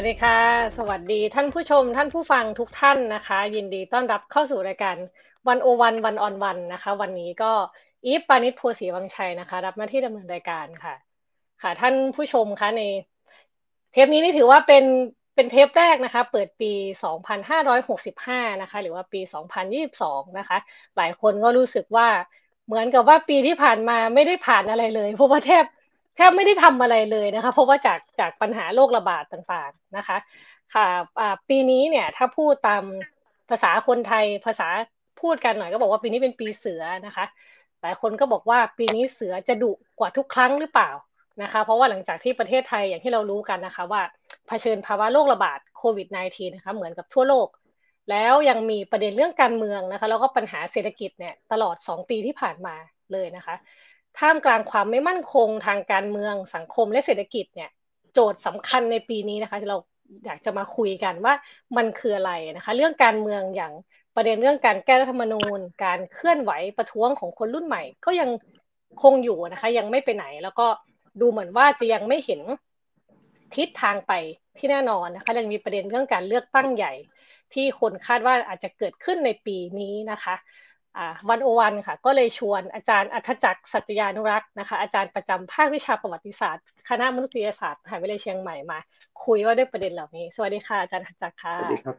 ดีค่ะสวัสดีท่านผู้ชมท่านผู้ฟังทุกท่านนะคะยินดีต้อนรับเข้าสู่รายการ101 วันออนวันนะคะวันนี้ก็อีฟปานิชโพสีวังชัยนะคะรับหน้าที่ดำเนินรายการค่ะค่ะท่านผู้ชมคะในเทปนี้นี่ถือว่าเป็นเทปแรกนะคะเปิดปี2565นะคะหรือว่าปี2022นะคะหลายคนก็รู้สึกว่าเหมือนกับว่าปีที่ผ่านมาไม่ได้ผ่านอะไรเลยเพราะว่าแทบไม่ได้ทำอะไรเลยนะคะเพราะว่าจากปัญหาโรคระบาดต่างๆนะคะค่ะปีนี้เนี่ยถ้าพูดตามภาษาคนไทยภาษาพูดกันหน่อยก็บอกว่าปีนี้เป็นปีเสือนะคะหลายคนก็บอกว่าปีนี้เสือจะดุกว่าทุกครั้งหรือเปล่านะคะเพราะว่าหลังจากที่ประเทศไทยอย่างที่เรารู้กันนะคะว่าเผชิญภาวะโรคระบาดโควิด -19 นะคะเหมือนกับทั่วโลกแล้วยังมีประเด็นเรื่องการเมืองนะคะแล้วก็ปัญหาเศรษฐกิจเนี่ยตลอด2 ปีที่ผ่านมาเลยนะคะ ท่ามกลางความไม่มั่นคงทางการเมืองสังคมและเศรษฐกิจเนี่ยโจทย์สำคัญในปีนี้นะคะที่เราอยากจะมาคุยกันว่ามันคืออะไรนะคะเรื่องการเมืองอย่างประเด็นเรื่องการแก้รัฐธรรมนูญการเคลื่อนไหวประท้วงของคนรุ่นใหม่ก็ยังคงอยู่นะคะยังไม่ไปไหนแล้วก็ดูเหมือนว่าจะยังไม่เห็นทิศทางไปที่แน่นอนนะคะยังมีประเด็นเรื่องการเลือกตั้งใหญ่ที่คนคาดว่าอาจจะเกิดขึ้นในปีนี้นะคะ101ค่ะก็เลยชวนอาจารย์อัธจักรสัตยานุรักษ์นะคะอาจารย์ประจำภาควิชาประวัติศาสตร์คณะมนุษยศาสตร์มหาวิทยาลัยเชียงใหม่มาคุยว่าด้วยประเด็นเหล่านี้สวัสดีค่ะอาจารย์อัธจักรค่ะสวัสดีครับ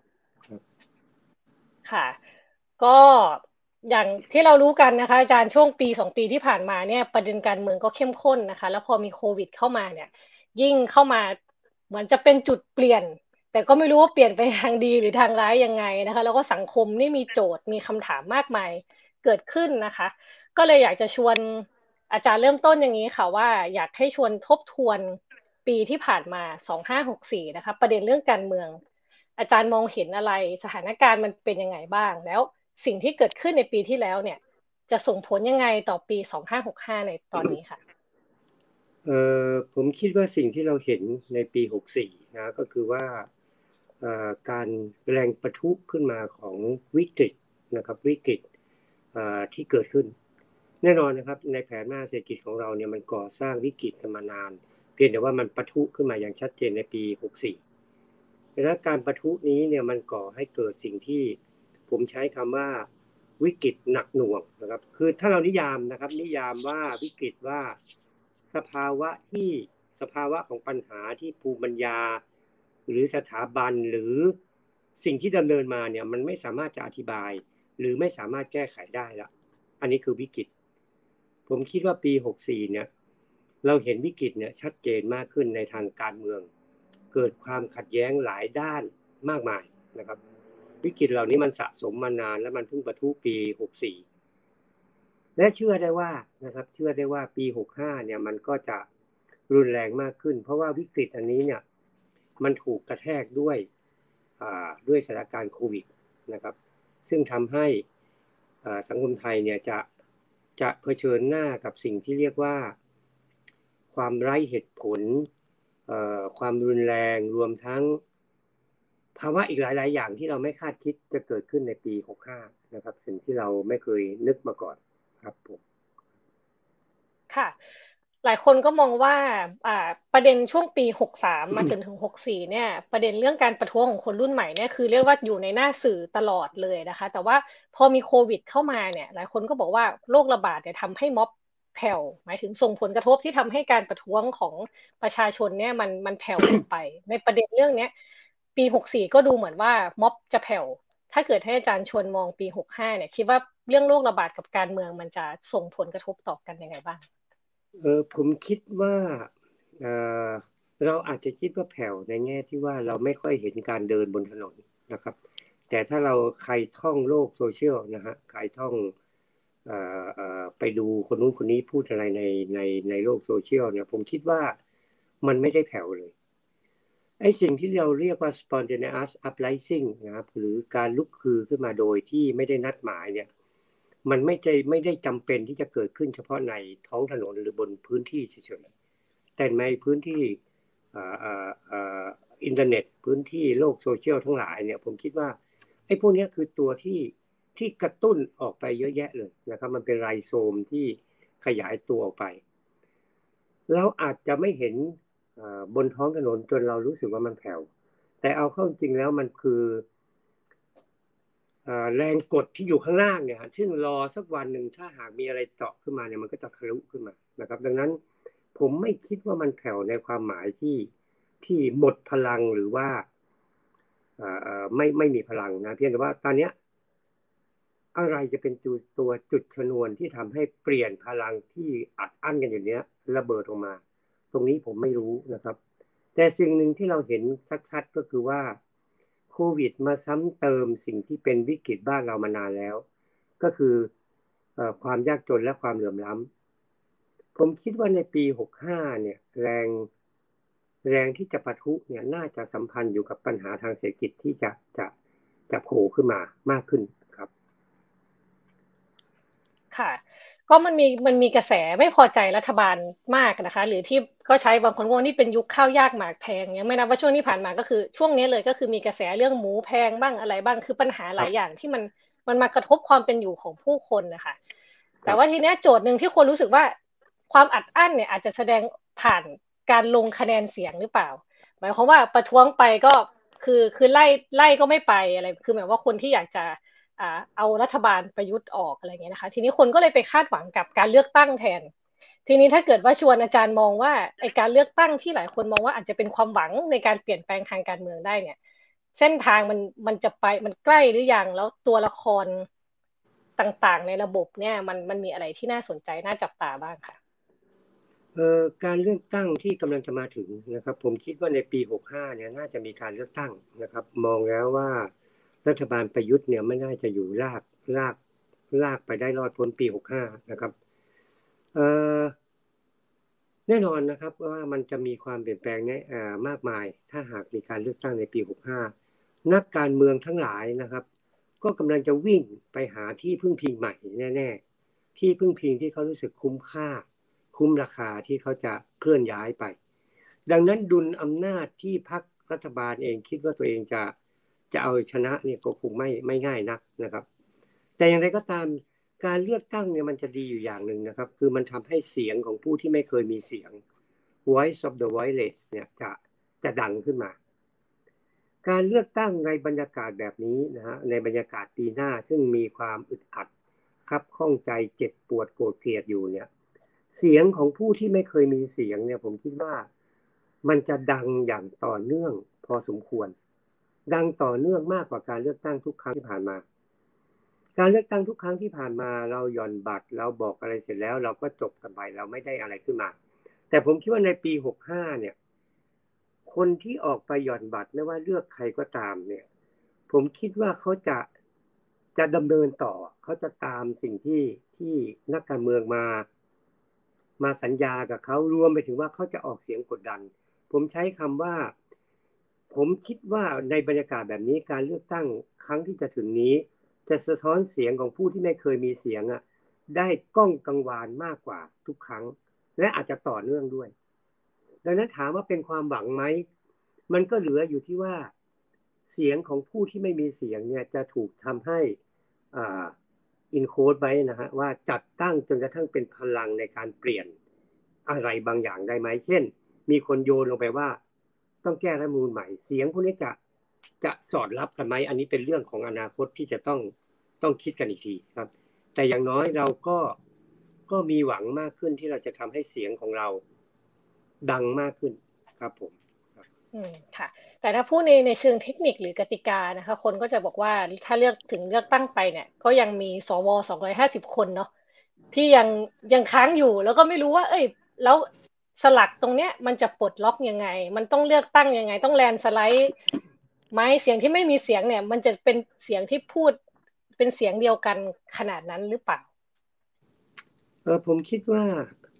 ค่ะก็อย่างที่เรารู้กันนะคะอาจารย์ช่วงปี2 ปีที่ผ่านมาเนี่ยประเด็นการเมืองก็เข้มข้นนะคะแล้วพอมีโควิดเข้ามาเนี่ยยิ่งเข้ามาเหมือนจะเป็นจุดเปลี่ยนแต่ก็ไม่รู้ว่าเปลี่ยนไปทางดีหรือทางร้ายยังไงนะคะแล้วก็สังคมนี่มีโจทย์มีคำถามมากมายเกิดขึ้นนะคะก็เลยอยากจะชวนอาจารย์เริ่มต้นอย่างนี้ค่ะว่าอยากให้ชวนทบทวนปีที่ผ่านมา2564นะคะประเด็นเรื่องการเมือง อาจารย์มองเห็นอะไรสถานการณ์มันเป็นยังไงบ้างแล้วสิ่งที่เกิดขึ้นในปีที่แล้วเนี่ยจะส่งผลยังไงต่อปี2565ในตอนนี้ค่ะผมคิดว่าสิ่งที่เราเห็นในปี64นะก็คือว่าการแรงประทุขึ้นมาของวิกฤตนะครับวิกฤตที่เกิดขึ้นแน่นอนนะครับในแผนหน้าเศรษฐกิจของเราเนี่ยมันก่อสร้างวิกฤตกันมานานเพียงแต่ว่ามันประทุขึ้นมาอย่างชัดเจนในปี64และการประทุนี้เนี่ยมันก่อให้เกิดสิ่งที่ผมใช้คำว่าวิกฤตหนักหน่วงนะครับคือถ้าเรานิยามนะครับนิยามว่าวิกฤตว่าสภาวะที่สภาวะของปัญหาที่ภูมิปัญญาหรือสถาบันหรือสิ่งที่ดำเนินมาเนี่ยมันไม่สามารถจะอธิบายหรือไม่สามารถแก้ไขได้ละอันนี้คือวิกฤตผมคิดว่าปี64เนี่ยเราเห็นวิกฤตเนี่ยชัดเจนมากขึ้นในทางการเมืองเกิดความขัดแย้งหลายด้านมากมายนะครับวิกฤตเหล่านี้มันสะสมมานานและมันเพิ่งปะทุปี64และเชื่อได้ว่านะครับเชื่อได้ว่าปี65เนี่ยมันก็จะรุนแรงมากขึ้นเพราะว่าวิกฤตอันนี้เนี่ยมันถูกกระแทกด้วยสถานการณ์โควิดนะครับซึ่งทำให้สังคมไทยเนี่ยจะเผชิญหน้ากับสิ่งที่เรียกว่าความไร้เหตุผลความรุนแรงรวมทั้งภาวะอีกหลายๆอย่างที่เราไม่คาดคิดจะเกิดขึ้นในปี65นะครับสิ่งที่เราไม่เคยนึกมาก่อนครับผมค่ะหลายคนก็มองว่าประเด็นช่วงปี63มาถึง64เนี่ยประเด็นเรื่องการประท้วงของคนรุ่นใหม่เนี่ยคือเรียกว่าอยู่ในหน้าสื่อตลอดเลยนะคะแต่ว่าพอมีโควิดเข้ามาเนี่ยหลายคนก็บอกว่าโรคระบาดเนี่ยทำให้ม็อบแผ่วหมายถึงส่งผลกระทบที่ทำให้การประท้วงของประชาชนเนี่ยมันแผ่วลงไปในประเด็นเรื่องเนี้ยปี64ก็ดูเหมือนว่าม็อบจะแผ่วถ้าเกิดให้อาจารย์ชวนมองปี65เนี่ยคิดว่าเรื่องโรคระบาดกับการเมืองมันจะส่งผลกระทบต่อกันยังไงบ้างผมคิดว่าเอ่อเราอาจจะคิดว่าแผ่วในแง่ที่ว่าเราไม่ค่อยเห็นการเดินบนถนนนะครับแต่ถ้าเราใครท่องโลกโซเชียลนะฮะใครท่องไปดูคนนู้นคนนี้พูดอะไรในโลกโซเชียลเนี่ยผมคิดว่ามันไม่ได้แผ่วเลยไอ้สิ่งที่เราเรียกว่า spontaneous uprising นะครับหรือการลุกคือขึ้นมาโดยที่ไม่ได้นัดหมายเนี่ยมันไม่ได้จำเป็นที่จะเกิดขึ้นเฉพาะในท้องถนนหรือบนพื้นที่เฉยๆแต่ในพื้นที่อินเทอร์เน็ตพื้นที่โลกโซเชียลทั้งหลายเนี่ยผมคิดว่าไอ้พวกนี้คือตัวที่กระตุ้นออกไปเยอะแยะเลยนะครับมันเป็นไรโซมที่ขยายตัวออกไปเราอาจจะไม่เห็นบนท้องถนนจนเรารู้สึกว่ามันแผ่วแต่เอาเข้าจริงแล้วมันคือแรงกดที่อยู่ข้างล่างเนี่ยซึ่งรอสักวันหนึ่งถ้าหากมีอะไรเจาะขึ้นมาเนี่ยมันก็จะทะลุขึ้นมานะครับดังนั้นผมไม่คิดว่ามันแผ่วในความหมายที่หมดพลังหรือว่าไม่มีพลังนะเพียงแต่ว่าตอนนี้อะไรจะเป็นตัวจุดชนวนที่ทำให้เปลี่ยนพลังที่อัดอั้นกันอยู่เนี้ยระเบิดออกมาตรงนี้ผมไม่รู้นะครับแต่สิ่งหนึ่งที่เราเห็นชัดๆก็คือว่าโควิดมาซ้ำเติมสิ่งที่เป็นวิกฤตบ้านเรามานานแล้วก็คือความยากจนและความเหลื่อมล้ำผมคิดว่าในปี65เนี่ยแรงที่จะปะทุเนี่ยน่าจะสัมพันธ์อยู่กับปัญหาทางเศรษฐกิจที่จะโผล่ขึ้นมามากขึ้นครับค่ะก็มันมีกระแสไม่พอใจรัฐบาลมากนะคะหรือที่ก็ใช้บางคนว่านี่เป็นยุคข้าวยากหมากแพงเนี่ยไม่นับว่าช่วงที่ผ่านมาก็คือช่วงนี้เลยก็คือมีกระแสเรื่องหมูแพงบ้างอะไรบ้างคือปัญหาหลายอย่างที่มันมากระทบความเป็นอยู่ของผู้คนนะคะแต่ว่าทีนี้โจทย์หนึ่งที่คนรู้สึกว่าความอัดอั้นเนี่ยอาจจะแสดงผ่านการลงคะแนนเสียงหรือเปล่าหมายความว่าประท้วงไปก็คือไล่ก็ไม่ไปอะไรคือหมายว่าคนที่อยากจะเอารัฐบาลประยุทธ์ออกอะไรเงี้ยนะคะทีนี้คนก็เลยไปคาดหวังกับการเลือกตั้งแทนทีนี้ถ้าเกิดว่าชวนอาจารย์มองว่าไอการเลือกตั้งที่หลายคนมองว่าอาจจะเป็นความหวังในการเปลี่ยนแปลงทางการเมืองได้เนี่ยเส้นทางมันจะไปมันใกล้หรือยังแล้วตัวละครต่างๆในระบบเนี่ยมันมีอะไรที่น่าสนใจน่าจับตาบ้างค่ะการเลือกตั้งที่กำลังจะมาถึงนะครับผมคิดว่าในปี65เนี่ยน่าจะมีการเลือกตั้งนะครับมองแล้วว่ารัฐบาลประยุทธ์เนี่ยไม่น่าจะอยู่ลากลากไปได้รอดพ้นปี65นะครับเอ่อแน่นอนนะครับว่ามันจะมีความเปลี่ยนแปลงเนี่ยมากมายถ้าหากมีการเลือกตั้งในปี65นักการเมืองทั้งหลายนะครับก็กำลังจะวิ่งไปหาที่พึ่งพิงใหม่แน่ๆที่พึ่งพิงที่เขารู้สึกคุ้มค่าคุ้มราคาที่เขาจะเคลื่อนย้ายไปดังนั้นดุลอำนาจที่พรรครัฐบาลเองคิดว่าตัวเองจะเอาชนะเนี่ยก็คงไม่ง่ายนักนะครับแต่อย่างไรก็ตามการเลือกตั้งเนี่ยมันจะดีอยู่อย่างหนึ่งนะครับคือมันทำให้เสียงของผู้ที่ไม่เคยมีเสียง Voice of the Voiceless เนี่ยจะดังขึ้นมาการเลือกตั้งในบรรยากาศแบบนี้นะฮะในบรรยากาศปีหน้าซึ่งมีความอึดอัดครับข้องใจเจ็บปวดโกรธเกลียดอยู่เนี่ยเสียงของผู้ที่ไม่เคยมีเสียงเนี่ยผมคิดว่ามันจะดังอย่างต่อเนื่องพอสมควรดังต่อเนื่องมากกว่าการเลือกตั้งทุกครั้งที่ผ่านมาการเลือกตั้งทุกครั้งที่ผ่านมาเราหย่อนบัตรเราบอกอะไรเสร็จแล้วเราก็จบกันไปเราไม่ได้อะไรขึ้นมาแต่ผมคิดว่าในปี65เนี่ยคนที่ออกไปหย่อนบัตรไม่ว่าเลือกใครก็ตามเนี่ยผมคิดว่าเขาจะดำเนินต่อเขาจะตามสิ่งที่นักการเมืองมาสัญญากับเขารวมไปถึงว่าเขาจะออกเสียงกดดันผมใช้คำว่าผมคิดว่าในบรรยากาศแบบนี้การเลือกตั้งครั้งที่จะถึงนี้จะสะท้อนเสียงของผู้ที่ไม่เคยมีเสียงได้ก้องกังวานมากกว่าทุกครั้งและอาจจะต่อเนื่องด้วยดังนั้นถามว่าเป็นความหวังไหมมันก็เหลืออยู่ที่ว่าเสียงของผู้ที่ไม่มีเสียงเนี่ยจะถูกทำให้อินโค้ดไว้นะฮะว่าจัดตั้งจนกระทั่งเป็นพลังในการเปลี่ยนอะไรบางอย่างได้ไหมเช่นมีคนโยนลงไปว่าต้องแก้รัฐธรรมนูญใหม่เสียงพวกนี้จะสอดรับกันไหมอันนี้เป็นเรื่องของอนาคตที่จะต้องคิดกันอีกทีครับแต่อย่างน้อยเราก็มีหวังมากขึ้นที่เราจะทำให้เสียงของเราดังมากขึ้นครับผมค่ะแต่ถ้าพูดในเชิงเทคนิคหรือกติกานะคะคนก็จะบอกว่าถ้าเลือกตั้งไปเนี่ยก็ยังมีสว250คนเนาะที่ยังค้างอยู่แล้วก็ไม่รู้ว่าเอ้ยแล้วสลักตรงเนี้ยมันจะปลดล็อกยังไงมันต้องเลือกตั้งยังไงต้องแลนสไลด์ไหมเสียงที่ไม่มีเสียงเนี่ยมันจะเป็นเสียงที่พูดเป็นเสียงเดียวกันขนาดนั้นหรือเปล่าผมคิดว่า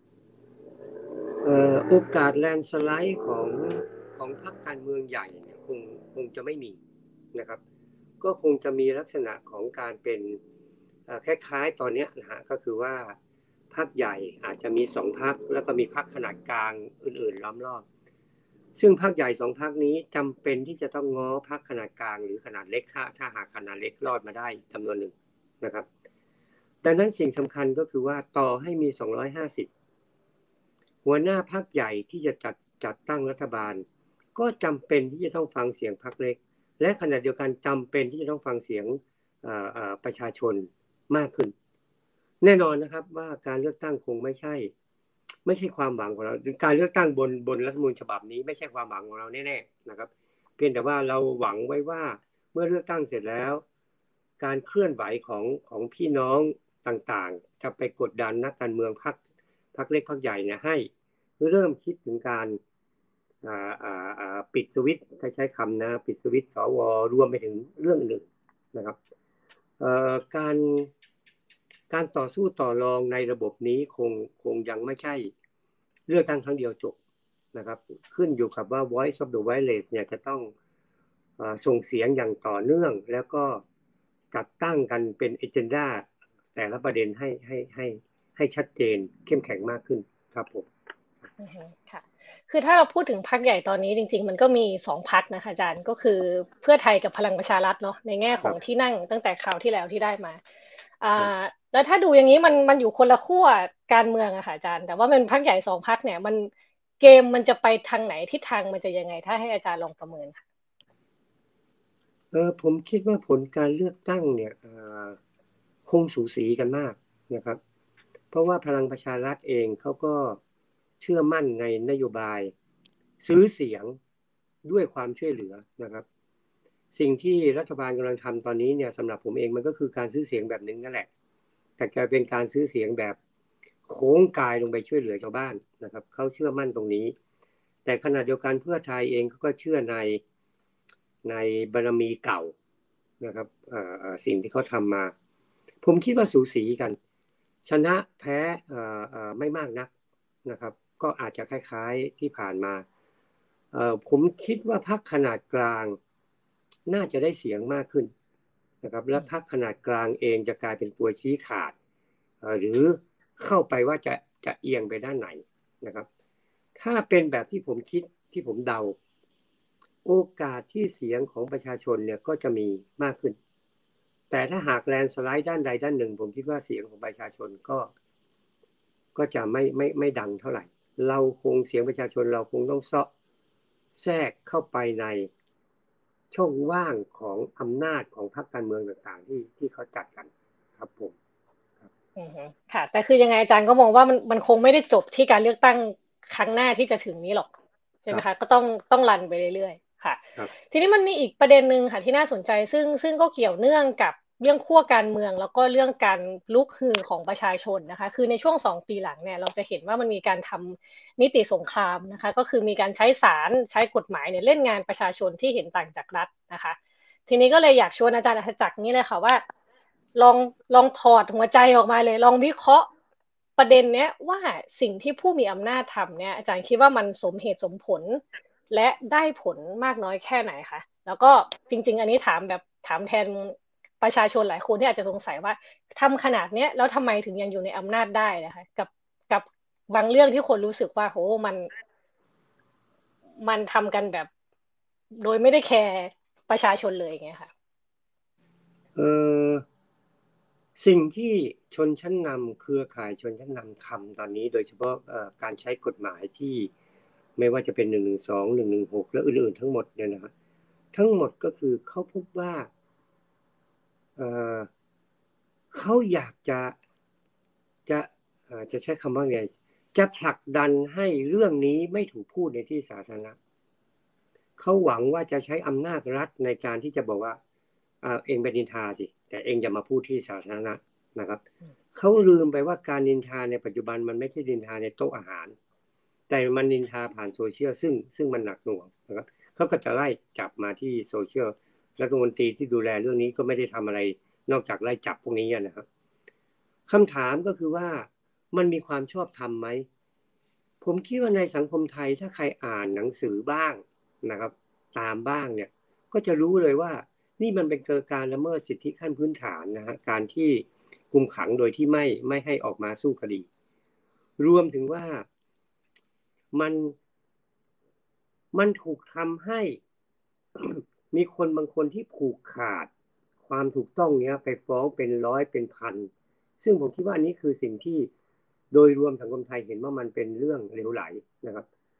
โอกาสแลนสไลด์ของพรรคการเมืองใหญ่เนี่ยคงจะไม่มีนะครับก็คงจะมีลักษณะของการเป็นคล้ายๆตอนนี้นะฮะก็คือว่าพรรคใหญ่อาจจะมี2 พรรคแล้วก็มีพรรคขนาดกลางอื่นๆล้อมรอบซึ่งพรรคใหญ่2 พรรคนี้จำเป็นที่จะต้องง้อพรรคขนาดกลางหรือขนาดเล็กถ้าหากขนาดเล็กรอดมาได้จำนวนหนึ่งนะครับดังนั้นสิ่งสำคัญก็คือว่าต่อให้มี250หัวหน้าพรรคใหญ่ที่จะจัดตั้งรัฐบาลก็จำเป็นที่จะต้องฟังเสียงพรรคเล็กและขณะเดียวกันจำเป็นที่จะต้องฟังเสียงประชาชนมากขึ้นแน่นอนนะครับว่าการเลือกตั้งคงไม่ใช่ความหวังของเราการเลือกตั้งบนรัฐธรรมนูญฉบับนี้ไม่ใช่ความหวังของเราแน่ๆนะครับเพียงแต่ว่าเราหวังไว้ว่าเมื่อเลือกตั้งเสร็จแล้วการเคลื่อนไหวของพี่น้องต่างๆจะไปกดดันนักการเมืองพรรคเล็กพรรคใหญ่เนี่ยให้เริ่มคิดถึงการปิดสวิตช์ถ้าใช้คำนะปิดสวิตช์สวรวมไปถึงเรื่องอื่นนะครับการต่อสู้ต่อรองในระบบนี้คงยังไม่ใช่เลือกตั้งครั้งเดียวจบนะครับขึ้นอยู่กับว่า Voice of the Voiceless เนี่ยจะต้องส่งเสียงอย่างต่อเนื่องแล้วก็จัดตั้งกันเป็นเอเจนดาแต่ละประเด็นให้ชัดเจนเข้มแข็งมากขึ้นครับผมค่ะคือถ้าเราพูดถึงพรรคใหญ่ตอนนี้จริงๆมันก็มี2 พรรคนะคะอาจารย์ก็คือเพื่อไทยกับพลังประชารัฐเนาะในแง่ของที่นั่งตั้งแต่คราวที่แล้วที่ได้มาแล้วถ้าดูอย่างนี้มันอยู่คนละขั้วการเมืองอะค่ะอาจารย์แต่ว่าเป็นพรรคใหญ่2 พรรคเนี่ยเกมมันจะไปทางไหนทิศทางมันจะยังไงถ้าให้อาจารย์ลองประเมินค่ะผมคิดว่าผลการเลือกตั้งเนี่ยคงสูสีกันมากนะครับเพราะว่าพลังประชารัฐเองเขาก็เชื่อมั่นในนโยบายซื้อเสียงด้วยความช่วยเหลือนะครับสิ่งที่รัฐบาลกำลังทำตอนนี้เนี่ยสำหรับผมเองมันก็คือการซื้อเสียงแบบหนึ่งนั่นแหละแต่กลายเป็นการซื้อเสียงแบบโค้งกายลงไปช่วยเหลือชาวบ้านนะครับเขาเชื่อมั่นตรงนี้แต่ขณะเดียวกันเพื่อไทยเองก็เชื่อในบารมีเก่านะครับสิ่งที่เขาทำมาผมคิดว่าสูสีกันชนะแพ้ไม่มากนักนะครับก็อาจจะคล้ายๆที่ผ่านมาผมคิดว่าพรรคขนาดกลางน่าจะได้เสียงมากขึ้นนะครับและพรรคขนาดกลางเองจะกลายเป็นตัวชี้ขาดหรือเข้าไปว่าจะเอียงไปด้านไหนนะครับถ้าเป็นแบบที่ผมคิดที่ผมเดาโอกาสที่เสียงของประชาชนเนี่ยก็จะมีมากขึ้นแต่ถ้าหากแลนสไลด์ด้านใดด้านหนึ่งผมคิดว่าเสียงของประชาชนก็จะไม่ดังเท่าไหร่เราคงเสียงประชาชนเราคงต้องแทรกเข้าไปในช่องว่างของอำนาจของพรรคการเมืองต่างๆที่เขาจัดกันครับผมค่ะแต่คือยังไงอาจารย์ก็มองว่ามันคงไม่ได้จบที่การเลือกตั้งครั้งหน้าที่จะถึงนี้หรอกใช่ไหมคะก็ต้องรันไปเรื่อยๆค่ะทีนี้มันมีอีกประเด็นหนึ่งค่ะที่น่าสนใจซึ่งก็เกี่ยวเนื่องกับเรื่องขั้วการเมืองแล้วก็เรื่องการลุกฮือของประชาชนนะคะคือในช่วง2 ปีหลังเนี่ยเราจะเห็นว่ามันมีการทำนิติสงครามนะคะก็คือมีการใช้ศาลใช้กฎหมายเนี่ยเล่นงานประชาชนที่เห็นต่างจากรัฐนะคะทีนี้ก็เลยอยากชวนอาจารย์อัธจักรนี้เลยค่ะว่าลองลองถอดหัวใจออกมาเลยลองวิเคราะห์ประเด็นเนี้ยว่าสิ่งที่ผู้มีอำนาจทำเนี่ยอาจารย์คิดว่ามันสมเหตุสมผลและได้ผลมากน้อยแค่ไหนคะแล้วก็จริงๆอันนี้ถามแทนประชาชนหลายคนที่อาจจะสงสัยว่าทำขนาดเนี้ยแล้วทำไมถึงยังอยู่ในอำนาจได้นะคะกับบางเรื่องที่คนรู้สึกว่าโหมันทำกันแบบโดยไม่ได้แคร์ประชาชนเลยอย่างเงี้ยค่ะเออสิ่งที่ชนชั้นนำเครือข่ายชนชั้นนำทำตอนนี้โดยเฉพาะการใช้กฎหมายที่ไม่ว่าจะเป็น112 116และอื่นๆทั้งหมดเนี่ยนะครับทั้งหมดก็คือเขาพบว่าเเขาอยากจะจะใช้คำว่าไงจะผลักดันให้เรื่องนี้ไม่ถูกพูดในที่สาธารณะเขาหวังว่าจะใช้อำนาจรัฐในการที่จะบอกว่าเองไปนินทาสิแต่เองอย่ามาพูดที่สาธารณะนะครับเขาลืมไปว่าการนินทาในปัจจุบันมันไม่ใช่นินทาในโต๊ะอาหารแต่มันนินทาผ่านโซเชียลซึ่งมันหนักหน่วงนะครับเขาก็จะไล่จับมาที่โซเชียลรัฐมนตรีที่ดูแลเรื่องนี้ก็ไม่ได้ทำอะไรนอกจากไล่จับพวกนี้นะครับคำถามก็คือว่ามันมีความชอบธรรมไหมผมคิดว่าในสังคมไทยถ้าใครอ่านหนังสือบ้างนะครับตามบ้างเนี่ยก็จะรู้เลยว่านี่มันเป็นการละเมิดสิทธิขั้นพื้นฐานนะฮะการที่คุมขังโดยที่ไม่ให้ออกมาสู้คดีรวมถึงว่ามันมันถูกทำให้ มีคนบางคนที่ผูกขาดความถูกต้องเนี้ยไปฟ้องเป็นร้อยเป็นพันซึ่งผมคิดว่าอันนี้คือสิ่งที่โดยรวมสังคมไทยเห็นว่ามันเป็นเรื่องเหลวไหลนะครับ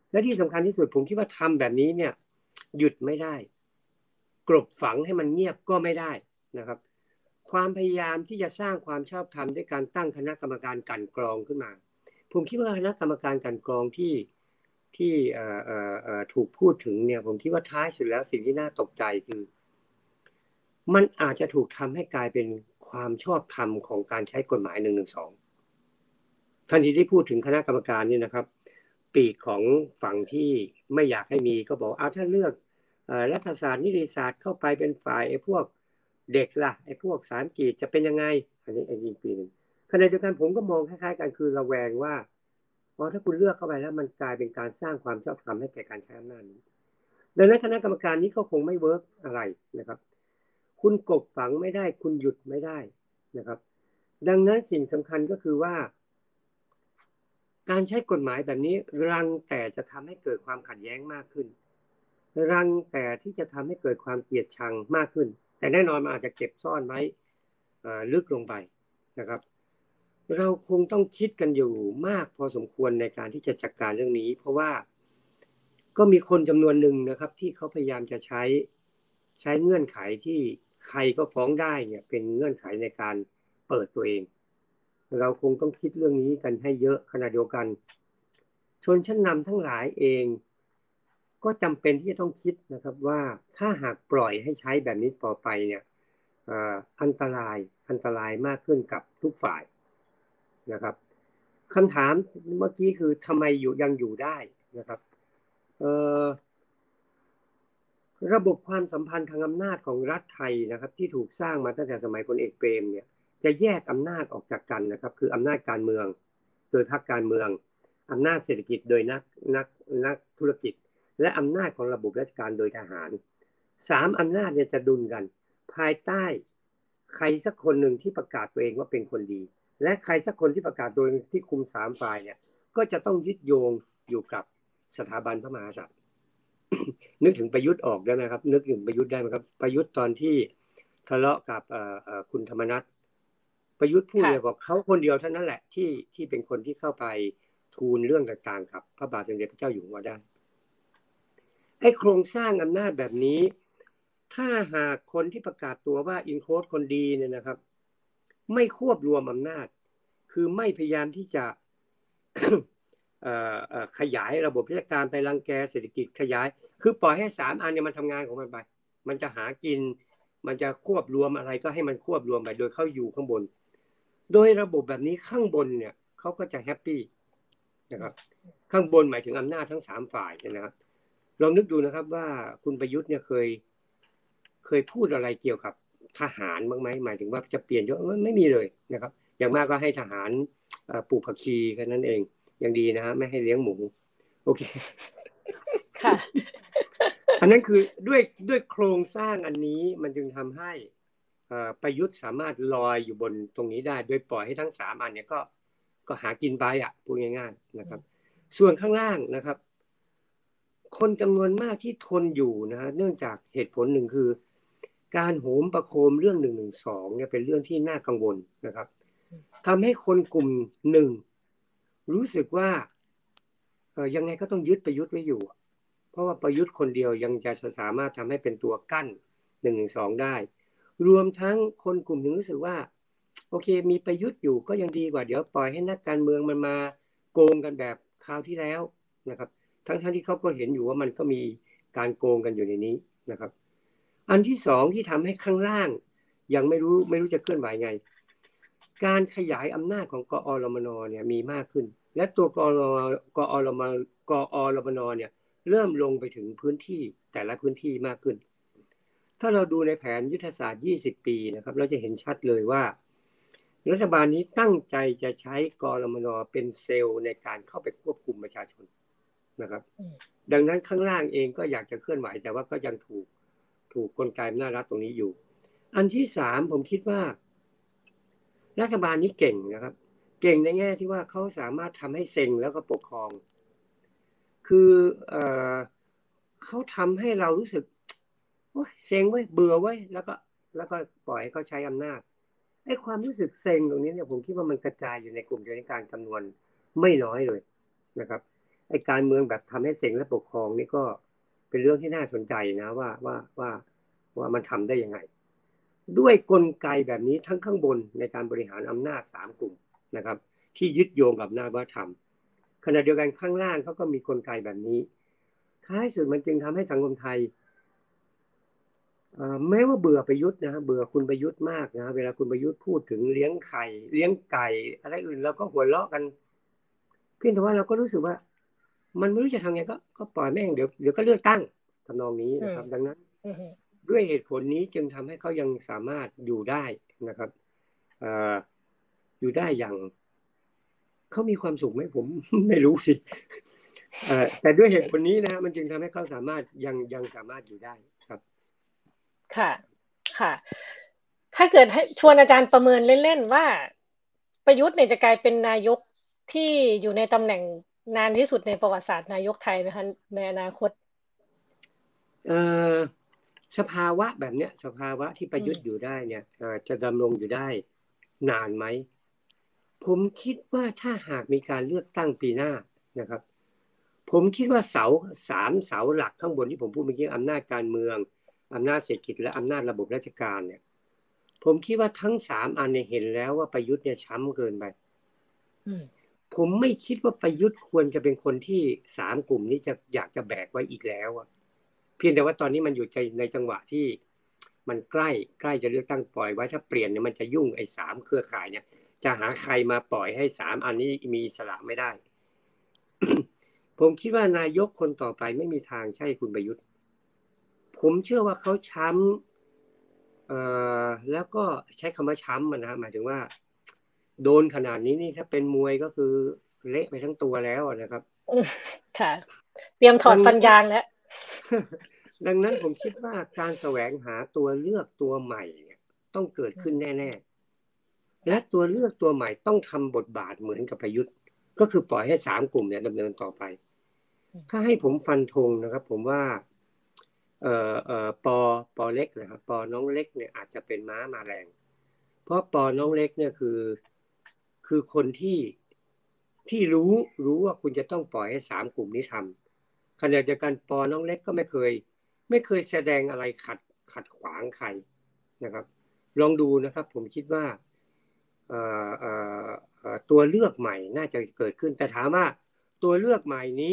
และที่สำคัญที่สุดผมคิดว่าทำแบบนี้เนี่ยหยุดไม่ได้กลบฝังให้มันเงียบก็ไม่ได้นะครับความพยายามที่จะสร้างความชอบธรรมด้วยการตั้งคณะกรรมการกลั่นกรองขึ้นมาผมคิดว่าคณะกรรมการกลั่นกรองที่ถูกพูดถึงเนี่ยผมคิดว่าท้ายสุดแล้วสิ่งที่น่าตกใจคือมันอาจจะถูกทำให้กลายเป็นความชอบธรรมของการใช้กฎหมาย112ทันทีที่พูดถึงคณะกรรมการนี่นะครับปีกของฝั่งที่ไม่อยากให้มีก็บอกถ้าเลือกรัฐศาสตร์นิติศาสตร์เข้าไปเป็นฝ่ายไอ้พวกเด็กล่ะไอ้พวกสารกีจะเป็นยังไงอันนี้อีกปีหนึ่งขณะเดียวกันผมก็มองคล้ายๆกันคือระแวงว่าถ้าคุณเลือกเข้าไปแล้วมันกลายเป็นการสร้างความชอบธรรมให้แก่การใช้อำนาจนี้ดังนั้นคณะกรรมการนี้ก็คงไม่เวิร์กอะไรนะครับคุณกบฝังไม่ได้คุณหยุดไม่ได้นะครับดังนั้นสิ่งสำคัญก็คือว่าการใช้กฎหมายแบบนี้รังแต่จะทำให้เกิดความขัดแย้งมากขึ้นรังแต่ที่จะทำให้เกิดความเกลียดชังมากขึ้นแต่แน่นอนมันอาจจะเก็บซ่อนไว้ลึกลงไปนะครับเราคงต้องคิดกันอยู่มากพอสมควรในการที่จะจัดการเรื่องนี้เพราะว่าก็มีคนจำนวนหนึ่งนะครับที่เขาพยายามจะใช้เงื่อนไขที่ใครก็ฟ้องได้เนี่ยเป็นเงื่อนไขในการเปิดตัวเองเราคงต้องคิดเรื่องนี้กันให้เยอะขณะเดียวกันชนชั้นนำทั้งหลายเองก็จำเป็นที่จะต้องคิดนะครับว่าถ้าหากปล่อยให้ใช้แบบนี้ต่อไปเนี่ยอันตรายมากขึ้นกับทุกฝ่ายนะครับคำถามเมื่อกี้คือทำไมยังอยู่ได้นะครับระบบความสัมพันธ์ทางอำนาจของรัฐไทยนะครับที่ถูกสร้างมาตั้งแต่สมัยพลเอกเปรมเนี่ยจะแยกอำนาจออกจากกันนะครับคืออำนาจการเมืองโดยพรรคการเมืองอำนาจเศรษฐกิจโดยนักธุรกิจและอำนาจของระบบราชการโดยทหาร3อำนาจเนี่ยจะดุลกันภายใต้ใครสักคนหนึ่งที่ประกาศตัวเองว่าเป็นคนดีและใครสักคนที่ประกาศตัวเองที่คุม3ฝ่ายเนี่ยก็จะต้องยึดโยงอยู่กับสถาบันพระมหากษัตริย์นึกถึงประยุทธ์ออกได้ไหมครับนึกถึงประยุทธ์ได้ไหมครับประยุทธ์ตอนที่ทะเลาะกับคุณธรรมนัสประยุทธ์พูดเลยบอกเขาคนเดียวเท่านั้นแหละที่เป็นคนที่เข้าไปทูลเรื่องต่างๆกับพระบาทสมเด็จพระเจ้าอยู่หัวได้ไอ้โครงสร้างอำนาจแบบนี้ถ้าหากคนที่ประกาศตัวว่าอินโคสคนดีเนี่ยนะครับไม่ควบรวมอำนาจคือไม่พยายามที่จะขยายระบบราชการไปรังแกเศรษฐกิจขยายคือปล่อยให้3อันเนี่ยมันทำงานของมันไปมันจะหากินมันจะควบรวมอะไรก็ให้มันควบรวมไปโดยเขาอยู่ข้างบนโดยระบบแบบนี้ข้างบนเนี่ยเขาก็จะแฮปปี้นะครับข้างบนหมายถึงอำนาจทั้ง3ฝ่ายนะครับลองนึกดูนะครับว่าคุณประยุทธ์เนี่ยเคยพูดอะไรเกี่ยวกับทหารบ้างไหมหมายถึงว่าจะเปลี่ยนยศไม่มีเลยนะครับอย่างมากก็ให้ทหารปลูกผักชีแค่นั้นเองยังดีนะฮะไม่ให้เลี้ยงหมูโอเคค่ะอันนั้นคือด้วยโครงสร้างอันนี้มันจึงทำให้ประยุทธ์สามารถลอยอยู่บนตรงนี้ได้โดยปล่อยให้ทั้ง3อันเนี่ยก็หากินไปพูดง่ายๆนะครับส่วนข้างล่างนะครับคนจำนวนมากที่ทนอยู่นะฮะเนื่องจากเหตุผลหนึ่งคือการโหมประโคมเรื่อง112เนี่ยเป็นเรื่องที่น่ากังวลนะครับทำให้คนกลุ่มหนึ่งรู้สึกว่ายังไงก็ต้องยึดประยุทธ์ไว้อยู่เพราะว่าประยุทธ์คนเดียวยังจะสามารถทำให้เป็นตัวกั้น112ได้รวมทั้งคนกลุ่มหนึ่งรู้สึกว่าโอเคมีประยุทธ์อยู่ก็ยังดีกว่าเดี๋ยวปล่อยให้นักการเมืองมันมาโกงกันแบบคราวที่แล้วนะครับทั้งที่เขาก็เห็นอยู่ว่ามันก็มีการโกงกันอยู่ในนี้นะครับอันที่สองที่ทำให้ข้างล่างยังไม่รู้จะเคลื่อนไหวไงการขยายอำนาจของกอรมนเนี่ยมีมากขึ้นและตัวกอรมนเนี่ยเริ่มลงไปถึงพื้นที่แต่ละพื้นที่มากขึ้นถ้าเราดูในแผนยุทธศาสตร์20ปีนะครับเราจะเห็นชัดเลยว่ารัฐบาลนี้ตั้งใจจะใช้กอรมนเป็นเซลล์ในการเข้าไปควบคุมประชาชนนะครับดังนั้นข้างล่างเองก็อยากจะเคลื่อนไหวแต่ว่าก็ยังถูกกลไกอำนาจรัฐตรงนี้อยู่อันที่3ผมคิดว่ารัฐบาลนี้เก่งนะครับเก่งในแง่ที่ว่าเขาสามารถทำให้เซ็งแล้วก็ปกครองคือเขาทำให้เรารู้สึกโอ๊ยเซ็งเว้ยเบื่อเว้ยแล้วก็ปล่อยให้เขาใช้อำนาจไอ้ความรู้สึกเซ็งตรงนี้เนี่ยผมคิดว่ามันกระจายอยู่ในกลุ่มชนชั้นกลางจำนวนไม่น้อยเลยนะครับไอ้การเมืองแบบทำให้เซ็งและปกครองนี่ก็เป็นเรื่องที่น่าสนใจนะว่ามันทำได้ยังไงด้วยกลไกแบบนี้ทั้งข้างบนในการบริหารอำนาจสามกลุ่มนะครับที่ยึดโยงกับอำนาจวัฒนธรรมขณะเดียวกันข้างล่างเขาก็มีกลไกแบบนี้ท้ายสุดมันจึงทำให้สังคมไทยแม้ว่าเบื่อประยุทธ์นะเบื่อคุณประยุทธ์มากนะเวลาคุณประยุทธ์พูดถึงเลี้ยงไข่เลี้ยงไก่อะไรอื่นเราก็หัวเราะกันเพียงแต่ว่าเราก็รู้สึกว่ามันไม่รู้จะทำไงก็ปล่อยแม่งเดี๋ยวก็เลือกตั้งทำนองนี้นะครับดังนั้นด้วยเหตุผลนี้จึงทำให้เขายังสามารถอยู่ได้นะครับอยู่ได้อย่างเขามีความสุขไหมผม ไม่รู้สิแต่ด้วยเหตุผลนี้นะมันจึงทำให้เขาสามารถยังสามารถอยู่ได้ครับค่ะค่ะถ้าเกิดให้ชวนอาจารย์ประเมินเล่นๆว่าประยุทธ์เนี่ยจะกลายเป็นนายกที่อยู่ในตำแหน่งนานที่สุดในประวัติศาสตร์นายกไทยไหมคะในอนาคตเอ่อสภาวะแบบเนี้ยสภาวะที่ประยุทธ์อยู่ได้เนี่ยจะดำรงอยู่ได้นานไหมผมคิดว่าถ้าหากมีการเลือกตั้งปีหน้านะครับผมคิดว่าสามเสาหลักข้างบนที่ผมพูดเมื่อกี้อำนาจการเมืองอำนาจเศรษฐกิจและอำนาจระบบราชการเนี่ยผมคิดว่าทั้งสามอันเนี่ยเห็นแล้วว่าประยุทธ์เนี่ยช้ำเกินไปผมไม่คิดว่าประยุทธ์ควรจะเป็นคนที่สามกลุ่มนี้จะอยากจะแบกไว้อีกแล้วอะเพียงแต่ว่าตอนนี้มันอยู่ในจังหวะที่มันใกล้จะเลือกตั้งปล่อยไว้ถ้าเปลี่ยนเนี่ยมันจะยุ่งไอ้สามเครือข่ายเนี่ยจะหาใครมาปล่อยให้สามอันนี้มีอิสระไม่ได้ ผมคิดว่านายกคนต่อไปไม่มีทางใช่คุณประยุทธ์ผมเชื่อว่าเขาช้ำแล้วก็ใช้คำว่าช้ำนะหมายถึงว่าโดนขนาดนี้นี่ถ้าเป็นมวยก็คือเละไปทั้งตัวแล้วนะครับค่ะเตรียมถอดฟันยางแล้วดังนั้นผมคิดว่าการแสวงหาตัวเลือกตัวใหม่ต้องเกิดขึ้นแน่ๆและตัวเลือกตัวใหม่ต้องทำบทบาทเหมือนกับประยุทธ์ก็คือปล่อยให้สามกลุ่มเนี่ยดำเนินต่อไปถ้าให้ผมฟันธงนะครับผมว่าปอเล็กนะครับปอน้องเล็กเนี่ยอาจจะเป็นม้ามาแรงเพราะปอน้องเล็กเนี่ยคือคนที่รู้ว่าคุณจะต้องปล่อยให้สามกลุ่มนี้ทำขณะเดียวกันปอน้องเล็กก็ไม่เคยแสดงอะไรขัดขวางใครนะครับลองดูนะครับผมคิดว่าตัวเลือกใหม่น่าจะเกิดขึ้นแต่ถามว่าตัวเลือกใหม่นี้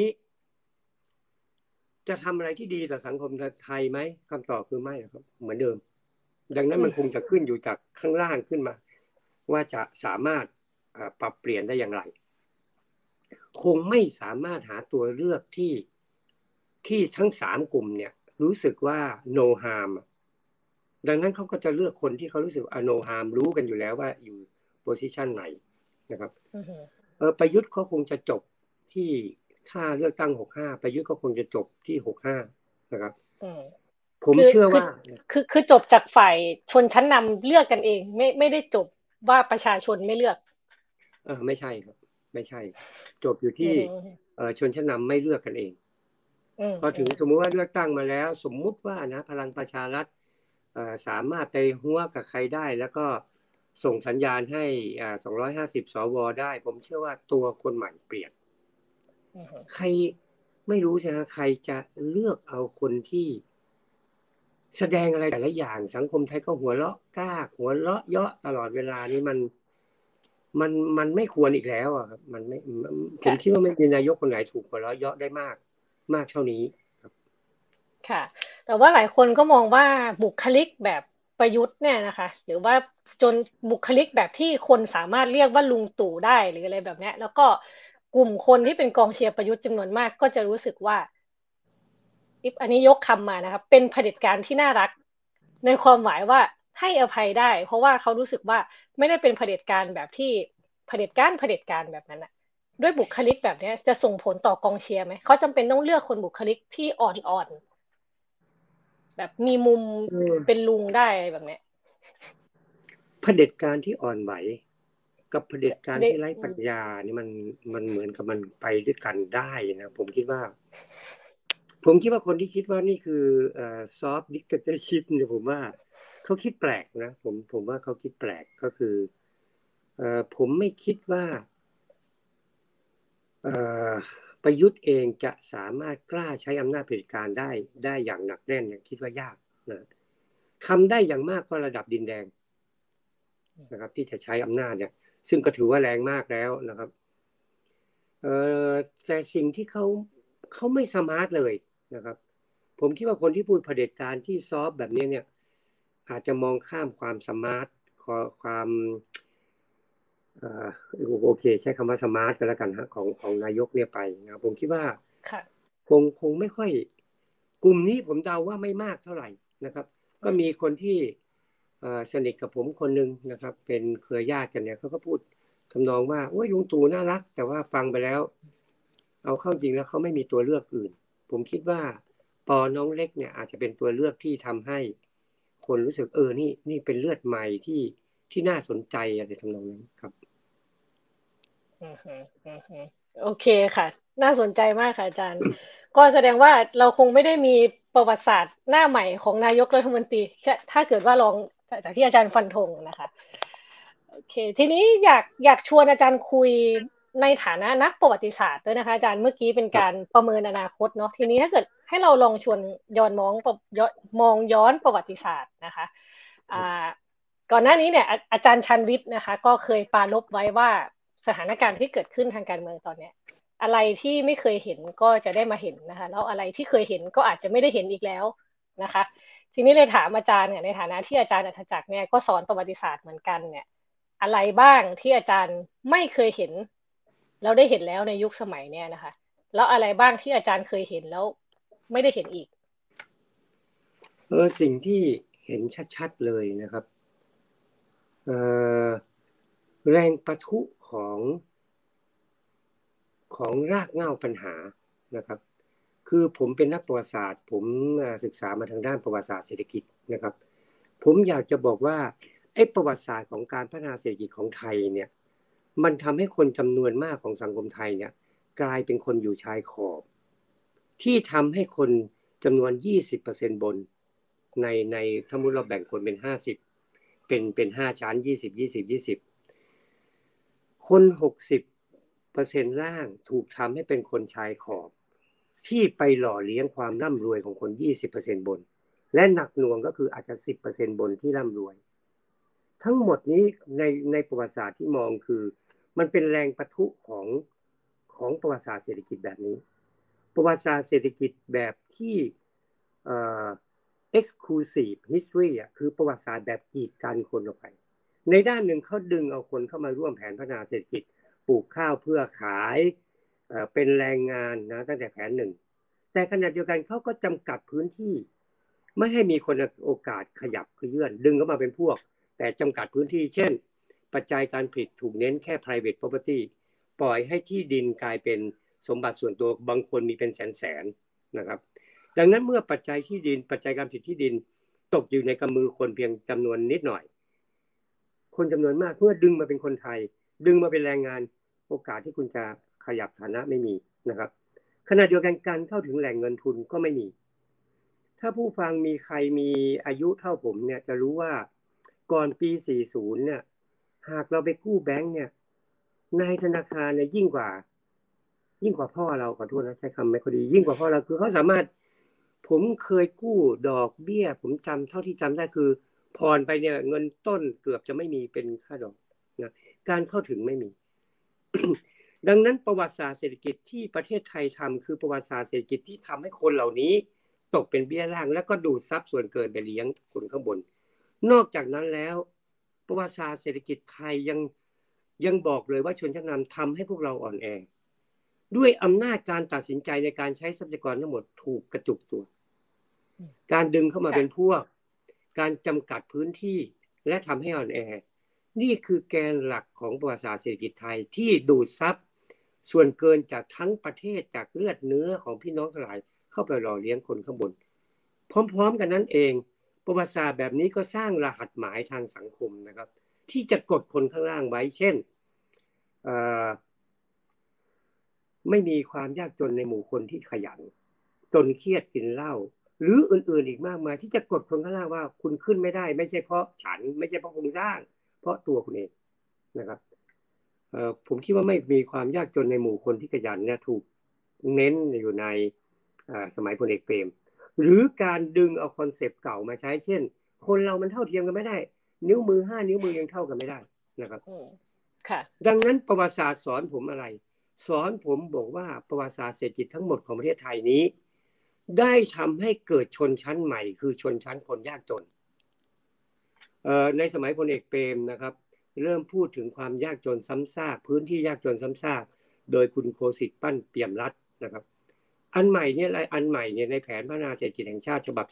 จะทำอะไรที่ดีต่อสังคมไทยไหมคำตอบคือไม่ครับเหมือนเดิมดังนั้นมันคงจะขึ้นอยู่จากข้างล่างขึ้นมาว่าจะสามารถปรับเปลี่ยนได้อย่างไรคงไม่สามารถหาตัวเลือกที่ทั้งสามกลุ่มเนี่ยรู้สึกว่า no harm ดังนั้นเขาก็จะเลือกคนที่เขารู้สึกno harm รู้กันอยู่แล้วว่าอยู่โพสิชันไหนนะครับประยุทธ์เขาคงจะจบที่ถ้าเลือกตั้ง65ประยุทธ์ก็คงจะจบที่65นะครับผมเชื่อว่าคือจบจากฝ่ายชนชั้นนำเลือกกันเองไม่ได้จบว่าประชาชนไม่เลือกไม่ใช่ครับไม่ใช่จบอยู่ที่ชนชั้นนำไม่เลือกกันเองพอถึงสมมุติว่าเลือกตั้งมาแล้วสมมุติว่านะพลังประชารัฐสามารถไปหัวกับใครได้แล้วก็ส่งสัญญาณให้250สวได้ผมเชื่อว่าตัวคนใหม่เปลี่ยนใครไม่รู้ใช่ไหมใครจะเลือกเอาคนที่แสดงอะไรแต่ละอย่างสังคมไทยก็หัวเราะกล้าหัวเราะเยาะตลอดเวลานี้มันไม่ควรอีกแล้วอ่ะครับมันไม่ผมคิดว่าไม่มีนายกคนไหนถูกหัวเราะเยาะได้มากเท่านี้ครับค่ะแต่ว่าหลายคนก็มองว่าบุคลิกแบบประยุทธ์เนี่ยนะคะหรือว่าจนบุคลิกแบบที่คนสามารถเรียกว่าลุงตู่ได้หรืออะไรแบบนี้แล้วก็กลุ่มคนที่เป็นกองเชียร์ประยุทธ์จำนวนมากก็จะรู้สึกว่าอันนี้ยกคำมานะครับเป็นเผด็จการที่น่ารักในความหมายว่าให้อภัยได้เพราะว่าเขารู้สึกว่าไม่ได้เป็นเผด็จการแบบที่เผด็จการแบบนั้นอะด้วยบุคลิกแบบนี้จะส่งผลต่อกองเชียร์ไหมเขาจำเป็นต้องเลือกคนบุคลิกที่อ่อนๆแบบมีมุมเป็นลุงได้แบบนี้เผด็จการที่อ่อนไหวกับเผด็จการที่ไร้ปัญญานี่มันเหมือนกับมันไปด้วยกันได้นะผมคิดว่าคนที่คิดว่านี่คือซอฟต์ดิกเตอร์ชิพเนี่ยผมว่าเขาคิดแปลกนะผมว่าเขาคิดแปลกก็คือผมไม่คิดว่าปประยุทธ์เองจะสามารถกล้าใช้อำนาจเผด็จการได้อย่างหนักแน่นเนี่ยคิดว่ายากนะทำได้อย่างมากก็ระดับดินแดงนะครับที่จะใช้อำนาจเนี่ยซึ่งก็ถือว่าแรงมากแล้วนะครับแต่สิ่งที่เขาไม่สมาร์ทเลยนะครับผมคิดว่าคนที่พูดเผด็จการที่ซอฟแบบนี้เนี่ยอาจจะมองข้ามความสมาร์ทความโอเคใช้คำว่าสมาร์ทกันแล้วกันฮะของนายกเนี่ยไปนะผมคิดว่าคงไม่ค่อยกลุ่มนี้ผมเดาว่าไม่มากเท่าไหร่นะครับก็มีคนที่สนิทกับผมคนหนึ่งนะครับเป็นเครือญาติกันเนี่ยเขาก็พูดทำนองว่าโอ้ยลุงตู่น่ารักแต่ว่าฟังไปแล้วเอาเข้าจริงแล้วเขาไม่มีตัวเลือกอื่นผมคิดว่าน้องเล็กเนี่ยอาจจะเป็นตัวเลือกที่ทำให้คนรู้สึกนี่เป็นเลือดใหม่ที่น่าสนใจอะไรทำนองนั้นครับโอเคค่ะน่าสนใจมากค่ะอาจารย์ก็แสดงว่าเราคงไม่ได้มีประวัติศาสตร์หน้าใหม่ของนายกรัฐมนตรีถ้าเกิดว่าลองจากที่อาจารย์ฟันธงนะคะโอเคทีนี้อยากชวนอาจารย์คุยในฐานะนักประวัติศาสตร์ด้วยนะคะอาจารย์เมื่อกี้เป็นการประเมินอนาคตเนาะทีนี้ถ้าเกิดให้เราลองชวนย้อนมองย้อนประวัติศาสตร์นะคะอ่าก่อนหน้านี้เนี่ยอาจารย์ชันวิทย์นะคะก็เคยปรารภไว้ว่าสถานการณ์ที่เกิดขึ้นทางการเมืองตอนเนี้ยอะไรที่ไม่เคยเห็นก็จะได้มาเห็นนะคะแล้วอะไรที่เคยเห็นก็อาจจะไม่ได้เห็นอีกแล้วนะคะทีนี้เลยถามอาจารย์เนี่ยในฐานะที่อาจารย์อัธจักรเนี่ยก็สอนประวัติศาสตร์เหมือนกันเนี่ยอะไรบ้างที่อาจารย์ไม่เคยเห็นเราได้เห็นแล้วในยุคสมัยเนี่ยนะคะแล้วอะไรบ้างที่อาจารย์เคยเห็นแล้วไม่ได้เห็นอีกสิ่งที่เห็นชัดๆเลยนะครับแรงปะทุของรากเหง้าปัญหานะครับคือผมเป็นนักประวัติศาสตร์ผมศึกษามาทางด้านประวัติศาสตร์เศรษฐกิจนะครับผมอยากจะบอกว่าไอ้ประวัติศาสตร์ของการพัฒนาเศรษฐกิจของไทยเนี่ยมันทำให้คนจำนวนมากของสังคมไทยเนี่ยกลายเป็นคนอยู่ชายขอบที่ทำให้คนจำนวน 20% บนในถ้ามุติเราแบ่งคนเป็น50เป็น5ชั้น20 20 20คน60%ล่างถูกทำให้เป็นคนชายขอบที่ไปหล่อเลี้ยงความร่ำรวยของคน 20% บนและหนักหน่วงก็คืออาจจะ 10% บนที่ร่ำรวยทั้งหมดนี้ในประวัติศาสตร์ที่มองคือมันเป็นแรงปะทุของประวัติศาสตร์เศรษฐกิจแบบนี้ประวัติศาสตร์เศรษฐกิจแบบที่exclusive history คือประวัติศาสตร์แบบกีดกันคนออกไปในด้านหนึ่งเขาดึงเอาคนเข้ามาร่วมแผนพัฒนาเศรษฐกิจปลูกข้าวเพื่อขายเป็นแรงงานนะตั้งแต่แผนหนึ่งแต่ขณะเดียวกันเขาก็จำกัดพื้นที่ไม่ให้มีคนโอกาสขยับเยื่อนดึงเข้ามาเป็นพวกแต่จำกัดพื้นที่เช่นปัจจัยการผลิตถูกเน้นแค่ private property ปล่อยให้ที่ดินกลายเป็นสมบัติส่วนตัวบางคนมีเป็นแสนนะครับดังนั้นเมื่อปัจจัยที่ดินปัจจัยการผลิตที่ดินตกอยู่ในกำมือคนเพียงจำนวนนิดหน่อยคนจำนวนมากเมื่อดึงมาเป็นคนไทยดึงมาเป็นแรงงานโอกาสที่คุณจะขยับฐานะไม่มีนะครับขณะเดียวกันการเข้าถึงแหล่งเงินทุนก็ไม่มีถ้าผู้ฟังมีใครมีอายุเท่าผมเนี่ยจะรู้ว่าก่อนปี40เนี่ยหากเราไปกู้แบงค์เนี่ยในธนาคารเนี่ยยิ่งกว่าพ่อเราขอโทษนะใช้คำไม่ค่อยดียิ่งกว่าพ่อเราคือเขาสามารถผมเคยกู้ดอกเบี้ยผมจำเท่าที่จำได้คือผ่อนไปเนี่ยเงินต้นเกือบจะไม่มีเป็นค่าดอกนะการเข้าถึงไม่มี ดังนั้นประวัติศาสตร์เศรษฐกิจที่ประเทศไทยทำคือประวัติศาสตร์เศรษฐกิจที่ทำให้คนเหล่านี้ตกเป็นเบี้ยล่างแล้วก็ดูดทรัพย์ส่วนเกินไปเลี้ยงคนข้างบนนอกจากนั้นแล้วประวัติศาสตร์เศรษฐกิจไทยยังบอกเลยว่าชนชั้นนำทำให้พวกเราอ่อนแอด้วยอำนาจการตัดสินใจในการใช้ทรัพยากรทั้งหมดถูกกระจุกตัวการดึงเข้ามาเป็นพวกการจำกัดพื้นที่และทำให้อ่อนแอนี่คือแกนหลักของประวัติศาสตร์เศรษฐกิจไทยที่ดูดซับส่วนเกินจากทั้งประเทศจากเลือดเนื้อของพี่น้องทั้งหลายเข้าไปหล่อเลี้ยงคนข้างบนพร้อมๆกันนั้นเองประวัติศาสตร์แบบนี้ก็สร้างรหัสหมายทางสังคมนะครับที่จะกดคนข้างล่างไว้เช่นไม่มีความยากจนในหมู่คนที่ขยันจนเครียดกินเหล้าหรืออื่นๆอีกมากมายที่จะกดคนข้างล่างว่าคุณขึ้นไม่ได้ไม่ใช่เพราะฉันไม่ใช่เพราะคุณสร้างเพราะตัวคุณเองนะครับผมคิดว่าไม่มีความยากจนในหมู่คนที่ขยันเนี่ยเน้นอยู่ในสมัยพลเอกเปรมหรือการดึงเอาคอนเซปต์เก่ามาใช้เช่นคนเรามันเท่าเทียมกันไม่ได้นิ้วมือ5 นิ้วมือยังเท่ากันไม่ได้นะครับค่ะดังนั้นประวัติศาสตร์สอนผมอะไรสอนผมบอกว่าประวัติศาสตร์เศรษฐกิจทั้งหมดของประเทศไทยนี้ได้ทำให้เกิดชนชั้นใหม่คือชนชั้นคนยากจนในสมัยพลเอกเปรมนะครับเริ่มพูดถึงความยากจนซ้ำซากพื้นที่ยากจนซ้ำซากโดยคุณโคสิทธิ์ปั้นเปี่ยมรัตน์นะครับอันใหม่เนี่ยในแผนพัฒนาเศรษฐกิจแห่งชาติฉบับ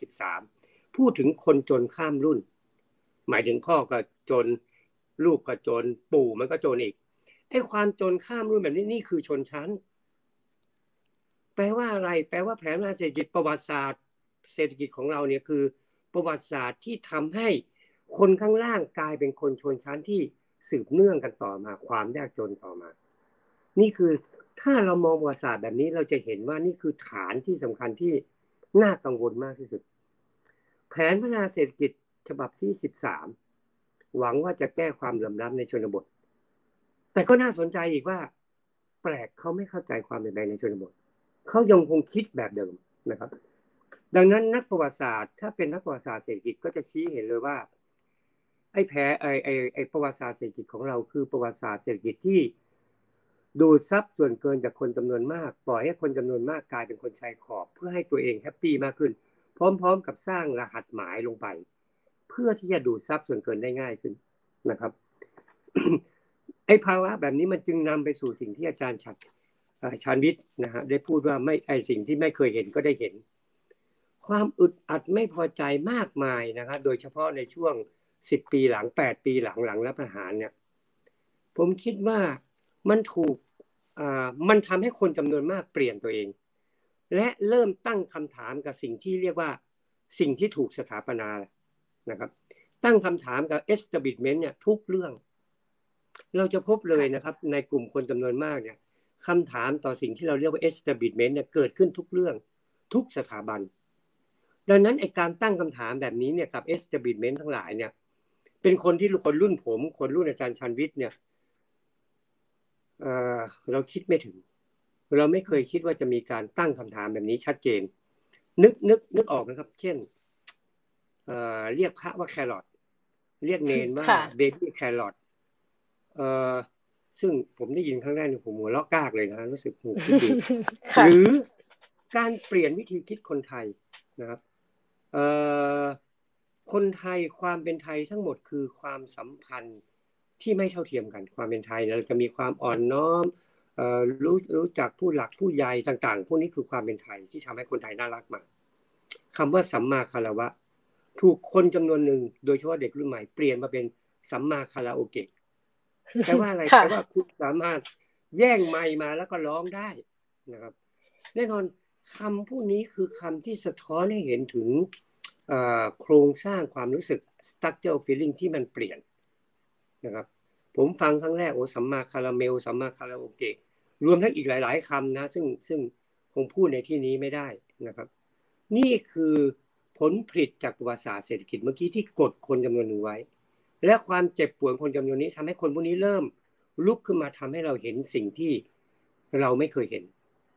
13พูดถึงคนจนข้ามรุ่นหมายถึงพ่อก็จนลูกก็จนปู่มันก็จนอีกไอ้ความจนข้ามรุ่นแบบนี้นี่คือชนชั้นแปลว่าอะไรแปลว่าแผนพัฒนาเศรษฐกิจประวัติศาสตร์เศรษฐกิจของเราเนี่ยคือประวัติศาสตร์ที่ทำให้คนข้างล่างกลายเป็นคนชนชั้นที่สืบเนื่องกันต่อมาความยากจนต่อมานี่คือถ้าเรามองประวัติศาสตร์แบบนี้เราจะเห็นว่านี่คือฐานที่สำคัญที่น่ากังวลมากที่สุดแผนพัฒนาเศรษฐกิจฉบับที่13หวังว่าจะแก้ความเหลื่อมล้ำในชนบทแต่ก็น่าสนใจอีกว่าแปลกเขาไม่เข้าใจความเป็นไปในชนบทเขายังคงคิดแบบเดิมนะครับดังนั้นนักประวัติศาสตร์ถ้าเป็นนักประวัติศาสตร์เศรษฐกิจก็จะชี้เห็นเลยว่าไอ้ประวัติศาสตร์เศรษฐกิจของเราคือประวัติศาสตร์เศรษฐกิจที่ดูดซับส่วนเกินจากคนจำนวนมากปล่อยให้คนจำนวนมากกลายเป็นคนชายขอบเพื่อให้ตัวเองแฮปปี้มากขึ้นพร้อมๆกับสร้างรหัสหมายลงไปเพื่อที่จะดูดซับส่วนเกินได้ง่ายขึ้นนะครับ ไอ้ภาวะแบบนี้มันจึงนำไปสู่สิ่งที่อาจารย์ชาญวิทย์นะฮะได้พูดว่าไม่ไอ้สิ่งที่ไม่เคยเห็นก็ได้เห็นความอึดอัดไม่พอใจมากมายนะครับโดยเฉพาะในช่วง10 ปีหลัง8 ปีหลังรัฐประหารเนี่ยผมคิดว่ามันมันทำให้คนจำนวนมากเปลี่ยนตัวเองและเริ่มตั้งคำถามกับสิ่งที่เรียกว่าสิ่งที่ถูกสถาปนานะครับตั้งคำถามกับ establishment เนี่ยทุกเรื่องเราจะพบเลยนะครับในกลุ่มคนจำนวนมากเนี่ยคำถามต่อสิ่งที่เราเรียกว่า establishment เนี่ยเกิดขึ้นทุกเรื่องทุกสถาบันดังนั้นไอ้การตั้งคำถามแบบนี้เนี่ยกับ establishment ทั้งหลายเนี่ยเป็นคนที่คนรุ่นผมคนรุ่นอาจารย์ชาญวิทย์เนี่ยเราคิดไม่ถึงเราไม่เคยคิดว่าจะมีการตั้งคำถามแบบนี้ชัดเจนนึกออกไหมครับเช่นเรียกพระว่าแครอทเรียกเนนว่าเบบี้แครอทซึ่งผมได้ยินครั้งแรกผมหัวเราะกากเลยนะรู้สึกหูคิดดีหรือการเปลี่ยนวิธีคิดคนไทยนะครับคนไทยความเป็นไทยทั้งหมดคือความสัมพันธ์ที่ไม่เท่าเทียมกันความเป็นไทยเราจะมีความอ่อนน้อมรู้จักผู้หลักผู้ใหญ่ต่างๆพวกนี้คือความเป็นไทยที่ทำให้คนไทยน่ารักมากคำว่าสัมมาคารวะถูกคนจำนวนหนึ่งโดยเฉพาะเด็กรุ่นใหม่เปลี่ยนมาเป็นสัมมาคาราโอเกะแปลว่าอะไรแปลว่าคุณสามารถแย่งไมค์มาแล้วก็ร้องได้นะครับแน่นอนคำพวกนี้คือคำที่สะท้อนให้เห็นถึงโครงสร้างความรู้สึก structure feeling ที่มันเปลี่ยนนะครับผมฟังครั้งแรกสัมมาคาราเมลสัมมาคาราโอเกะรวมทั้งอีกหลายๆคำนะซึ่งคงพูดในที่นี้ไม่ได้นะครับนี่คือผลผลิตจากประวัติศาสตร์เศรษฐกิจเมื่อกี้ที่กดคนจำนวนหนึ่งไว้และความเจ็บปวดคนจำนวนนี้ทำให้คนพวกนี้เริ่มลุกขึ้นมาทำให้เราเห็นสิ่งที่เราไม่เคยเห็น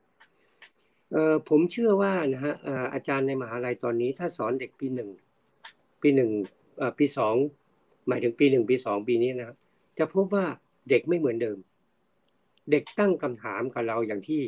ผมเชื่อว่านะฮะอาจารย์ในมหาลัยตอนนี้ถ้าสอนเด็กปี 1 ปี 2หมายถึงปี 1 ปี 2ปีนี้นะครับจะพบว่าเด็กไม่เหมือนเดิมเด็กตั้งคำถามกับเราอย่างที่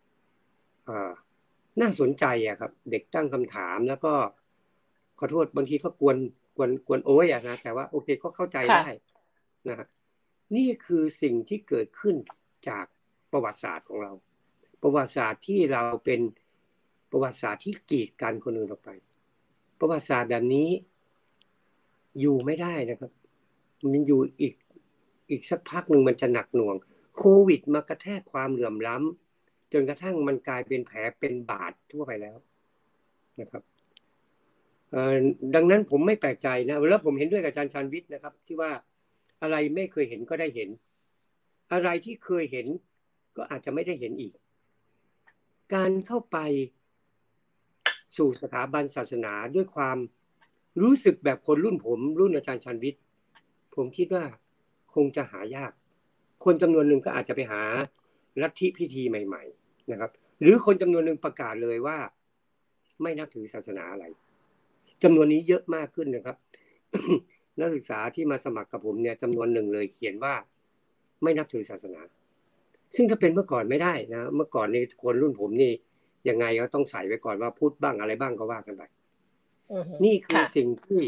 น่าสนใจครับเด็กตั้งคำถามแล้วก็ขอโทษบางทีก็กวนโอ้ยนะแต่ว่าโอเคก็เข้าใจได้นะฮะนี่คือสิ่งที่เกิดขึ้นจากประวัติศาสตร์ของเราประวัติศาสตร์ที่เราเป็นประวัติศาสตร์ที่กีดกันคนอื่นออกไปประวัติศาสตร์แบบนี้อยู่ไม่ได้นะครับมันอยู่อีกสักพักหนึ่งมันจะหนักหน่วงโควิดมากระแทกความเหลื่อมล้ำจนกระทั่งมันกลายเป็นแผลเป็นบาดทั่วไปแล้วนะครับดังนั้นผมไม่แปลกใจนะแล้วผมเห็นด้วยกับอาจารย์ชาญวิทย์นะครับที่ว่าอะไรไม่เคยเห็นก็ได้เห็นอะไรที่เคยเห็นก็อาจจะไม่ได้เห็นอีกการเข้าไปสู่สถาบันศาสนาด้วยความรู้สึกแบบคนรุ่นผมรุ่นอาจารย์ชาญวิทย์ผมคิดว่าคงจะหายากคนจำนวนหนึ่งก็อาจจะไปหาลัทธิพิธีใหม่ๆนะครับหรือคนจำนวนหนึ่งประกาศเลยว่าไม่นับถือศาสนาอะไรจำนวนนี้เยอะมากขึ้นนะครับ นักศึกษาที่มาสมัครกับผมเนี่ยจำนวนหนึ่งเลยเขียนว่าไม่นับถือศาสนาซึ่งถ้าเป็นเมื่อก่อนไม่ได้นะเมื่อก่อนนี่คนรุ่นผมนี่ยังไงก็ต้องใส่ไว้ก่อนว่าพูดบ้างอะไรบ้างก็ว่ากันไปนี่คือสิ่ง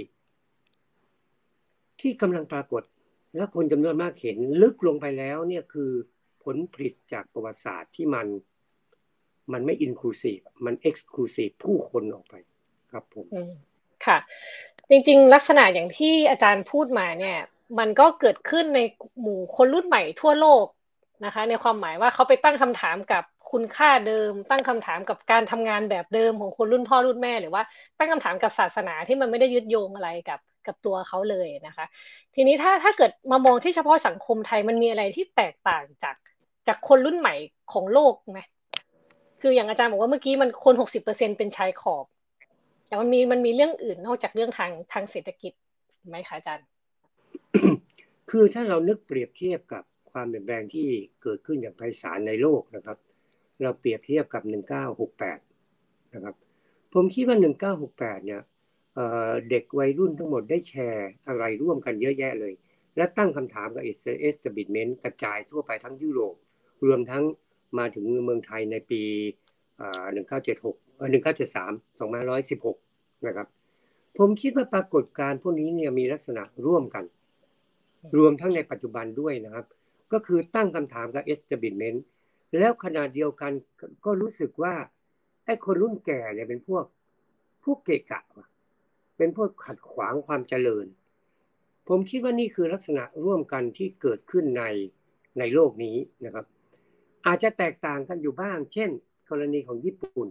ที่กำลังปรากฏและคนจำนวนมากเห็นลึกลงไปแล้วเนี่ยคือผลผลิตจากประวัติศาสตร์ที่มันไม่อินคลูซีฟมันเอ็กซ์คลูซีฟผู้คนออกไปครับผมค่ะจริงๆลักษณะอย่างที่อาจารย์พูดมาเนี่ยมันก็เกิดขึ้นในหมู่คนรุ่นใหม่ทั่วโลกนะคะในความหมายว่าเขาไปตั้งคำถามกับคุณค่าเดิมตั้งคำถามกับการทำงานแบบเดิมของคนรุ่นพ่อรุ่นแม่หรือว่าตั้งคำถามกับศาสนาที่มันไม่ได้ยึดโยงอะไรกับตัวเขาเลยนะคะทีนี้ถ้าเกิดมามองที่เฉพาะสังคมไทยมันมีอะไรที่แตกต่างจากคนรุ่นใหม่ของโลกไหมคืออย่างอาจารย์บอกว่าเมื่อกี้มันคน60%เป็นชายขอบแต่มันมีเรื่องอื่นนอกจากเรื่องทางเศรษฐกิจไหมคะอาจารย์คือถ้าเรานึกเปรียบเทียบกับความเปลี่ยนแปลงที่เกิดขึ้นอย่างไพศาลในโลกนะครับเราเปรียบเทียบกับ1968นะครับผมคิดว่า1968เนี่ยเด็กวัยรุ่นทั้งหมดได้แชร์อะไรร่วมกันเยอะแยะเลยและตั้งคำถามกับ establishment กระจายทั่วไปทั้งยุโรปรวมทั้งมาถึงเมืองไทยในปี1976 1973 2516นะครับผมคิดว่าปรากฏการณ์พวกนี้เนี่ยมีลักษณะร่วมกันรวมทั้งในปัจจุบันด้วยนะครับก็คือตั้งคำถามกับ establishment แล้วขณะเดียวกันก็รู้สึกว่าไอ้คนรุ่นแก่เนี่ยเป็นพวกเกะกะเป็นพวกขัดขวางความเจริญผมคิดว่านี่คือลักษณะร่วมกันที่เกิดขึ้นในโลกนี้นะครับอาจจะแตกต่างกันอยู่บ้างเช่นกรณีของญี่ปุ่น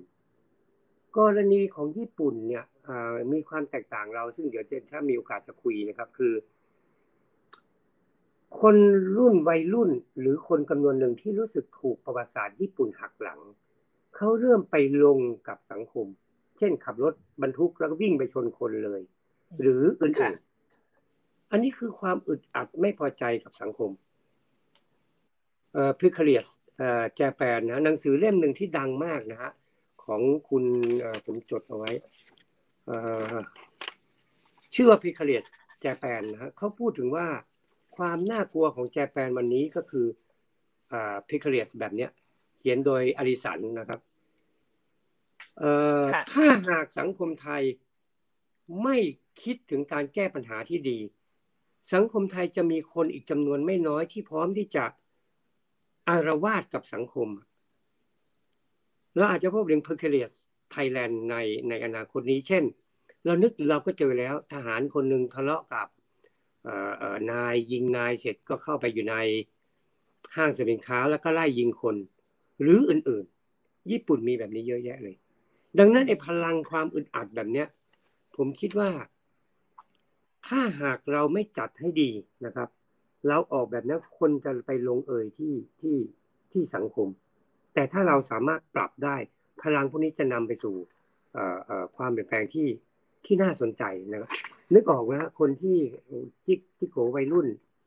เนี่ยมีความแตกต่างเราซึ่งเดี๋ยวถ้ามีโอกาสจะคุยนะครับคือคนรุ่นวัยรุ่นหรือคนจำนวนหนึ่งที่รู้สึกถูกประวัติศาสตร์ญี่ปุ่นหักหลังเขาเริ่มไปลงกับสังคมเช่นขับรถบรรทุกแล้วก็วิ่งไปชนคนเลยหรืออื่นๆอันนี้คือความอึดอัดไม่พอใจกับสังคมPrecarious Japan นะหนังสือเล่มหนึ่งที่ดังมากนะฮะของคุณผมจดเอาไว้ชื่อว่า Precarious Japan นะฮะเขาพูดถึงว่าความน่ากลัวของ Japan วันนี้ก็คือPrecarious แบบเนี้ยเขียนโดยอริสันนะครับถ้าหากสังคมไทยไม่คิดถึงการแก้ปัญหาที่ดีสังคมไทยจะมีคนอีกจำนวนไม่น้อยที่พร้อมที่จะอารวาสกับสังคมเราอาจจะพบเรื่อง Precarious Thailand ในอนาคตนี้เช่นเราก็เจอแล้วทหารคนหนึ่งทะเลาะกับนายยิงนายเสร็จก็เข้าไปอยู่ในห้างสินค้าแล้วก็ไล่ยิงคนหรืออื่นๆญี่ปุ่นมีแบบนี้เยอะแยะเลยดังนั้นไอ้พลังความอึดอัดแบบเนี้ยผมคิดว่าถ้าหากเราไม่จัดให้ดีนะครับเราออกแบบนี้คนจะไปลงเอยที่สังคมแต่ถ้าเราสามารถปรับได้พลังพวกนี้จะนำไปสู่ความเปลี่ยนแปลงที่น่าสนใจนะครับนึกออกนะคนที่โกวัยรุ่น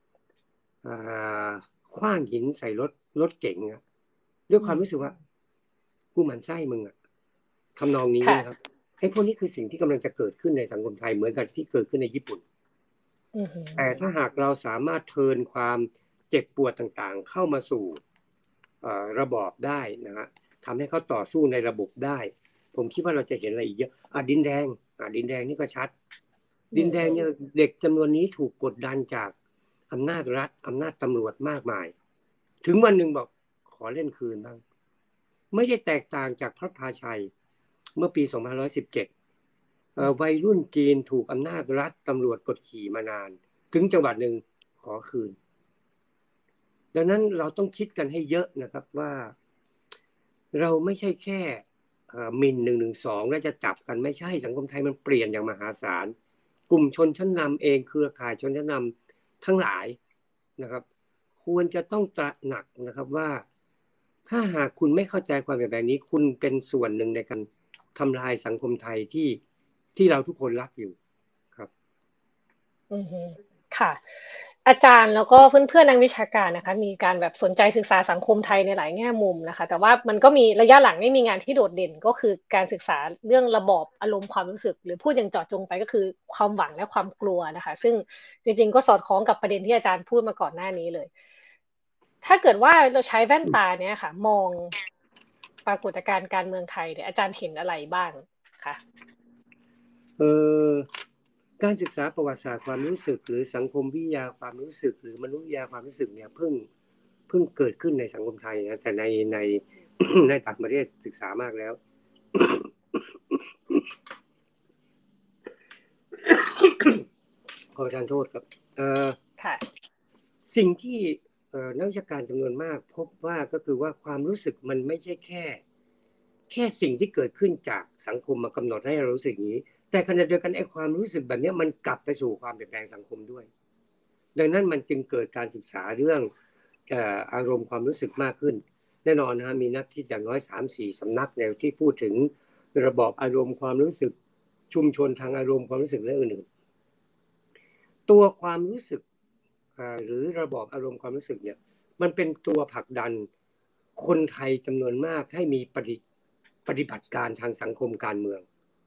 ขว้างหินใส่รถเก๋งด้วยความรู้สึกว่ากูหมั่นไส้มึงทำนองนี้นะครับไอ้พวกนี้คือสิ่งที่กำลังจะเกิดขึ้นในสังคมไทยเหมือนกับที่เกิดขึ้นในญี่ปุ่นแต่ถ้าหากเราสามารถเทิร์นความเจ็บปวดต่างๆเข้ามาสู่ระบอบได้นะฮะทำให้เขาต่อสู้ในระบบได้ผมคิดว่าเราจะเห็นอะไรอีกเยอะดินแดงนี่ก็ชัดดินแดงเนี่ยเด็กจำนวนนี้ถูกกดดันจากอำนาจรัฐอำนาจตำรวจมากมายถึงวันหนึ่งบอกขอเล่นคืนบ้างไม่ได้แตกต่างจากพระพาชัยเมื่อปี2517วัยรุ่นจีนถูกอำนาจรัฐตำรวจกดขี่มานานถึงจังหวัดหนึ่งขอคืนดังนั้นเราต้องคิดกันให้เยอะนะครับว่าเราไม่ใช่แค่หมิ่น112แล้วจะจับกันไม่ใช่สังคมไทยมันเปลี่ยนอย่างมหาศาลกลุ่มชนชั้นนำเองเครือข่ายชนชั้นนำทั้งหลายนะครับควรจะต้องตระหนักนะครับว่าถ้าหากคุณไม่เข้าใจความเปลี่ยนแปลงนี้คุณเป็นส่วนหนึ่งในการทำลายสังคมไทยที่เราทุกคนรักอยู่ครับค่ะอาจารย์แล้วก็เพื่อนๆนักวิชาการนะคะมีการแบบสนใจศึกษาสังคมไทยในหลายแง่มุมนะคะแต่ว่ามันก็มีระยะหลังไม่มีงานที่โดดเด่นก็คือการศึกษาเรื่องระบอบอารมณ์ความรู้สึกหรือพูดอย่างเจาะจงไปก็คือความหวังและความกลัวนะคะซึ่งจริงๆก็สอดคล้องกับประเด็นที่อาจารย์พูดมาก่อนหน้านี้เลยถ้าเกิดว่าเราใช้แว่นตาเนี่ยค่ะมองปรากฏการณ์การเมืองไทยเนี่ยอาจารย์เห็นอะไรบ้างคะเออการศึกษาประวัติศาสตร์ความรู้สึกหรือสังคมวิทยาความรู้สึกหรือมนุษยวิทยาความรู้สึกเนี่ยเพิ่งเกิดขึ้นในสังคมไทยนะแต่ใน ในต่างประเทศศึกษามากแล้ว ขอประทานโทษครับค่ะสิ่งที่นักวิชาการจำนวนมากพบว่าก็คือว่าความรู้สึกมันไม่ใช่แค่สิ่งที่เกิดขึ้นจากสังคมมากำหนดให้เรารู้สึกอย่างนี้แต่ขณะเดียวกันไอ้ความรู้สึกแบบนี้มันกลับไปสู่ความเปลี่ยนแปลงสังคมด้วยดังนั้นมันจึงเกิดการศึกษาเรื่องอารมณ์ความรู้สึกมากขึ้นแน่นอนนะมีนักคิดอย่างน้อย 3-4 สำนักแนวที่พูดถึงระบอบอารมณ์ความรู้สึกชุมชนทางอารมณ์ความรู้สึกและอื่นๆตัวความรู้สึกหรือระบอบอารมณ์ความรู้สึกเนี่ยมันเป็นตัวผลักดันคนไทยจำนวนมากให้มีปฏิบัติการทางสังคมการเมือง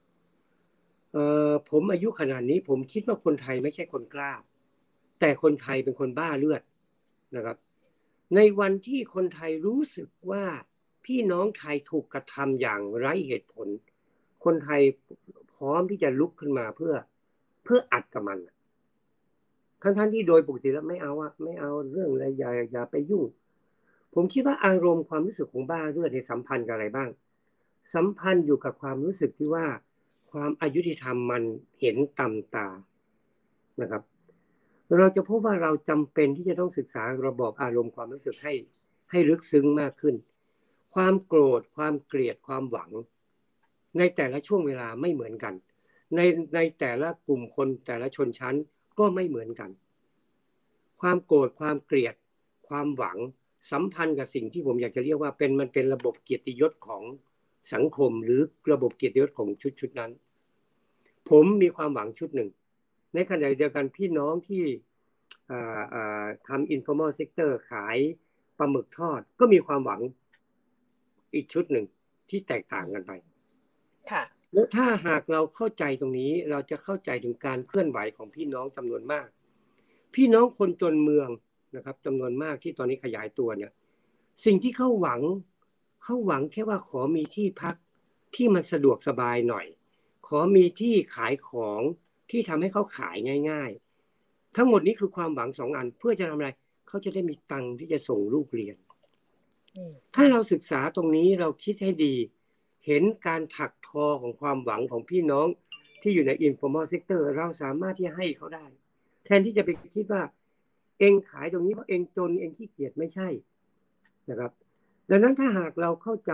ผมอายุขนาดนี้ผมคิดว่าคนไทยไม่ใช่คนกล้าแต่คนไทยเป็นคนบ้าเลือดนะครับในวันที่คนไทยรู้สึกว่าพี่น้องไทยถูกกระทำอย่างไร้เหตุผลคนไทยพร้อมที่จะลุกขึ้นมาเพื่ออัดกับมันทั้งที่โดยปกติแล้วไม่เอาเรื่องอะไรอย่าไปยุ่งผมคิดว่าอารมณ์ความรู้สึกของบ้าเลือดในสัมพันธ์กับอะไรบ้างสัมพันธ์อยู่กับความรู้สึกที่ว่าความอายุติธรรมมันเห็นตำตานะครับเราจะพบว่าเราจำเป็นที่จะต้องศึกษาระบบอารมณ์ความรู้สึกให้ลึกซึ้งมากขึ้นความโกรธความเกลียดความหวังในแต่ละช่วงเวลาไม่เหมือนกันในแต่ละกลุ่มคนแต่ละชนชั้นก็ไม่เหมือนกันความโกรธความเกลียดความหวังสัมพันธ์กับสิ่งที่ผมอยากจะเรียกว่ามันเป็นระบบเกียรติยศของสังคมหรือระบบเกียรติยศของชุดนั้นผมมีความหวังชุดหนึ่งในขณะเดียวกันพี่น้องที่ทำ informal sector ขายปลาหมึกทอดก็มีความหวังอีกชุดหนึ่งที่แตกต่างกันไปค่ะและถ้าหากเราเข้าใจตรงนี้เราจะเข้าใจถึงการเคลื่อนไหวของพี่น้องจำนวนมากพี่น้องคนจนเมืองนะครับจำนวนมากที่ตอนนี้ขยายตัวเนี่ยสิ่งที่เขาหวังแค่ว่าขอมีที่พักที่มันสะดวกสบายหน่อยขอมีที่ขายของที่ทำให้เขาขายง่ายๆทั้งหมดนี้คือความหวัง2 อันเพื่อจะทำอะไรเขาจะได้มีตังค์ที่จะส่งลูกเรียนถ้าเราศึกษาตรงนี้เราคิดให้ดีเห็นการถักทอของความหวังของพี่น้องที่อยู่ใน informal sector เราสามารถที่จะให้เขาได้แทนที่จะไปคิดว่าเองขายตรงนี้เพราะเองจนเองขี้เกียจไม่ใช่นะครับดังนั้นถ้าหากเราเข้าใจ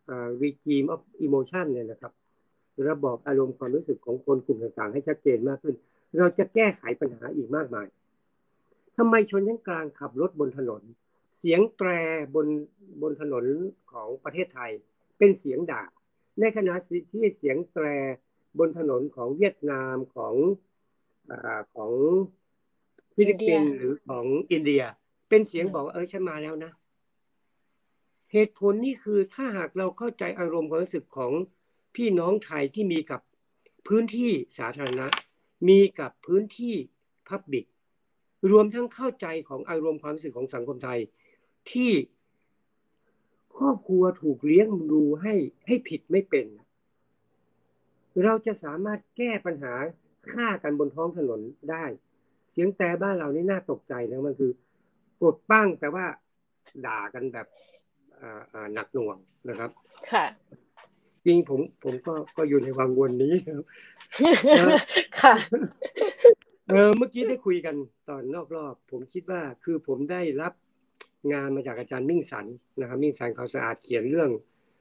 regime of emotion เนี่ยนะครับระบอบอารมณ์ความรู้สึกของคนกลุ่มต่างๆให้ชัดเจนมากขึ้นเราจะแก้ไขปัญหาอีกมากมายทำไมชนชั้นกลางขับรถบนถนนเสียงแตรบนถนนของประเทศไทยเป็นเสียงด่าในขณะที่เสียงแตรบนถนนของเวียดนามของฟิลิปปินส์หรือของอินเดียเป็นเสียงบอกว่าฉันมาแล้วนะเหตุผลนี่คือถ้าหากเราเข้าใจอารมณ์ความรู้สึกของพี่น้องไทยที่มีกับพื้นที่สาธารณะมีกับพื้นที่พับบิกรวมทั้งเข้าใจของอารมณ์ความรู้สึกของสังคมไทยที่ครอบครัวถูกเลี้ยงดูให้ผิดไม่เป็นเราจะสามารถแก้ปัญหาฆ่ากันบนท้องถนนได้เสียงแต่บ้านเรานี่น่าตกใจนะมันคือกดปั้งแต่ว่าด่ากันแบบหนักหน่วงนะครับค่ะจริงผมก็อยู่ในวังวนนี้ครับค่ะเมื่อกี้ได้คุยกันตอนนอกรอบผมคิดว่าคือผมได้รับงานมาจากอาจารย์มิ่งสันนะครับมิ่งสันเขาสะอาดเขียนเรื่อง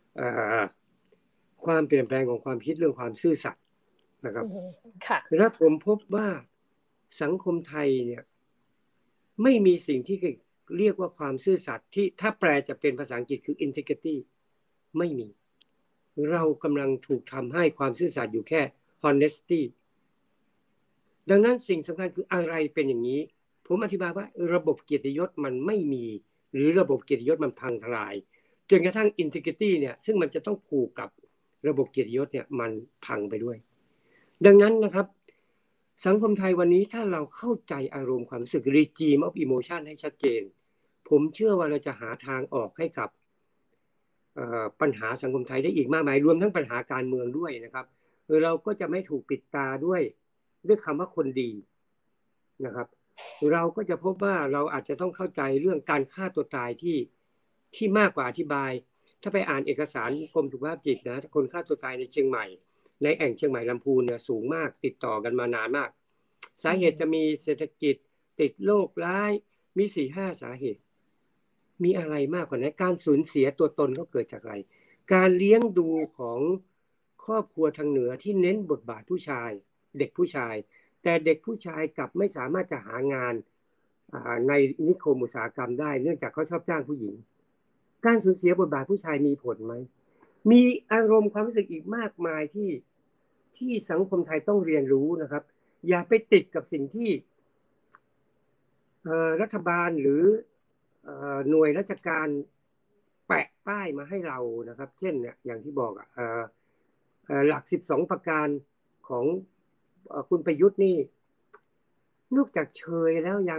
ความเปลี่ยนแปลงของความคิดเรื่องความซื่อสัตย์นะครับและผมพบว่าสังคมไทยเนี่ยไม่มีสิ่งที่เรียกว่าความซื่อสัตย์ที่ถ้าแปลจะเป็นภาษาอังกฤษคือ integrity ไม่มีเรากำลังถูกทำให้ความซื่อสัตย์อยู่แค่ honesty ดังนั้นสิ่งสำคัญคืออะไรเป็นอย่างนี้ผมอธิบายว่าระบบเกียรติยศมันไม่มีหรือระบบเกียรติยศมันพังทลายจนกระทั่ง integrity เนี่ยซึ่งมันจะต้องผูกกับระบบเกียรติยศเนี่ยมันพังไปด้วยดังนั้นนะครับสังคมไทยวันนี้ถ้าเราเข้าใจอารมณ์ความรู้สึก regime of emotion ให้ชัดเจนผมเชื่อว่าเราจะหาทางออกให้กับปัญหาสังคมไทยได้อีกมากมายรวมทั้งปัญหาการเมืองด้วยนะครับเราก็จะไม่ถูกปิดตาด้วยคำว่าคนดีนะครับเราก็จะพบว่าเราอาจจะต้องเข้าใจเรื่องการฆ่าตัวตายที่มากกว่าอธิบายถ้าไปอ่านเอกสารกรมสุขภาพจิตนะคนฆ่าตัวตายในเชียงใหม่ในแอ่งเชียงใหม่ลำพูนเนี่ยสูงมากติดต่อกันมานานมากสาเหตุจะมีเศรษฐกิจติดโรคร้ายมี 4-5 สาเหตุมีอะไรมากกว่านั้นการสูญเสียตัวตนก็เกิดจากอะไรการเลี้ยงดูของครอบครัวทางเหนือที่เน้นบทบาทผู้ชายเด็กผู้ชายแต่เด็กผู้ชายกลับไม่สามารถจะหางานในนิคมอุตสาหกรรมได้เนื่องจากเขาชอบจ้างผู้หญิงการสูญเสียบทบาทผู้ชายมีผลไหมมีอารมณ์ความรู้สึกอีกมากมายที่สังคมไทยต้องเรียนรู้นะครับอย่าไปติดกับสิ่งที่รัฐบาลหรือหน่วยราชการแปะป้ายมาให้เรานะครับเช่นเนี่ยอย่างที่บอกหลัก12ประการของคุณประยุทธ์นี่นอกจากเชยแล้วยัง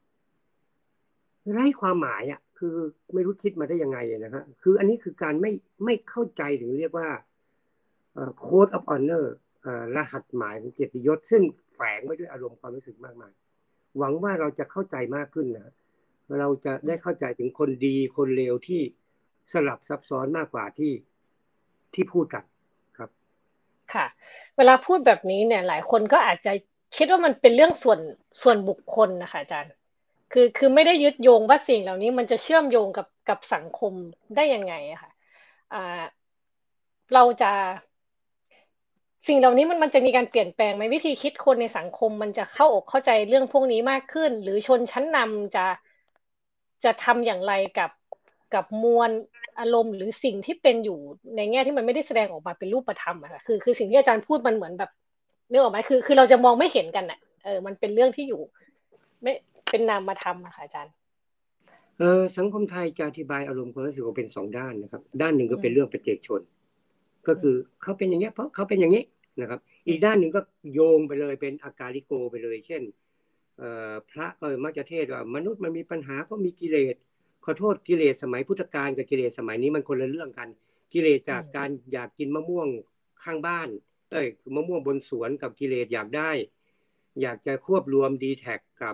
ไร้ความหมายอ่ะคือไม่รู้คิดมาได้ยังไงนะฮะคืออันนี้คือการไม่เข้าใจหรือเรียกว่าcode of honor รหัสหมายของเกียรติยศซึ่งแฝงไว้ด้วยอารมณ์ความรู้สึกมากมายหวังว่าเราจะเข้าใจมากขึ้นนะเราจะได้เข้าใจถึงคนดีคนเลวที่สลับซับซ้อนมากกว่าที่พูดกันครับค่ะเวลาพูดแบบนี้เนี่ยหลายคนก็อาจจะคิดว่ามันเป็นเรื่องส่วนบุคคลนะคะอาจารย์คือไม่ได้ยึดโยงว่าสิ่งเหล่านี้มันจะเชื่อมโยงกับสังคมได้ยังไงอะค่ะอ่าเราจะสิ่งเหล่านี้มันจะมีการเปลี่ยนแปลงไหมวิธีคิดคนในสังคมมันจะเข้าอกเข้าใจเรื่องพวกนี้มากขึ้นหรือชนชั้นนำจะทำอย่างไรกับมวลอารมณ์หรือสิ่งที่เป็นอยู่ในแง่ที่มันไม่ได้แสดงออกมาเป็นรูปธรรมอะค่ะคือสิ่งที่อาจารย์พูดมันเหมือนแบบนึกออกไหมคือเราจะมองไม่เห็นกันอะมันเป็นเรื่องที่อยู่ไม่เป็นนามธรรมอะค่ะอาจารย์สังคมไทยจะอธิบายอารมณ์ความรู้สึกออกเป็น2ด้านนะครับด้านหนึ่งก็เป็นเรื่องปัจเจกชนก็คือเขาเป็นอย่างนี้เพราะเขาเป็นอย่างนี้นะครับอีกด้านหนึ่งก็โยงไปเลยเป็นอากาลิโกไปเลยเช่นพระก็มักจะเทศว่ามนุษย์มันมีปัญหาเพราะมีกิเลสขอโทษกิเลสสมัยพุทธกาลกับกิเลสสมัยนี้มันคนละเรื่องกันกิเลสจากการอยากกินมะม่วงข้างบ้านมะม่วงบนสวนกับกิเลสอยากได้อยากจะควบรวมดีแท็กกับ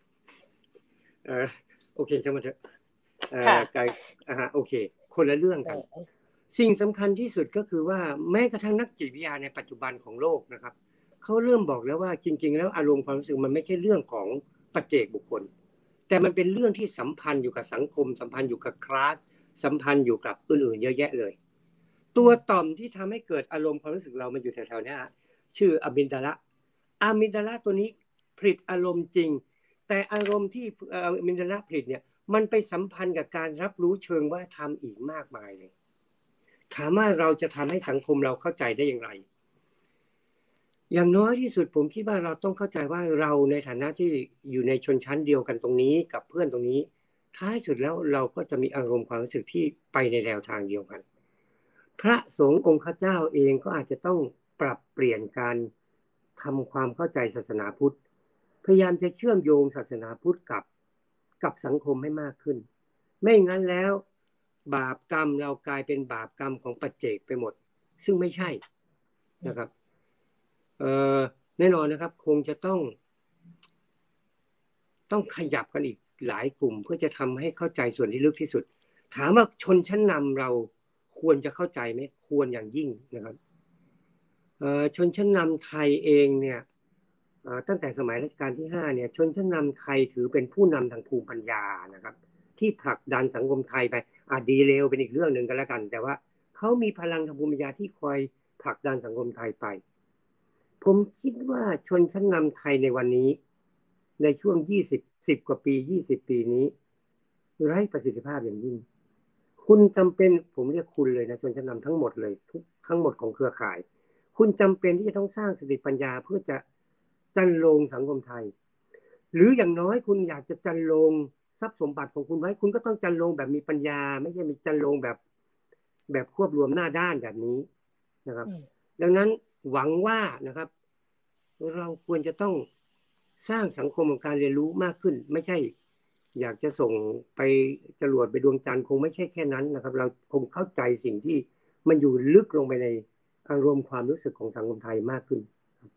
โอเคช่างมันเถอะโอเคคนละเรื่องกันสิ่งสำคัญที่สุดก็คือว่าแม้กระทั่งนักจิตวิทยาในปัจจุบันของโลกนะครับเขาเริ่มบอกแล้วว่าจริงๆแล้วอารมณ์ความรู้สึกมันไม่ใช่เรื่องของปัจเจกบุคคลแต่มันเป็นเรื่องที่สัมพันธ์อยู่กับสังคมสัมพันธ์อยู่กับคลาสสัมพันธ์อยู่กับอื่นๆเยอะแยะเลยตัวต่อมที่ทำให้เกิดอารมณ์ความรู้สึกเรามันอยู่แถวๆนี้ชื่ออะมิกดาลาตัวนี้ผลิตอารมณ์จริงแต่อารมณ์ที่อะมิกดาลาผลิตเนี่ยมันไปสัมพันธ์กับการรับรู้เชิงวัฒนธรรมอีกมากมายเลยถามว่าเราจะทำให้สังคมเราเข้าใจได้อย่างไรอย่างน้อยที่สุดผมคิดว่าเราต้องเข้าใจว่าเราในฐานะที่อยู่ในชนชั้นเดียวกันตรงนี้กับเพื่อนตรงนี้ท้ายสุดแล้วเราก็จะมีอารมณ์ความรู้สึกที่ไปในแนวทางเดียวกันพระสงฆ์องค์ข้าเจ้าเองก็อาจจะต้องปรับเปลี่ยนการทำความเข้าใจศาสนาพุทธพยายามจะเชื่อมโยงศาสนาพุทธกับสังคมให้มากขึ้นไม่งั้นแล้วบาปกรรมเรากลายเป็นบาปกรรมของปัจเจกไปหมดซึ่งไม่ใช่นะครับแน่นอนนะครับคงจะต้องขยับกันอีกหลายกลุ่มเพื่อจะทำให้เข้าใจส่วนที่ลึกที่สุดถามว่าชนชั้นนำเราควรจะเข้าใจไหมควรอย่างยิ่งนะครับชนชั้นนำไทยเองเนี่ยตั้งแต่สมัยรัชกาลที่5เนี่ยชนชั้นนำไทยถือเป็นผู้นำทางภูมิปัญญานะครับที่ผลักดันสังคมไทยไปดีเลวเป็นอีกเรื่องหนึ่งกันแล้วกันแต่ว่าเขามีพลังทางภูมิปัญญาที่คอยผลักดันสังคมไทยไปผมคิดว่าชนชั้นนำไทยในวันนี้ในช่วง10 กว่าปี20 ปีนี้ไร้ประสิทธิภาพอย่างยิ่งคุณจำเป็นผมเรียกคุณเลยนะชนชั้นนำทั้งหมดเลยทั้งหมดของเครือข่ายคุณจำเป็นที่จะต้องสร้างสติปัญญาเพื่อจะจันโลงสังคมไทยหรืออย่างน้อยคุณอยากจะจรรโลงทรัพย์สมบัติของคุณไว้คุณก็ต้องจรรโลงแบบมีปัญญาไม่ใช่มีจรรโลงแบบควบรวมหน้าด้านแบบนี้นะครับดังนั้นหวังว่านะครับเราควรจะต้องสร้างสังคมของการเรียนรู้มากขึ้นไม่ใช่อยากจะส่งไปจรวดไปดวงจันทร์คงไม่ใช่แค่นั้นนะครับเราคงเข้าใจสิ่งที่มันอยู่ลึกลงไปในอารมณ์ความรู้สึกของสังคมไทยมากขึ้น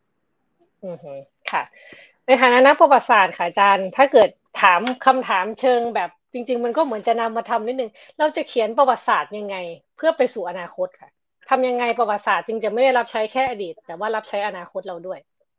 ค่ะในฐานะนักประวัติศาสตร์ค่ะอาจารย์ถ้าเกิดถามคำถามเชิงแบบจริงๆมันก็เหมือนจะนำมาทำนิดนึงเราจะเขียนประวัติศาสตร์ยังไงเพื่อไปสู่อนาคตค่ะทำยังไงประวัติศาสตร์จึงจะไม่ได้รับใช้แค่อดีตแต่ว่ารับใช้อนาคตเราด้วย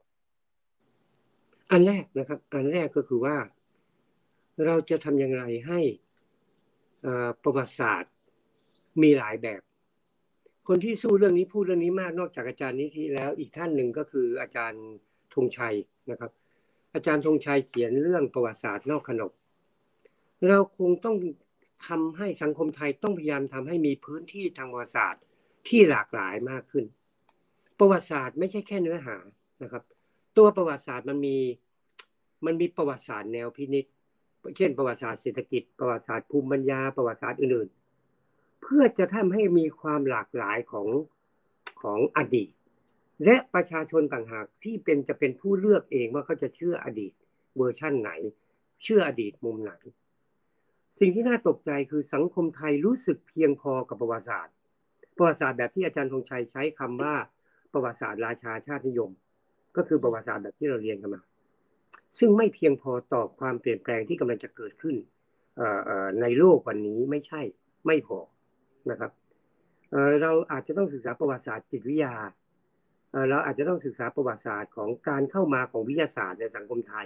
อันแรกนะครับอันแรกก็คือว่าเราจะทำอย่างไรให้ประวัติศาสตร์มีหลายแบบคนที่สู้เรื่องนี้พูดเรื่องนี้มากนอกจากอาจารย์นิธิแล้วอีกท่านหนึ่งก็คืออาจารย์ธงชัยนะครับอาจารย์ธงชัยเขียนเรื่องประวัติศาสตร์นอกขนบเราคงต้องทำให้สังคมไทยต้องพยายามทำให้มีพื้นที่ทางประวัติศาสตร์ที่หลากหลายมากขึ้นประวัติศาสตร์ไม่ใช่แค่เนื้อหานะครับตัวประวัติศาสตร์มันมีประวัติศาสตร์แนวพินิจเช่นประวัติศาสตร์เศรษฐกิจประวัติศาสตร์ภูมิปัญญาประวัติศาสตร์อื่นๆเพื่อจะทำให้มีความหลากหลายของอดีตและประชาชนต่างหากที่จะเป็นผู้เลือกเองว่าเขาจะเชื่ออดีตเวอร์ชั่นไหนเชื่ออดีตมุมไหนสิ่งที่น่าตกใจคือสังคมไทยรู้สึกเพียงพอกับประวัติศาสตร์แบบที่อาจารย์ธงชัยใช้คำว่าประวัติศาสตร์ราชาชาตินิยมก็คือประวัติศาสตร์แบบที่เราเรียนกันมาซึ่งไม่เพียงพอต่อความเปลี่ยนแปลงที่กำลังจะเกิดขึ้นในโลกวันนี้ไม่พอนะครับเราอาจจะต้องศึกษาประวัติศาสตร์จิตวิทยาเราอาจจะต้องศึกษาประวัติศาสตร์ของการเข้ามาของวิทยาศาสตร์ในสังคมไทย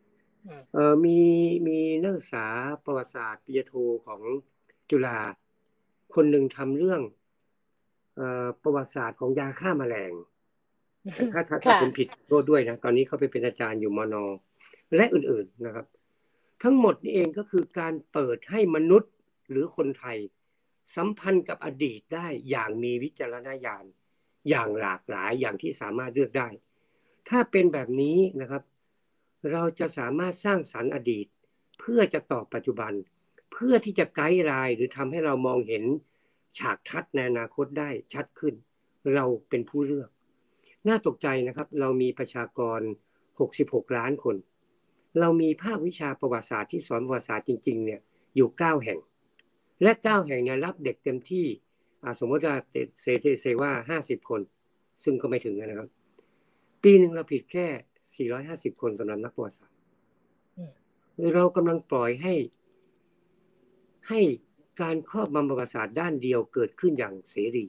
มีนักศึกษาประวัติศาสตร์ปริญญาโทของจุฬาคนหนึ่งทำเรื่องประวัติศาสตร์ของยาฆ่าแมลงถ้าผมผิดโทษด้วยนะตอนนี้เขาไปเป็นอาจารย์อยู่มน.และอื่นๆนะครับทั้งหมดนี้เองก็คือการเปิดให้มนุษย์หรือคนไทยสัมพันธ์กับอดีตได้อย่างมีวิจารณญาณอย่างหลากหลายอย่างที่สามารถเลือกได้ถ้าเป็นแบบนี้นะครับเราจะสามารถสร้างสรรค์อดีตเพื่อจะตอบปัจจุบันเพื่อที่จะไกด์ไลน์หรือทำให้เรามองเห็นฉากทัศน์ในอนาคตได้ชัดขึ้นเราเป็นผู้เลือกน่าตกใจนะครับเรามีประชากร66 ล้านคนเรามีภาควิชาประวัติศาสตร์ที่สอนประวัติศาสตร์จริงๆเนี่ยอยู่9แห่งและ9แห่งเนี่ยรับเด็กเต็มที่สมมติว่าเซว่า50 คนซึ่งก็ไม่ถึงนะครับปีหนึ่งเราผิดแค่450 คนสำหรับนักประวัติศาสตร์เรากำลังปล่อยให้การครอบงำประวัติศาสตร์ด้านเดียวเกิดขึ้นอย่างเสรี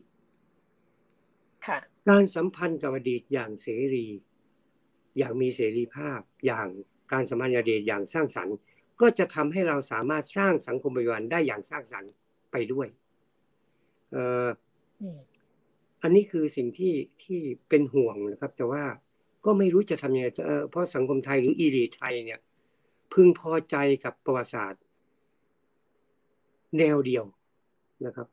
การสัมพันธ์กับอดีตอย่างเสรีอย่างมีเสรีภาพอย่างการสัมพันธ์กับอดีตอย่างสร้างสรรค์ก็จะทำให้เราสามารถสร้างสังคมปัจจุบันได้อย่างสร้างสรรค์ไปด้วยอันนี้คือสิ่งที่เป็นห่วงนะครับแต่ว่าก็ไม่รู้จะทำยังไงเพราะสังคมไทยหรืออีลีทไทยเนี่ยพึงพอใจกับประวัติศาสตร์แนวเดียวนะครับ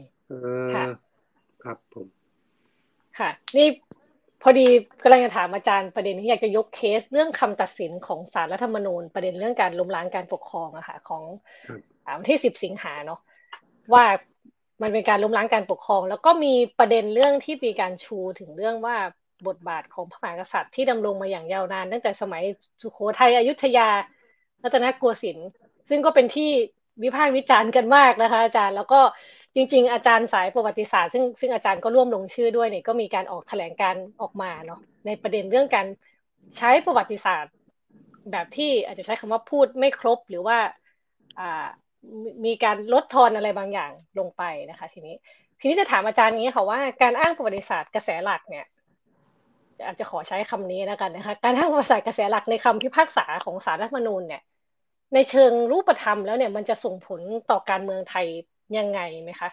ครับผมค่ะนี่พอดีกำลังจะถามอาจารย์ประเด็นที่อยากจะยกเคสเรื่องคำตัดสินของศาลรัฐธรรมนูญประเด็นเรื่องการล้มล้างการปกครองอะค่ะของวันที่10 สิงหาเนาะว่ามันเป็นการล้มล้างการปกครองแล้วก็มีประเด็นเรื่องที่มีการชูถึงเรื่องว่าบทบาทของพระมหากษัตริย์ที่ดำรงมาอย่างยาวนานตั้งแต่สมัยสุโขทัยอยุธยารัตนโกสินทร์ซึ่งก็เป็นที่วิพากษ์วิจารณ์กันมากนะคะอาจารย์แล้วก็จริงๆอาจารย์สายประวัติศาสตร์ซึ่งอาจารย์ก็ร่วมลงชื่อด้วยเนี่ยก็มีการออกแถลงการออกมาเนาะในประเด็นเรื่องการใช้ประวัติศาสตร์แบบที่อาจจะใช้คำว่าพูดไม่ครบหรือว่ามีการลดทอนอะไรบางอย่างลงไปนะคะทีนี้จะถามอาจารย์นี้ค่ะว่าการอ้างประวัติศาสตร์กระแสหลักเนี่ยอาจจะขอใช้คำนี้แล้วกันนะคะการอ้างประวัติศาสตร์กระแสหลักในคำพิพากษาของศาลรัฐธรรมนูญเนี่ยในเชิงรูปธรรมแล้วเนี่ยมันจะส่งผลต่อการเมืองไทยยังไงไหมคะ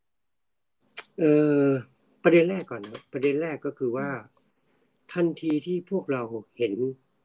ประเด็นแรกก่อนนะประเด็นแรกก็คือว่าทันทีที่พวกเราเห็น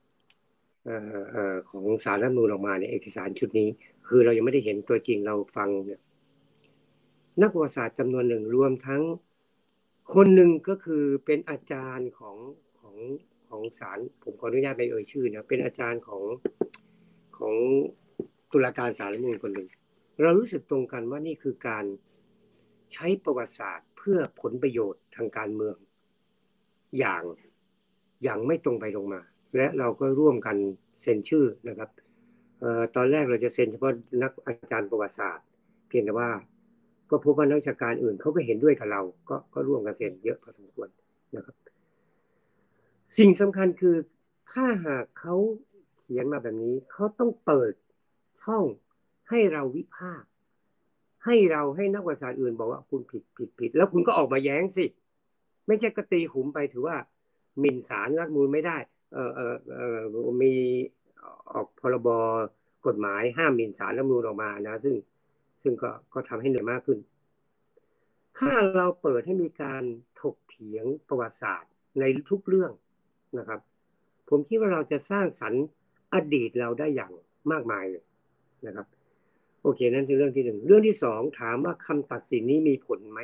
ของสารรัฐธรรมนูญออกมาในเอกสารชุดนี้คือเรายังไม่ได้เห็นตัวจริงเราฟังเนี่ยนักประวัติศาสตร์จำนวนหนึ่งรวมทั้งคนหนึ่งก็คือเป็นอาจารย์ของศาลผมขออนุญาตไม่เอ่ยชื่อนะเป็นอาจารย์ของตุลาการศาลรัฐธรรมนูญคนหนึ่งเรารู้สึกตรงกันว่านี่คือการใช้ประวัติศาสตร์เพื่อผลประโยชน์ทางการเมืองอย่างไม่ตรงไปตรงมาและเราก็ร่วมกันเซ็นชื่อนะครับตอนแรกเราจะเซ็นเฉพาะนักอาจารย์ประวัติศาสตร์เพียงแต่ว่าก็พบว่านักวิชาการอื่นเขาก็เห็นด้วยกับเราก็ร่วมกันเซ็นเยอะพอสมควรนะครับสิ่งสำคัญคือถ้าหากเขาเขียนมาแบบนี้เขาต้องเปิดช่องให้เราวิพากษ์ให้นักวิชาการอื่นบอกว่าคุณผิดแล้วคุณก็ออกมาแย้งสิไม่ใช่กระตีหุมไปถือว่าหมิ่นศาลรัฐธรรมนูญไม่ได้มีออกพรบกฎหมายห้ามหมิ่นศาลรัฐธรรมนูญออกมานะซึ่งก็ทำให้เหนื่อยมากขึ้นถ้าเราเปิดให้มีการถกเถียงประวัติศาสตร์ในทุกเรื่องนะครับผมคิดว่าเราจะสร้างสรรค์อดีตเราได้อย่างมากมายเลยนะครับโอเคนั่นคือเรื่องที่หนึ่งเรื่องที่สองถามว่าคำตัดสินนี้มีผลไหม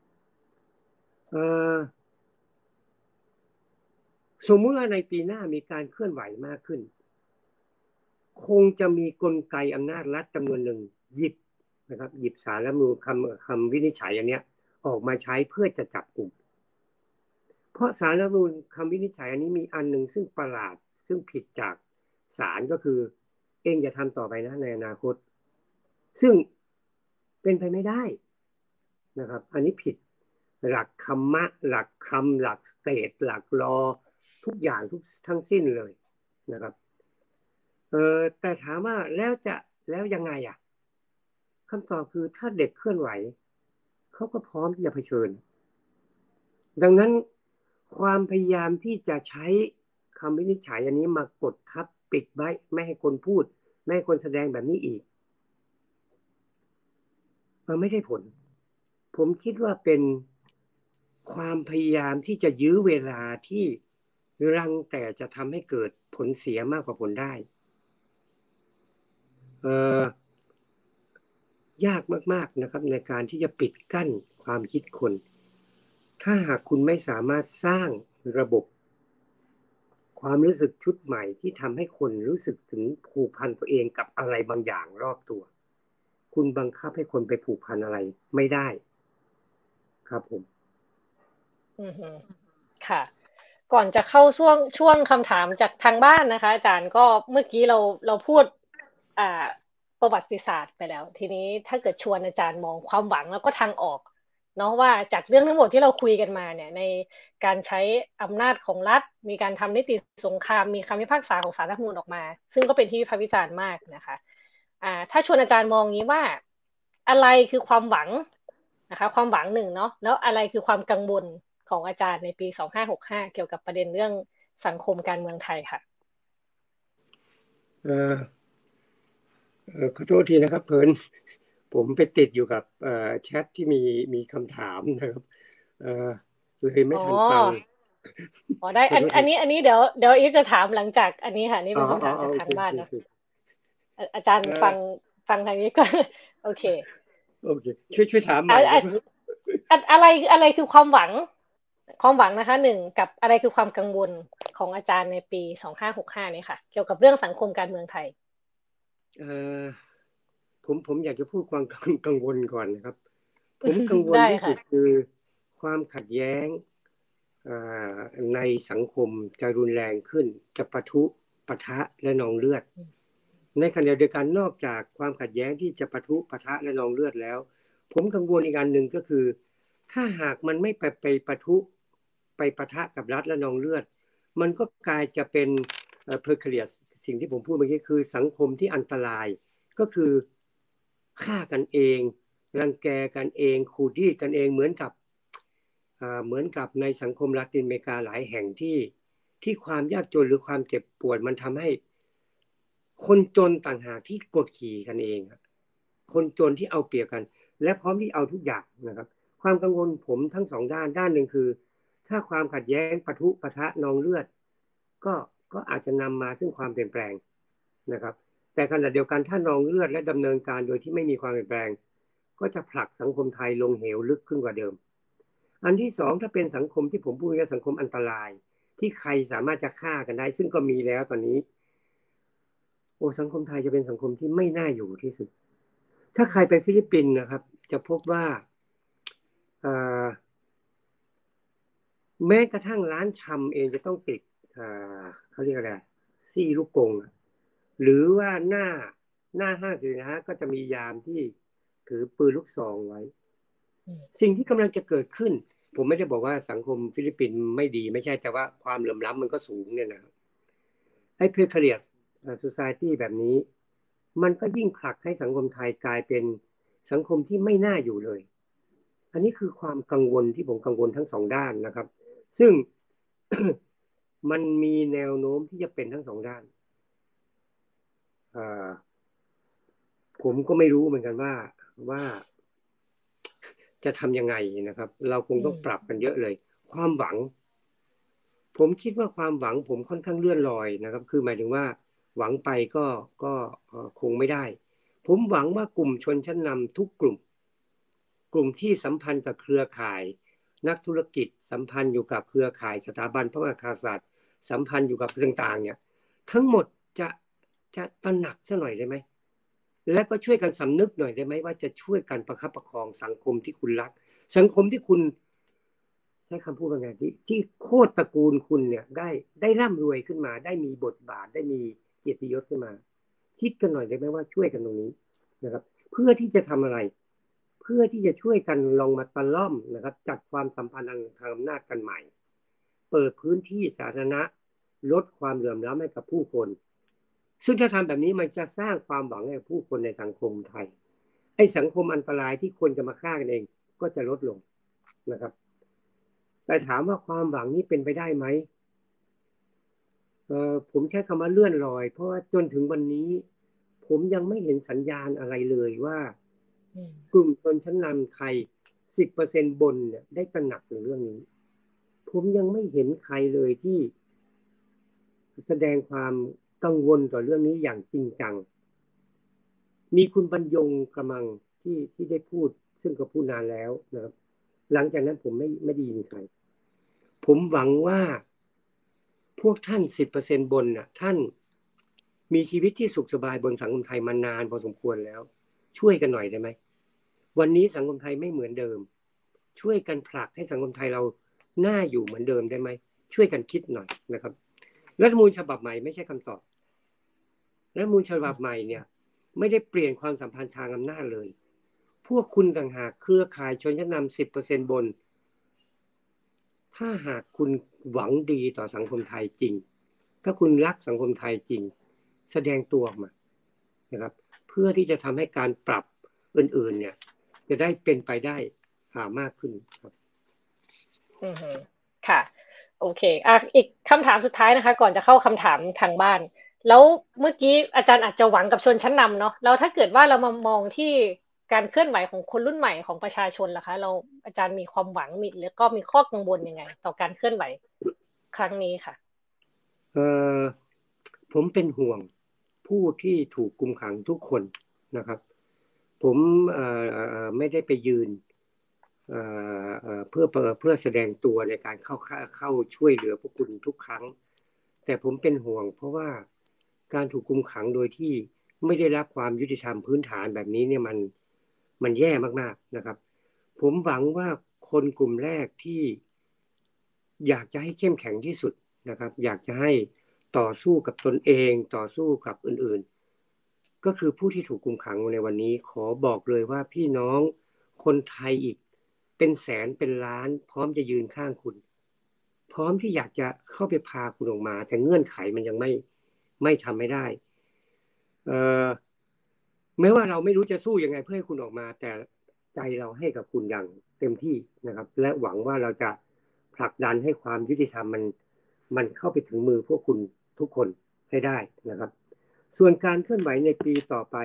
สมมุติว่าในปีหน้ามีการเคลื่อนไหวมากขึ้นคงจะมีกลไกอำนาจรัฐจำนวนหนึ่งหยิบศาลรัฐธรรมนูญคำวินิจฉัยอันเนี้ยออกมาใช้เพื่อจะจับกลุ่มเพราะศาลรัฐธรรมนูญคำวินิจฉัยอันนี้มีอันหนึ่งซึ่งประหลาดซึ่งผิดจากศาลก็คือเองจะทำต่อไปนะในอนาคตซึ่งเป็นไปไม่ได้นะครับอันนี้ผิดหลักธรรมะหลักคำหลักสเตทหลักลอทุกอย่างทั้งสิ้นเลยนะครับแต่ถามว่าแล้วยังไงอ่ะคำตอบคือถ้าเด็กเคลื่อนไหวเขาก็พร้อมที่จะเผชิญดังนั้นความพยายามที่จะใช้คำวินิจฉัยอันนี้มากดทับปิดไว้ไม่ให้คนพูดไม่ให้คนแสดงแบบนี้อีกไม่ได้ผลผมคิดว่าเป็นความพยายามที่จะยื้อเวลาที่รังแต่จะทำให้เกิดผลเสียมากกว่าผลได้ยากมากๆนะครับในการที่จะปิดกั้นความคิดคนถ้าหากคุณไม่สามารถสร้างระบบความรู้สึกชุดใหม่ที่ทำให้คนรู้สึกถึงผูกพันตัวเองกับอะไรบางอย่างรอบตัวคุณบังคับให้คนไปผูกพันอะไรไม่ได้ครับผมค่ะก่อนจะเข้าช่วงคำถามจากทางบ้านนะคะอาจารย์ก็เมื่อกี้เราพูดประวัติศาสตร์ไปแล้วทีนี้ถ้าเกิดชวนอาจารย์มองความหวังแล้วก็ทางออกเนาะว่าจากเรื่องทั้งหมดที่เราคุยกันมาเนี่ยในการใช้อำนาจของรัฐมีการทำนิติสงครามมีคำพิพากษาของศาลรัฐธรรมนูญออกมาซึ่งก็เป็นที่วิพากษ์วิจารณ์มากนะคะถ้าชวนอาจารย์มองงี้ว่าอะไรคือความหวังนะคะความหวังหนึ่งเนาะแล้วอะไรคือความกังวลของอาจารย์ในปี2565เกี่ยวกับประเด็นเรื่องสังคมการเมืองไทยค่ะขอโทษทีนะครับเพิ่นผมไปติดอยู่กับแชทที่มีคำถามนะครับเลยไม่ทันฟังได้อันนี้เดี๋ยวอีฟจะถามหลังจากอันนี้ค่ะนี่เป็นคำถามจากทางบ้านเนาะอาจารย์ฟังทางนี้ก่อนโอเคช่วยถามใหม่อะไรคือความหวังนะคะหนึ่งกับอะไรคือความกังวลของอาจารย์ในปี2565นี่ค่ะเกี่ยวกับเรื่องสังคมการเมืองไทยผมอยากจะพูดความกังวลก่อนนะครับผมกังวลที่สุดคือความขัดแย้งในสังคมจะรุนแรงขึ้นจะปะทะและนองเลือดในขณะเดียวกันนอกจากความขัดแย้งที่จะปะทะและนองเลือดแล้วผมกังวลอีกอันหนึ่งก็คือถ้าหากมันไม่ไปปะทะกับรัฐและนองเลือดมันก็กลายจะเป็นเพอร์เคเลียสสิ่งที่ผมพูดเมื่อกี้คือสังคมที่อันตรายก็คือฆ่ากันเองรังแกกันเองขูดรีดกันเองเหมือนกับในสังคมลาตินอเมริกาหลายแห่งที่ความยากจนหรือความเจ็บปวดมันทำให้คนจนต่างหากที่กดขี่กันเองคนจนที่เอาเปรียบกันและพร้อมที่เอาทุกอย่างนะครับความกังวลผมทั้งสองด้านหนึ่งคือถ้าความขัดแย้งปะทะนองเลือดก็อาจจะนำมาซึ่งความเปลี่ยนแปลงนะครับแต่ขณะเดียวกันถ้านองเลือดและดำเนินการโดยที่ไม่มีความเปลี่ยนแปลงก็จะผลักสังคมไทยลงเหวลึกขึ้นกว่าเดิมอันที่สองถ้าเป็นสังคมที่ผมพูดว่าสังคมอันตรายที่ที่ใครสามารถจะฆ่ากันได้ซึ่งก็มีแล้วตอนนี้โอ้สังคมไทยจะเป็นสังคมที่ไม่น่าอยู่ที่สุดถ้าใครไปฟิลิปปินส์นะครับจะพบว่าเอ่อแม้กระทั่งร้านชำเองจะต้องติดเขาเรียกอะไรซี่ลูกกรงหรือว่าหน้าห้างสินค้าก็จะมียามที่ถือปืนลูกซองไว้สิ่งที่กำลังจะเกิดขึ้นผมไม่ได้บอกว่าสังคมฟิลิปปินส์ไม่ดีไม่ใช่แต่ว่าความเหลื่อมล้ำมันก็สูงเนี่ยนะไอ้ precarious society แบบนี้มันก็ยิ่งผลักให้สังคมไทยกลายเป็นสังคมที่ไม่น่าอยู่เลยอันนี้คือความกังวลที่ผมกังวลทั้งสองด้านนะครับซึ่ง มันมีแนวโน้มที่จะเป็นทั้งสองด้านผมก็ไม่รู้เหมือนกันว่าจะทำยังไงนะครับเราคงต้องปรับกันเยอะเลยความหวังผมคิดว่าความหวังผมค่อนข้างเลื่อนลอยนะครับคือหมายถึงว่าหวังไปก็คงไม่ได้ผมหวังว่ากลุ่มชนชั้นนำทุกกลุ่มที่สัมพันธ์กับเครือข่ายนักธุรกิจสัมพันธ์อยู่กับเครือข่ายสถาบันพระมหากษัตริย์สัมพันธ์อยู่กับต่างๆเนี่ยทั้งหมดจะตระหนักซะหน่อยได้ไหมและก็ช่วยกันสำนึกหน่อยได้ไหมว่าจะช่วยกันประคับประคองสังคมที่คุณรักสังคมที่คุณใช้คำพูดว่าไงที่โคตรตระกูลคุณเนี่ยได้ร่ำรวยขึ้นมาได้มีบทบาทได้มีเกียรติยศขึ้นมาคิดกันหน่อยได้ไหมว่าช่วยกันตรงนี้นะครับเพื่อที่จะทำอะไรเพื่อที่จะช่วยกันลองมาตะล่อมนะครับจัดความสัมพันธ์ทางอำนาจกันใหม่เปิดพื้นที่สาธารณะลดความเหลื่อมล้ำให้กับผู้คนซึ่งถ้าทำแบบนี้มันจะสร้างความหวังให้ผู้คนในสังคมไทยไอ้สังคมอันตรายที่คนจะมาฆ่ากันเองก็จะลดลงนะครับแต่ถามว่าความหวังนี้เป็นไปได้ไหมผมใช้คำว่าเลื่อนลอยเพราะว่าจนถึงวันนี้ผมยังไม่เห็นสัญญาณอะไรเลยว่ากลุ่มชนชั้นนำไทย10%บนเนี่ยได้ตระหนักในเรื่องนี้ผมยังไม่เห็นใครเลยที่แสดงความกังวลต่อเรื่องนี้อย่างจริงจังมีคุณบรรยงกระมังที่ได้พูดซึ่งก็พูดนานแล้วนะครับหลังจากนั้นผมไม่ได้ยินใครผมหวังว่าพวกท่าน10%บนน่ะท่านมีชีวิตที่สุขสบายบนสังคมไทยมานานพอสมควรแล้วช่วยกันหน่อยได้ไหมวันนี้สังคมไทยไม่เหมือนเดิมช่วยกันผลักให้สังคมไทยเราน่าอยู่เหมือนเดิมได้ไหมช่วยกันคิดหน่อยนะครับรัฐธรรมนูญฉบับใหม่ไม่ใช่คำตอบรัฐธรรมนูญฉบับใหม่เนี่ยไม่ได้เปลี่ยนความสัมพันธ์ทางอำนาจเลยพวกคุณต่างหากเครือข่ายชนชั้นนำ10%บนถ้าหากคุณหวังดีต่อสังคมไทยจริงถ้าคุณรักสังคมไทยจริงแสดงตัวออกมานะครับเพื่อที่จะทำให้การปรับอื่นๆเนี่ยจะได้เป็นไปได้มากขึ้นครับค่ะโอเคอีกคำถามสุดท้ายนะคะก่อนจะเข้าคำถามทางบ้านแล้วเมื่อกี้อาจารย์อาจจะหวังกับชนชั้นนำเนาะแล้วถ้าเกิดว่าเรามามองที่การเคลื่อนไหวของคนรุ่นใหม่ของประชาชนล่ะคะเราอาจารย์มีความหวังแล้วก็มีข้อกังวลยังไงต่อการเคลื่อนไหวครั้งนี้ค่ะผมเป็นห่วงผู้ที่ถูกคุมขังทุกคนนะครับผมไม่ได้ไปยืนเพื่อแสดงตัวในการเข้าช่วยเหลือพวกคุณทุกครั้งแต่ผมเป็นห่วงเพราะว่าการถูกคุมขังโดยที่ไม่ได้รับความยุติธรรมพื้นฐานแบบนี้เนี่ยมันแย่มากๆนะครับผมหวังว่าคนกลุ่มแรกที่อยากจะให้เข้มแข็งที่สุดนะครับอยากจะให้ต่อสู้กับตนเองต่อสู้กับอื่นๆก็คือผู้ที่ถูกคุมขังในวันนี้ขอบอกเลยว่าพี่น้องคนไทยอีกเป็นแสนเป็นล้านพร้อมจะยืนข้างคุณพร้อมที่อยากจะเข้าไปพาคุณออกมาแต่เงื่อนไขมันยังไม่ทำไม่ได้แม้ว่าเราไม่รู้จะสู้ยังไงเพื่อให้คุณออกมาแต่ใจเราให้กับคุณอย่างเต็มที่นะครับและหวังว่าเราจะผลักดันให้ความยุติธรรมมันเข้าไปถึงมือพวกคุณทุกคนให้ได้นะครับส่วนการเคลื่อนไหวในปีต่อไป